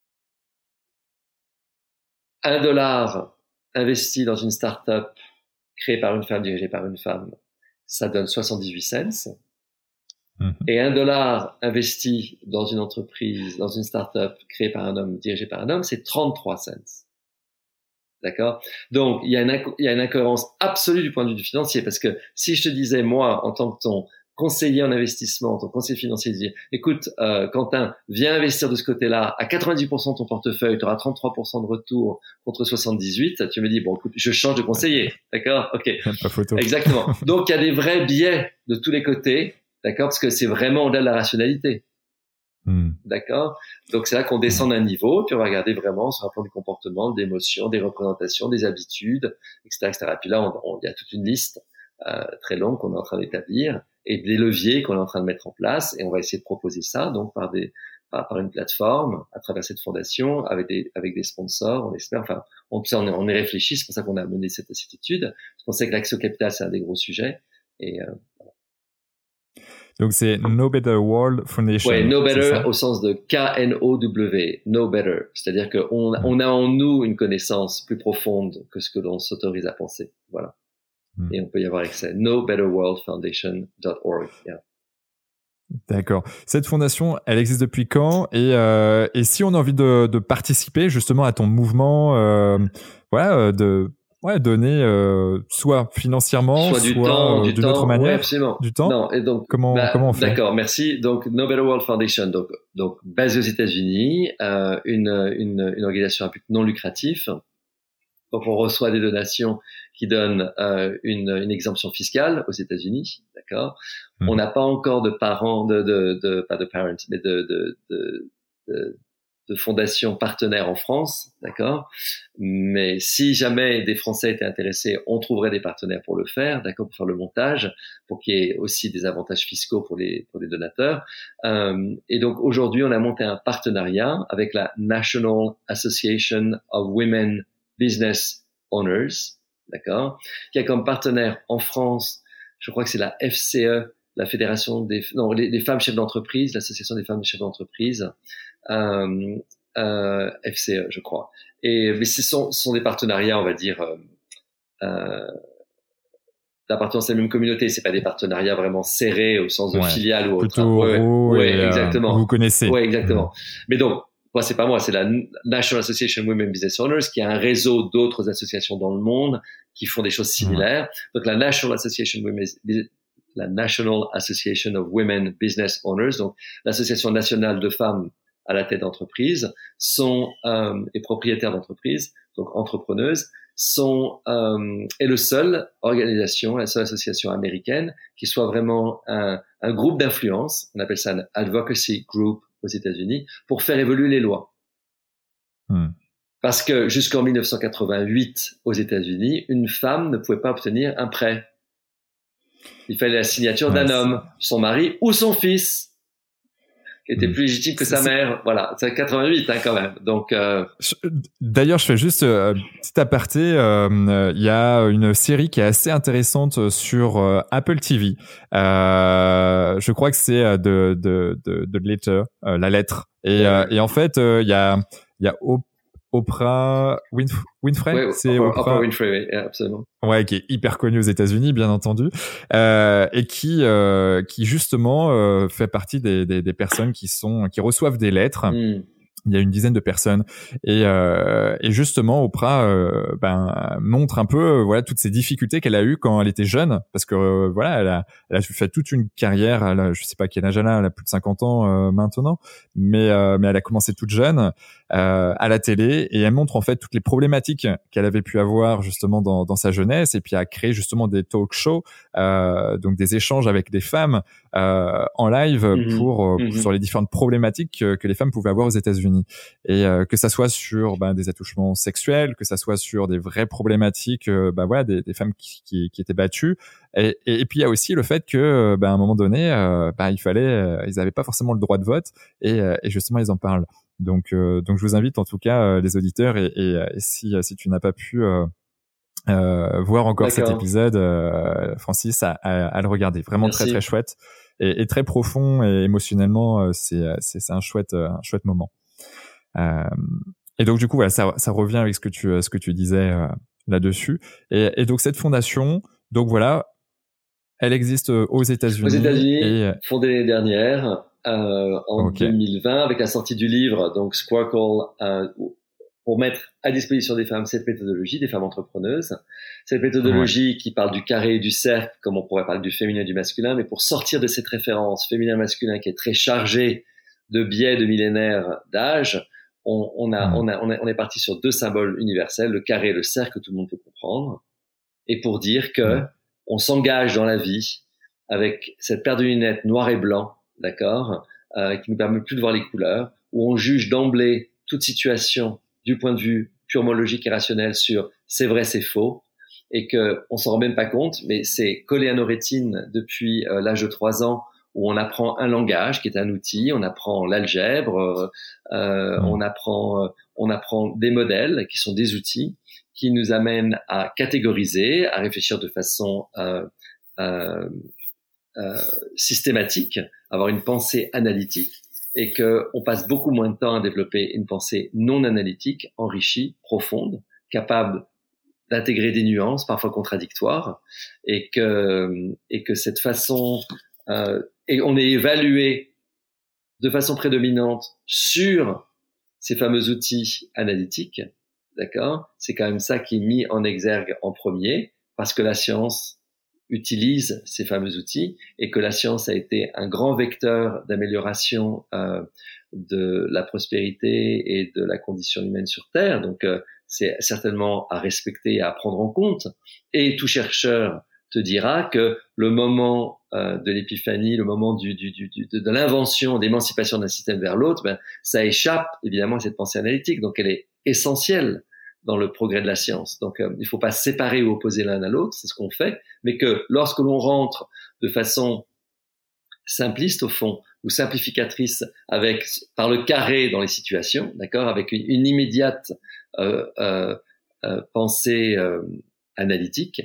un dollar investi dans une start-up créée par une femme, dirigée par une femme, ça donne soixante-dix-huit cents. Mm-hmm. Et un dollar investi dans une entreprise, dans une start-up créée par un homme, dirigée par un homme, c'est trente-trois cents. D'accord? Donc, il y a une, inco- il y a une incohérence absolue du point de vue du financier, parce que si je te disais, moi, en tant que ton conseiller en investissement, ton conseiller financier, dire, écoute, euh, Quentin, viens investir de ce côté-là, à quatre-vingt-dix pour cent de ton portefeuille, tu auras trente-trois pour cent de retour contre soixante-dix-huit, tu me dis, bon, écoute, je change de conseiller. D'accord? Ok. Pas photo. Exactement. Donc, il y a des vrais biais de tous les côtés. D'accord? Parce que c'est vraiment au-delà de la rationalité. Mm. D'accord? Donc, c'est là qu'on descend d'un niveau, puis on va regarder vraiment sur un plan du comportement, des émotions, des représentations, des habitudes, et cetera, et cetera. Puis là, on, on, il y a toute une liste euh, très longue qu'on est en train d'établir et des leviers qu'on est en train de mettre en place, et on va essayer de proposer ça, donc, par des, par, par une plateforme, à travers cette fondation, avec des, avec des sponsors, on espère, enfin, on, on, est, on est réfléchi, c'est pour ça qu'on a mené cette, cette étude, parce qu'on sait que l'accès au capital, c'est un des gros sujets, et, euh, voilà. Donc c'est No Better World Foundation. Ouais, No Better au sens de K N O W, No Better. C'est-à-dire qu'on mm. on a en nous une connaissance plus profonde que ce que l'on s'autorise à penser. Voilà. Mm. Et on peut y avoir accès. no better world foundation dot org. Yeah. D'accord. Cette fondation, elle existe depuis quand? Et, euh, et si on a envie de, de participer justement à ton mouvement, euh, voilà, de... Ouais, donner euh, soit financièrement, soit, du soit temps, euh, du d'une temps, autre manière, ouais, absolument. Du temps. Non, et donc comment bah, comment on fait? D'accord, merci. Donc No Better World Foundation, donc donc basée aux États-Unis, euh, une une une organisation à but non lucratif. Donc on reçoit des donations qui donnent euh, une une exemption fiscale aux États-Unis, d'accord. Mmh. On n'a pas encore de parents, de de de pas de parents, mais de de de, de de fondations partenaires en France, d'accord. Mais si jamais des Français étaient intéressés, on trouverait des partenaires pour le faire, d'accord, pour faire le montage, pour qu'il y ait aussi des avantages fiscaux pour les pour les donateurs. Euh, et donc aujourd'hui, on a monté un partenariat avec la National Association of Women Business Owners, d'accord, qui a comme partenaire en France, je crois que c'est la F C E la fédération des non les, les femmes chefs d'entreprise, l'association des femmes chefs d'entreprise, euh, euh, F C E, je crois. Et mais ce sont, ce sont des partenariats, on va dire, euh, euh, d'appartenance à la même communauté. C'est pas des partenariats vraiment serrés au sens de ouais. filiale ou autre. Plutôt Ouais, oraux ouais, et, exactement. Euh, vous connaissez. Ouais, exactement. Mmh. Mais donc, moi, c'est pas moi, c'est la National Association of Women Business Owners, qui a un réseau d'autres associations dans le monde qui font des choses similaires. Ouais. Donc, la National Association of Women, la National Association of Women Business Owners, donc l'association nationale de femmes à la tête d'entreprise, sont euh, et propriétaires d'entreprises, donc entrepreneuses, sont euh, est le seul organisation, la seule association américaine qui soit vraiment un, un groupe d'influence, on appelle ça un advocacy group aux États-Unis, pour faire évoluer les lois. Hmm. Parce que jusqu'en dix-neuf cent quatre-vingt-huit aux États-Unis, une femme ne pouvait pas obtenir un prêt. Il fallait la signature ouais, d'un homme, son mari ou son fils, qui était plus légitime que sa mère. Voilà, c'est quatre-vingt-huit hein, quand même. Donc, euh... D'ailleurs, je fais juste euh, petit aparté. Il euh, y a une série qui est assez intéressante sur euh, Apple T V. Euh, je crois que c'est de de de, de Letter, euh, la lettre. Et, ouais. euh, et en fait, il euh, y a il y a Oprah Winf- Winfrey, ouais, c'est Oprah, Oprah, Oprah Winfrey, oui, absolument. Ouais, qui est hyper connue aux États-Unis, bien entendu, euh, et qui, euh, qui justement euh, fait partie des, des, des personnes qui sont, qui reçoivent des lettres. Mm. Il y a une dizaine de personnes et, euh, et justement Oprah euh, ben montre un peu euh, voilà toutes ces difficultés qu'elle a eues quand elle était jeune parce que euh, voilà elle a elle a fait toute une carrière, elle a, je sais pas quel âge elle a, elle a plus de cinquante ans euh, maintenant, mais euh, mais elle a commencé toute jeune euh, à la télé et elle montre en fait toutes les problématiques qu'elle avait pu avoir justement dans dans sa jeunesse et puis a créé justement des talk shows euh, donc des échanges avec des femmes euh, en live mm-hmm. pour, euh, mm-hmm. sur les différentes problématiques que, que les femmes pouvaient avoir aux États-Unis. Et euh, que ça soit sur ben, des attouchements sexuels, que ça soit sur des vraies problématiques, euh, ben voilà, des, des femmes qui, qui, qui étaient battues. Et, et, et puis il y a aussi le fait que, ben, à un moment donné, euh, ben, il fallait, euh, ils n'avaient pas forcément le droit de vote, et, euh, et justement ils en parlent. Donc, euh, donc je vous invite en tout cas euh, les auditeurs, et, et, et si, si tu n'as pas pu euh, euh, voir encore D'accord. cet épisode, euh, Francis, à, à, à le regarder. Vraiment Merci. très très chouette et, et très profond et émotionnellement, euh, c'est, c'est, c'est un chouette, un chouette moment. Euh, et donc du coup voilà, ça, ça revient avec ce que tu ce que tu disais euh, là-dessus. Et, et donc cette fondation, donc voilà, elle existe aux États-Unis. Aux États-Unis, et... fondée l'année dernière euh, en okay. deux mille vingt avec la sortie du livre donc Squircle euh, pour mettre à disposition des femmes cette méthodologie, des femmes entrepreneuses. Cette méthodologie ouais. qui parle du carré et du cercle, comme on pourrait parler du féminin et du masculin, mais pour sortir de cette référence féminin-masculin qui est très chargée de biais de millénaires d'âge. On, on, a, mmh. on, a, on, a, on est parti sur deux symboles universels, le carré et le cercle que tout le monde peut comprendre, et pour dire que mmh. on s'engage dans la vie avec cette paire de lunettes noir et blanc, d'accord, euh, qui nous permet plus de voir les couleurs, où on juge d'emblée toute situation du point de vue purement logique et rationnel sur c'est vrai, c'est faux, et que on s'en rend même pas compte, mais c'est collé à nos rétines depuis euh, l'âge de trois ans, où on apprend un langage qui est un outil, on apprend l'algèbre, euh, mmh. on apprend, euh, on apprend des modèles qui sont des outils qui nous amènent à catégoriser, à réfléchir de façon euh, euh, euh, systématique, avoir une pensée analytique, et que on passe beaucoup moins de temps à développer une pensée non analytique, enrichie, profonde, capable d'intégrer des nuances, parfois contradictoires, et que et que cette façon euh, et on est évalué de façon prédominante sur ces fameux outils analytiques, d'accord ? C'est quand même ça qui est mis en exergue en premier, parce que la science utilise ces fameux outils et que la science a été un grand vecteur d'amélioration euh, de la prospérité et de la condition humaine sur Terre. Donc, euh, c'est certainement à respecter et à prendre en compte. Et tout chercheur te dira que le moment euh, de l'épiphanie, le moment du, du, du, du, de, de l'invention, d'émancipation d'un système vers l'autre, ben, ça échappe évidemment à cette pensée analytique. Donc, elle est essentielle dans le progrès de la science. Donc, euh, il ne faut pas séparer ou opposer l'un à l'autre, c'est ce qu'on fait, mais que lorsque l'on rentre de façon simpliste au fond, ou simplificatrice, avec par le carré dans les situations, d'accord, avec une, une immédiate euh, euh, euh, pensée euh, analytique,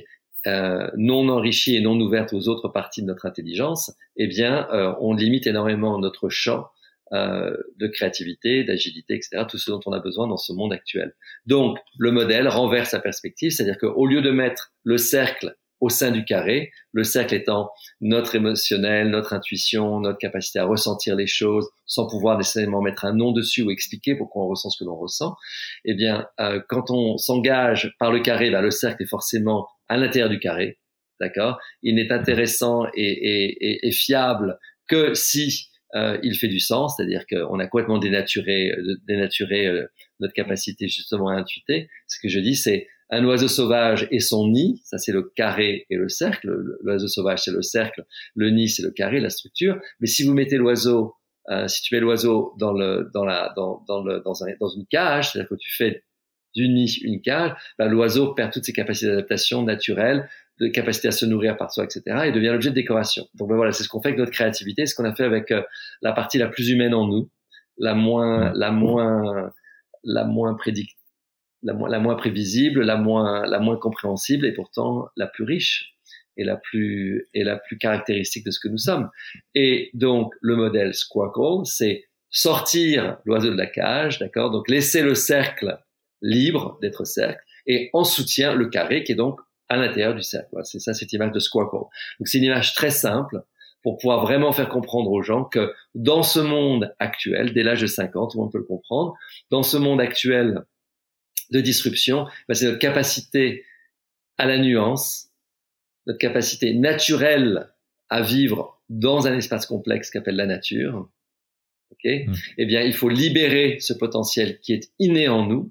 euh, non enrichie et non ouverte aux autres parties de notre intelligence, eh bien, euh, on limite énormément notre champ euh, de créativité, d'agilité, et cetera, tout ce dont on a besoin dans ce monde actuel. Donc, le modèle renverse sa perspective, c'est-à-dire qu'au lieu de mettre le cercle au sein du carré, le cercle étant notre émotionnel, notre intuition, notre capacité à ressentir les choses sans pouvoir nécessairement mettre un nom dessus ou expliquer pourquoi on ressent ce que l'on ressent, eh bien, euh, quand on s'engage par le carré, ben, le cercle est forcément à l'intérieur du carré, d'accord? Il n'est intéressant et, et, et, et fiable que si euh, il fait du sens, c'est-à-dire qu'on a complètement dénaturé, dénaturé euh, notre capacité justement à intuiter. Ce que je dis, c'est un oiseau sauvage et son nid, ça c'est le carré et le cercle. L'oiseau sauvage c'est le cercle, le nid c'est le carré, la structure. Mais si vous mettez l'oiseau, euh, si tu mets l'oiseau dans le, dans la, dans, dans le, dans un, dans une cage, c'est-à-dire que tu fais du nid une cage, ben, l'oiseau perd toutes ses capacités d'adaptation naturelles, de capacité à se nourrir par soi, et cetera, et devient l'objet de décoration. Donc ben voilà, c'est ce qu'on fait avec notre créativité, ce qu'on a fait avec euh, la partie la plus humaine en nous, la moins, la moins, la moins prédictive. La moins, la moins prévisible, la moins, la moins compréhensible et pourtant la plus riche et la plus, et la plus caractéristique de ce que nous sommes. Et donc, le modèle Squawkle, c'est sortir l'oiseau de la cage, d'accord? Donc, laisser le cercle libre d'être cercle et en soutien le carré qui est donc à l'intérieur du cercle. Voilà, c'est ça, cette image de Squawkle. Donc, c'est une image très simple pour pouvoir vraiment faire comprendre aux gens que dans ce monde actuel, dès l'âge de cinq ans, tout le monde peut le comprendre, dans ce monde actuel de disruption, ben c'est notre capacité à la nuance, notre capacité naturelle à vivre dans un espace complexe qu'appelle la nature. Okay? Mmh. Eh bien, il faut libérer ce potentiel qui est inné en nous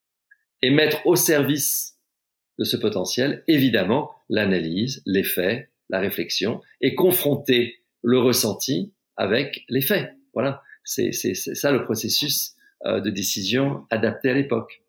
et mettre au service de ce potentiel, évidemment, l'analyse, les faits, la réflexion et confronter le ressenti avec les faits. Voilà, c'est, c'est, c'est ça le processus euh, de décision adapté à l'époque.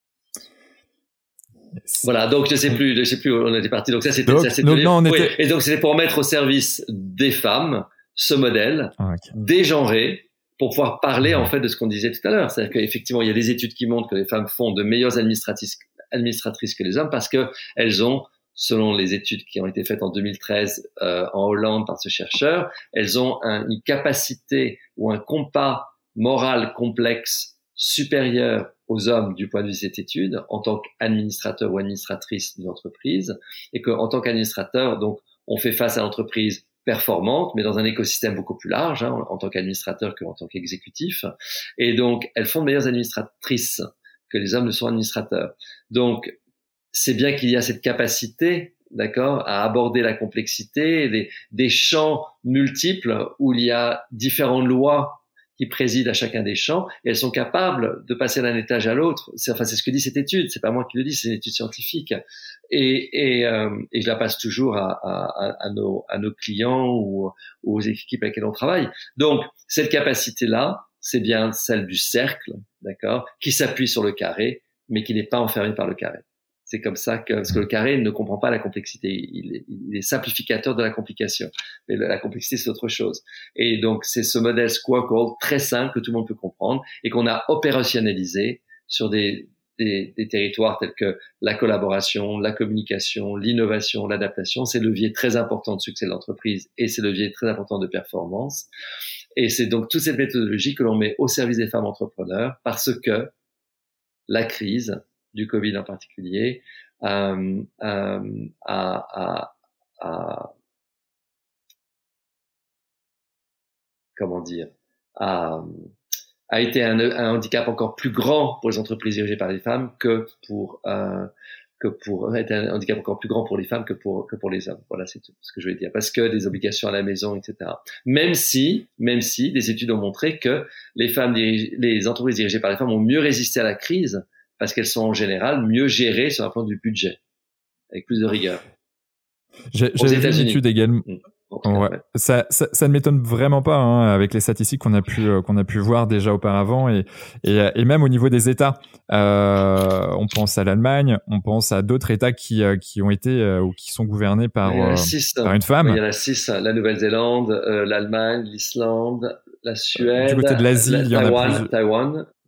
Voilà, donc je sais plus, je sais plus où on était parti. Donc ça c'était, donc, ça c'était. Donc, non, on oui. était... Et donc c'était pour mettre au service des femmes ce modèle ah, okay. dégenré pour pouvoir parler en fait de ce qu'on disait tout à l'heure. C'est-à-dire qu'effectivement il y a des études qui montrent que les femmes font de meilleures administratrices, administratrices que les hommes parce que elles ont, selon les études qui ont été faites en deux mille treize euh, en Hollande par ce chercheur, elles ont un, une capacité ou un compas moral complexe supérieur aux hommes du point de vue de cette étude en tant qu'administrateur ou administratrice d'une entreprise et qu'en tant qu'administrateur, donc, on fait face à l'entreprise performante, mais dans un écosystème beaucoup plus large, hein, en tant qu'administrateur qu'en tant qu'exécutif. Et donc, elles font de meilleures administratrices que les hommes ne sont administrateurs. Donc, c'est bien qu'il y a cette capacité, d'accord, à aborder la complexité, des, des champs multiples où il y a différentes lois qui président à chacun des champs, et elles sont capables de passer d'un étage à l'autre. C'est, enfin, c'est ce que dit cette étude. C'est pas moi qui le dis, c'est une étude scientifique. Et, et, euh, et je la passe toujours à, à, à, nos, à nos clients ou aux équipes avec lesquelles on travaille. Donc, cette capacité-là, c'est bien celle du cercle, d'accord, qui s'appuie sur le carré, mais qui n'est pas enfermé par le carré. C'est comme ça que, parce que le carré ne comprend pas la complexité. Il est, il est simplificateur de la complication. Mais la complexité, c'est autre chose. Et donc, c'est ce modèle Squawkle très simple que tout le monde peut comprendre et qu'on a opérationnalisé sur des, des, des territoires tels que la collaboration, la communication, l'innovation, l'adaptation. C'est le levier très important de succès de l'entreprise et c'est le levier très important de performance. Et c'est donc toute cette méthodologie que l'on met au service des femmes entrepreneurs parce que la crise du Covid en particulier, euh, euh, a, a, a, comment dire, a, a été un, un handicap encore plus grand pour les entreprises dirigées par les femmes que pour, euh, que pour, a été un handicap encore plus grand pour les femmes que pour, que pour les hommes. Voilà, c'est tout ce que je voulais dire. Parce que des obligations à la maison, et cetera. Même si, même si des études ont montré que les femmes dirigées, les entreprises dirigées par les femmes ont mieux résisté à la crise parce qu'elles sont en général mieux gérées sur un plan du budget, avec plus de rigueur. J'ai, j'avais vu une étude également. Mmh. Ouais. Ouais. Ça, ça, ça ne m'étonne vraiment pas hein, avec les statistiques qu'on a pu euh, qu'on a pu voir déjà auparavant et et, et même au niveau des États. Euh, on pense à l'Allemagne, on pense à d'autres États qui euh, qui ont été euh, ou qui sont gouvernés par euh, six, par une femme. Il y en a six la Nouvelle-Zélande, euh, l'Allemagne, l'Islande, la Suède, du côté de l'Asie, la, il y en Taïwan, a plus. Taïwan.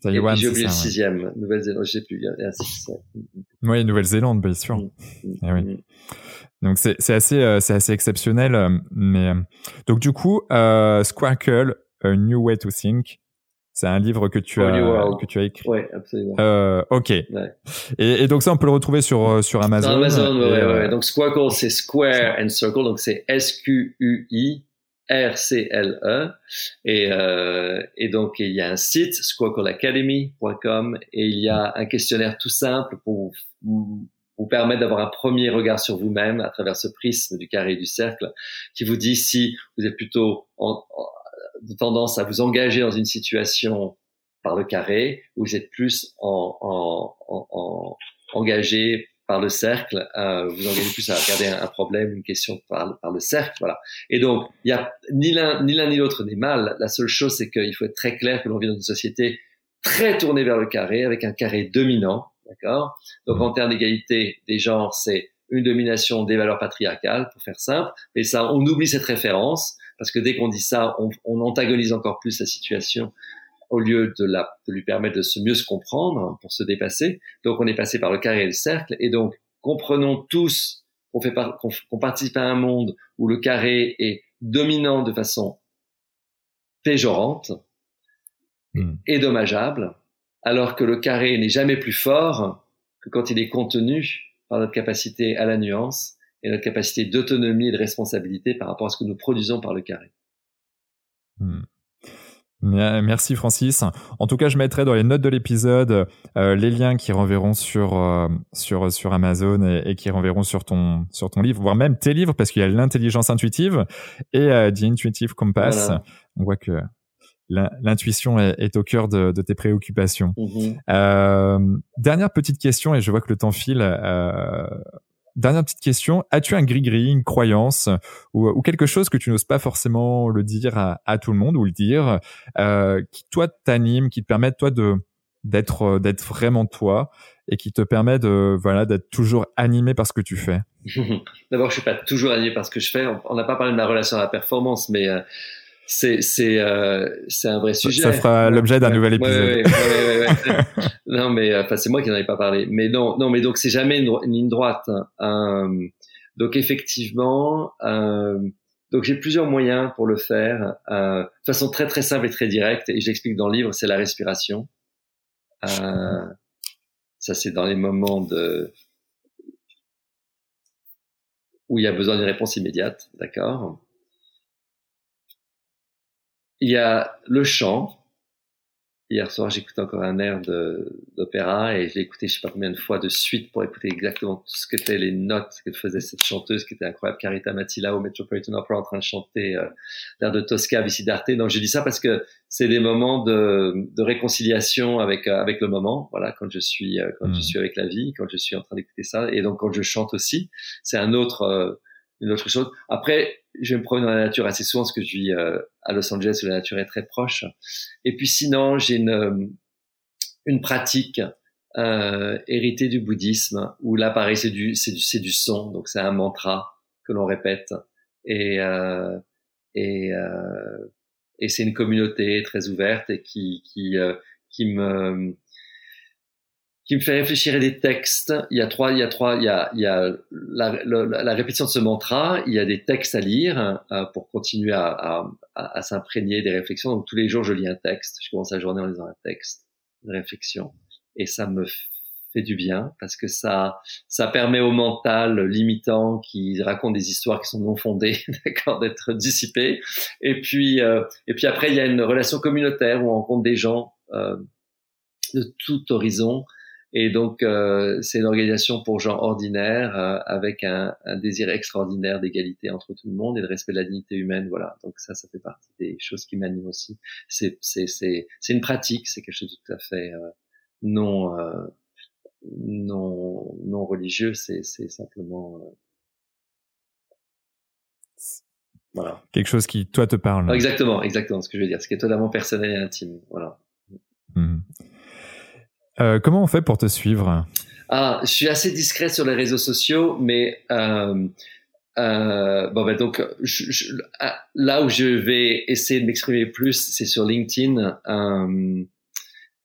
Taïwan, j'ai oublié ça, le ouais. sixième, Nouvelle-Zélande, je sais plus. Il y a un six, ouais. Oui, Nouvelle-Zélande, bien sûr. Mm, mm, Eh oui. mm. Donc c'est c'est assez euh, c'est assez exceptionnel. euh, Mais euh, donc du coup, euh, Squircle, A New Way to Think, c'est un livre que tu Whole New as World. que tu as écrit. Ouais, absolument. Euh, ok. Ouais. Et, et donc ça, on peut le retrouver sur euh, sur Amazon. Sur Amazon, ouais, et, ouais, euh, ouais. Donc Squircle, c'est Square and Circle, donc c'est S Q U I R C L E. Et, euh, et donc il y a un site, squircle academy point com, et il y a un questionnaire tout simple pour vous, vous permettre d'avoir un premier regard sur vous-même à travers ce prisme du carré et du cercle, qui vous dit si vous êtes plutôt en, en, de tendance à vous engager dans une situation par le carré, ou vous êtes plus en, en, en, en engagé par le cercle, euh, vous engagez plus à regarder un, un problème, une question par, par le cercle, voilà. Et donc, il y a ni l'un ni l'un ni l'autre n'est mal. La seule chose, c'est qu'il faut être très clair que l'on vit dans une société très tournée vers le carré, avec un carré dominant, d'accord. Donc, en termes d'égalité des genres, c'est une domination des valeurs patriarcales, pour faire simple. Et ça, on oublie cette référence parce que dès qu'on dit ça, on, on antagonise encore plus la situation, au lieu de, la, de lui permettre de se mieux se comprendre pour se dépasser. Donc, on est passé par le carré et le cercle. Et donc, comprenons tous qu'on, fait par, qu'on, qu'on participe à un monde où le carré est dominant de façon péjorante mmh. et dommageable, alors que le carré n'est jamais plus fort que quand il est contenu par notre capacité à la nuance et notre capacité d'autonomie et de responsabilité par rapport à ce que nous produisons par le carré. Mmh. Merci Francis. En tout cas, je mettrai dans les notes de l'épisode euh, les liens qui renverront sur euh, sur sur Amazon et, et qui renverront sur ton sur ton livre, voire même tes livres, parce qu'il y a l'intelligence intuitive et euh, The Intuitive Compass. Voilà. On voit que l'intuition est, est au cœur de, de tes préoccupations. Mm-hmm. Euh, dernière petite question, et je vois que le temps file. Euh, Dernière petite question, as-tu un gris-gris, une croyance ou, ou quelque chose que tu n'oses pas forcément le dire à, à tout le monde ou le dire, euh, qui toi t'anime, qui te permet toi de d'être d'être vraiment toi et qui te permet de voilà d'être toujours animé par ce que tu fais? D'abord, je suis pas toujours animé par ce que je fais. On n'a pas parlé de ma relation à la performance, mais euh, c'est c'est euh, c'est un vrai sujet. Ça fera ouais, l'objet d'un ouais, nouvel épisode. Ouais, ouais, ouais, ouais, ouais. Non, mais enfin, c'est moi qui n'en ai pas parlé. Mais non, non, mais donc c'est jamais une, une ligne droite. Hein. Euh, donc effectivement, euh, donc j'ai plusieurs moyens pour le faire, euh, de façon très très simple et très directe. Et j'explique dans le livre, c'est la respiration. Euh, ça, c'est dans les moments de où il y a besoin d'une réponse immédiate, d'accord. Il y a le chant. Hier soir, j'écoutais encore un air de, d'opéra et je l'ai écouté je sais pas combien de fois de suite pour écouter exactement tout ce qu'étaient les notes que faisait cette chanteuse qui était incroyable, Carita Mattila au Metropolitan Opera en train de chanter euh, l'air de Tosca, Vicidarte. Donc je dis ça parce que c'est des moments de, de réconciliation avec euh, avec le moment. Voilà, quand je suis euh, quand mmh. je suis avec la vie, quand je suis en train d'écouter ça, et donc quand je chante aussi, c'est un autre euh, une autre chose. Après, je me promène dans la nature assez souvent parce que je vis euh, à Los Angeles où la nature est très proche. Et puis sinon, j'ai une une pratique euh, héritée du bouddhisme où là, pareil, c'est du c'est du c'est du son, donc c'est un mantra que l'on répète et euh, et euh, et c'est une communauté très ouverte et qui qui euh, qui me qui me fait réfléchir à des textes. Il y a trois, il y a trois, il y a, il y a la, la, la répétition de ce mantra, il y a des textes à lire euh, pour continuer à, à, à, à s'imprégner des réflexions. Donc tous les jours, je lis un texte. Je commence la journée en lisant un texte, une réflexion, et ça me fait du bien parce que ça, ça permet au mental limitant qui raconte des histoires qui sont non fondées, d'accord, d'être dissipé. Et puis, euh, et puis après, il y a une relation communautaire où on rencontre des gens euh, de tout horizon. Et donc, euh, c'est une organisation pour gens ordinaires euh, avec un, un désir extraordinaire d'égalité entre tout le monde et de respect de la dignité humaine. Voilà. Donc ça, ça fait partie des choses qui m'animent aussi. C'est, c'est, c'est, c'est une pratique, c'est quelque chose de tout à fait euh, non, euh, non, non religieux. C'est, c'est simplement, euh, voilà. Quelque chose qui toi te parle. Ah, exactement, exactement ce que je veux dire. Ce qui est totalement personnel et intime. Voilà. Mmh. Euh, comment on fait pour te suivre? Ah, je suis assez discret sur les réseaux sociaux, mais euh, euh, bon ben donc je, je, là où je vais essayer de m'exprimer plus, c'est sur LinkedIn. Euh,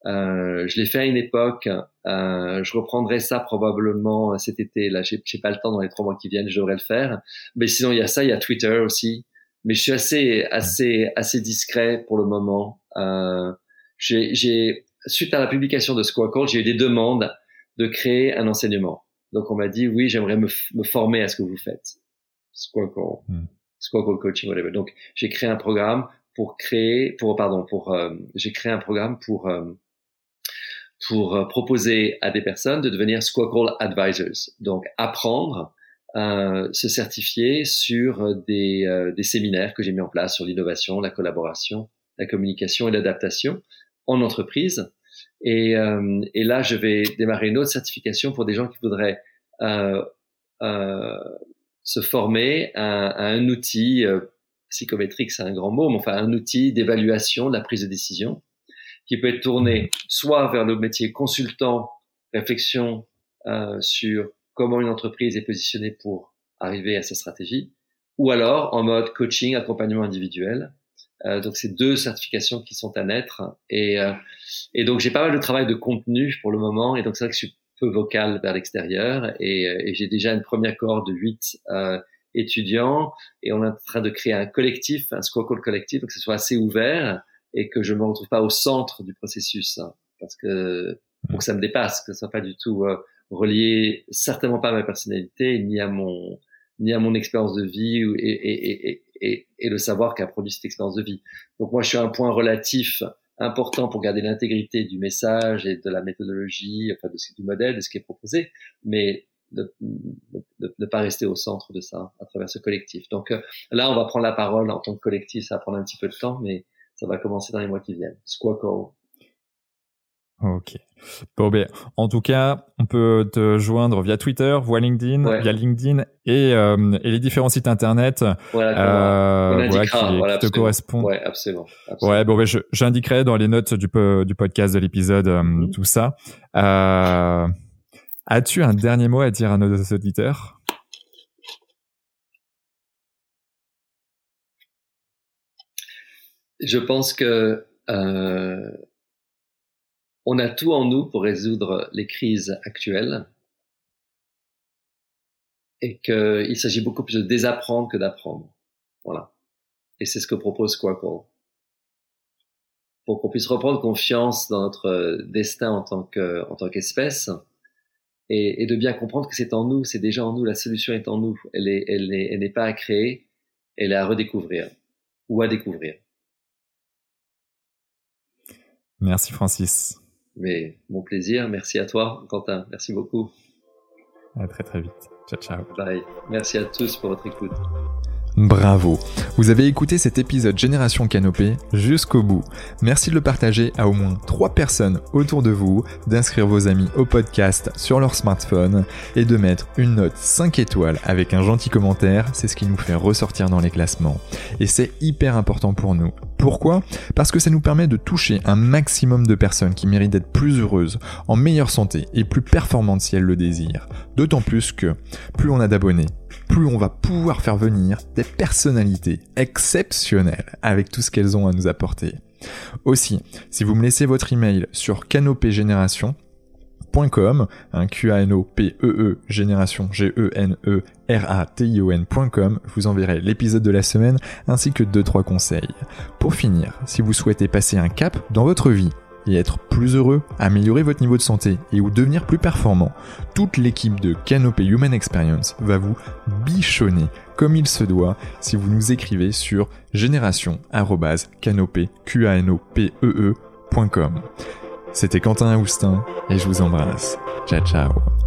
Euh, je l'ai fait à une époque. Euh, je reprendrai ça probablement cet été. Là, j'ai, j'ai pas le temps dans les trois mois qui viennent. Je devrais le faire. Mais sinon, il y a ça. Il y a Twitter aussi. Mais je suis assez, assez, assez discret pour le moment. Euh, j'ai, j'ai, suite à la publication de Squawk, j'ai eu des demandes de créer un enseignement. Donc, on m'a dit, oui, j'aimerais me, me former à ce que vous faites. Squawk, mm. Squawk Coaching, whatever. Donc, j'ai créé un programme pour créer, pour, pardon, pour, euh, j'ai créé un programme pour, euh, pour euh, proposer à des personnes de devenir Squawk Advisors. Donc, apprendre, Euh, se certifier sur des, euh, des séminaires que j'ai mis en place sur l'innovation, la collaboration, la communication et l'adaptation en entreprise. Et, euh, et là, je vais démarrer une autre certification pour des gens qui voudraient euh, euh, se former à, à un outil euh, psychométrique, c'est un grand mot, mais enfin un outil d'évaluation de la prise de décision qui peut être tourné soit vers le métier consultant, réflexion euh, sur comment une entreprise est positionnée pour arriver à sa stratégie, ou alors en mode coaching, accompagnement individuel. Euh, donc, c'est deux certifications qui sont à naître. Et, euh, et donc, j'ai pas mal de travail de contenu pour le moment. Et donc, c'est vrai que je suis peu vocal vers l'extérieur. Et, et j'ai déjà une première cohorte de huit euh, étudiants. Et on est en train de créer un collectif, un Squawk collectif, pour que ce soit assez ouvert et que je me retrouve pas au centre du processus. Hein, parce que pour que ça me dépasse, que ce soit pas du tout... Euh, relié certainement pas à ma personnalité ni à mon ni à mon expérience de vie et et et et, et le savoir qu'a produit cette expérience de vie. Donc moi je suis à un point relatif important pour garder l'intégrité du message et de la méthodologie, enfin de ce du modèle, de ce qui est proposé, mais de ne de, pas rester au centre de ça à travers ce collectif. Donc euh, là on va prendre la parole en tant que collectif, ça va prendre un petit peu de temps, mais ça va commencer dans les mois qui viennent. Squawk. Ok. Bon, ben, en tout cas, on peut te joindre via Twitter, via LinkedIn, ouais. via LinkedIn et, euh, et les différents sites internet, voilà, euh, voilà, qui, voilà, qui te correspondent. Ouais, absolument. absolument. Ouais, bon, ben, je, j'indiquerai dans les notes du, du podcast de l'épisode euh, mm-hmm. tout ça. Euh, as-tu un dernier mot à dire à nos auditeurs? Je pense que euh, on a tout en nous pour résoudre les crises actuelles et qu'il s'agit beaucoup plus de désapprendre que d'apprendre. Voilà. Et c'est ce que propose Squawk. Pour qu'on puisse reprendre confiance dans notre destin en tant que, en tant qu'espèce et, et de bien comprendre que c'est en nous, c'est déjà en nous, la solution est en nous. Elle est, elle est, elle n'est pas à créer, elle est à redécouvrir ou à découvrir. Merci Francis. Mais mon plaisir, merci à toi Quentin, merci beaucoup. À très très vite, ciao ciao. Bye, merci à tous pour votre écoute. Bravo, vous avez écouté cet épisode Génération Canopée jusqu'au bout. Merci de le partager à au moins trois personnes autour de vous, d'inscrire vos amis au podcast sur leur smartphone et de mettre une note cinq étoiles avec un gentil commentaire, c'est ce qui nous fait ressortir dans les classements. Et c'est hyper important pour nous. Pourquoi ? Parce que ça nous permet de toucher un maximum de personnes qui méritent d'être plus heureuses, en meilleure santé et plus performantes si elles le désirent. D'autant plus que plus on a d'abonnés, plus on va pouvoir faire venir des personnalités exceptionnelles avec tout ce qu'elles ont à nous apporter. Aussi, si vous me laissez votre email sur canopégénération point com, un Q A N O P E E génération G E N E R A T I O N point com, je vous enverrai l'épisode de la semaine ainsi que deux trois conseils. Pour finir, si vous souhaitez passer un cap dans votre vie et être plus heureux, améliorer votre niveau de santé et ou devenir plus performant, toute l'équipe de Canopé Human Experience va vous bichonner comme il se doit si vous nous écrivez sur génération arobase canopé Q A N O P E E point com. C'était Quentin Aoustin et je vous embrasse. Ciao ciao.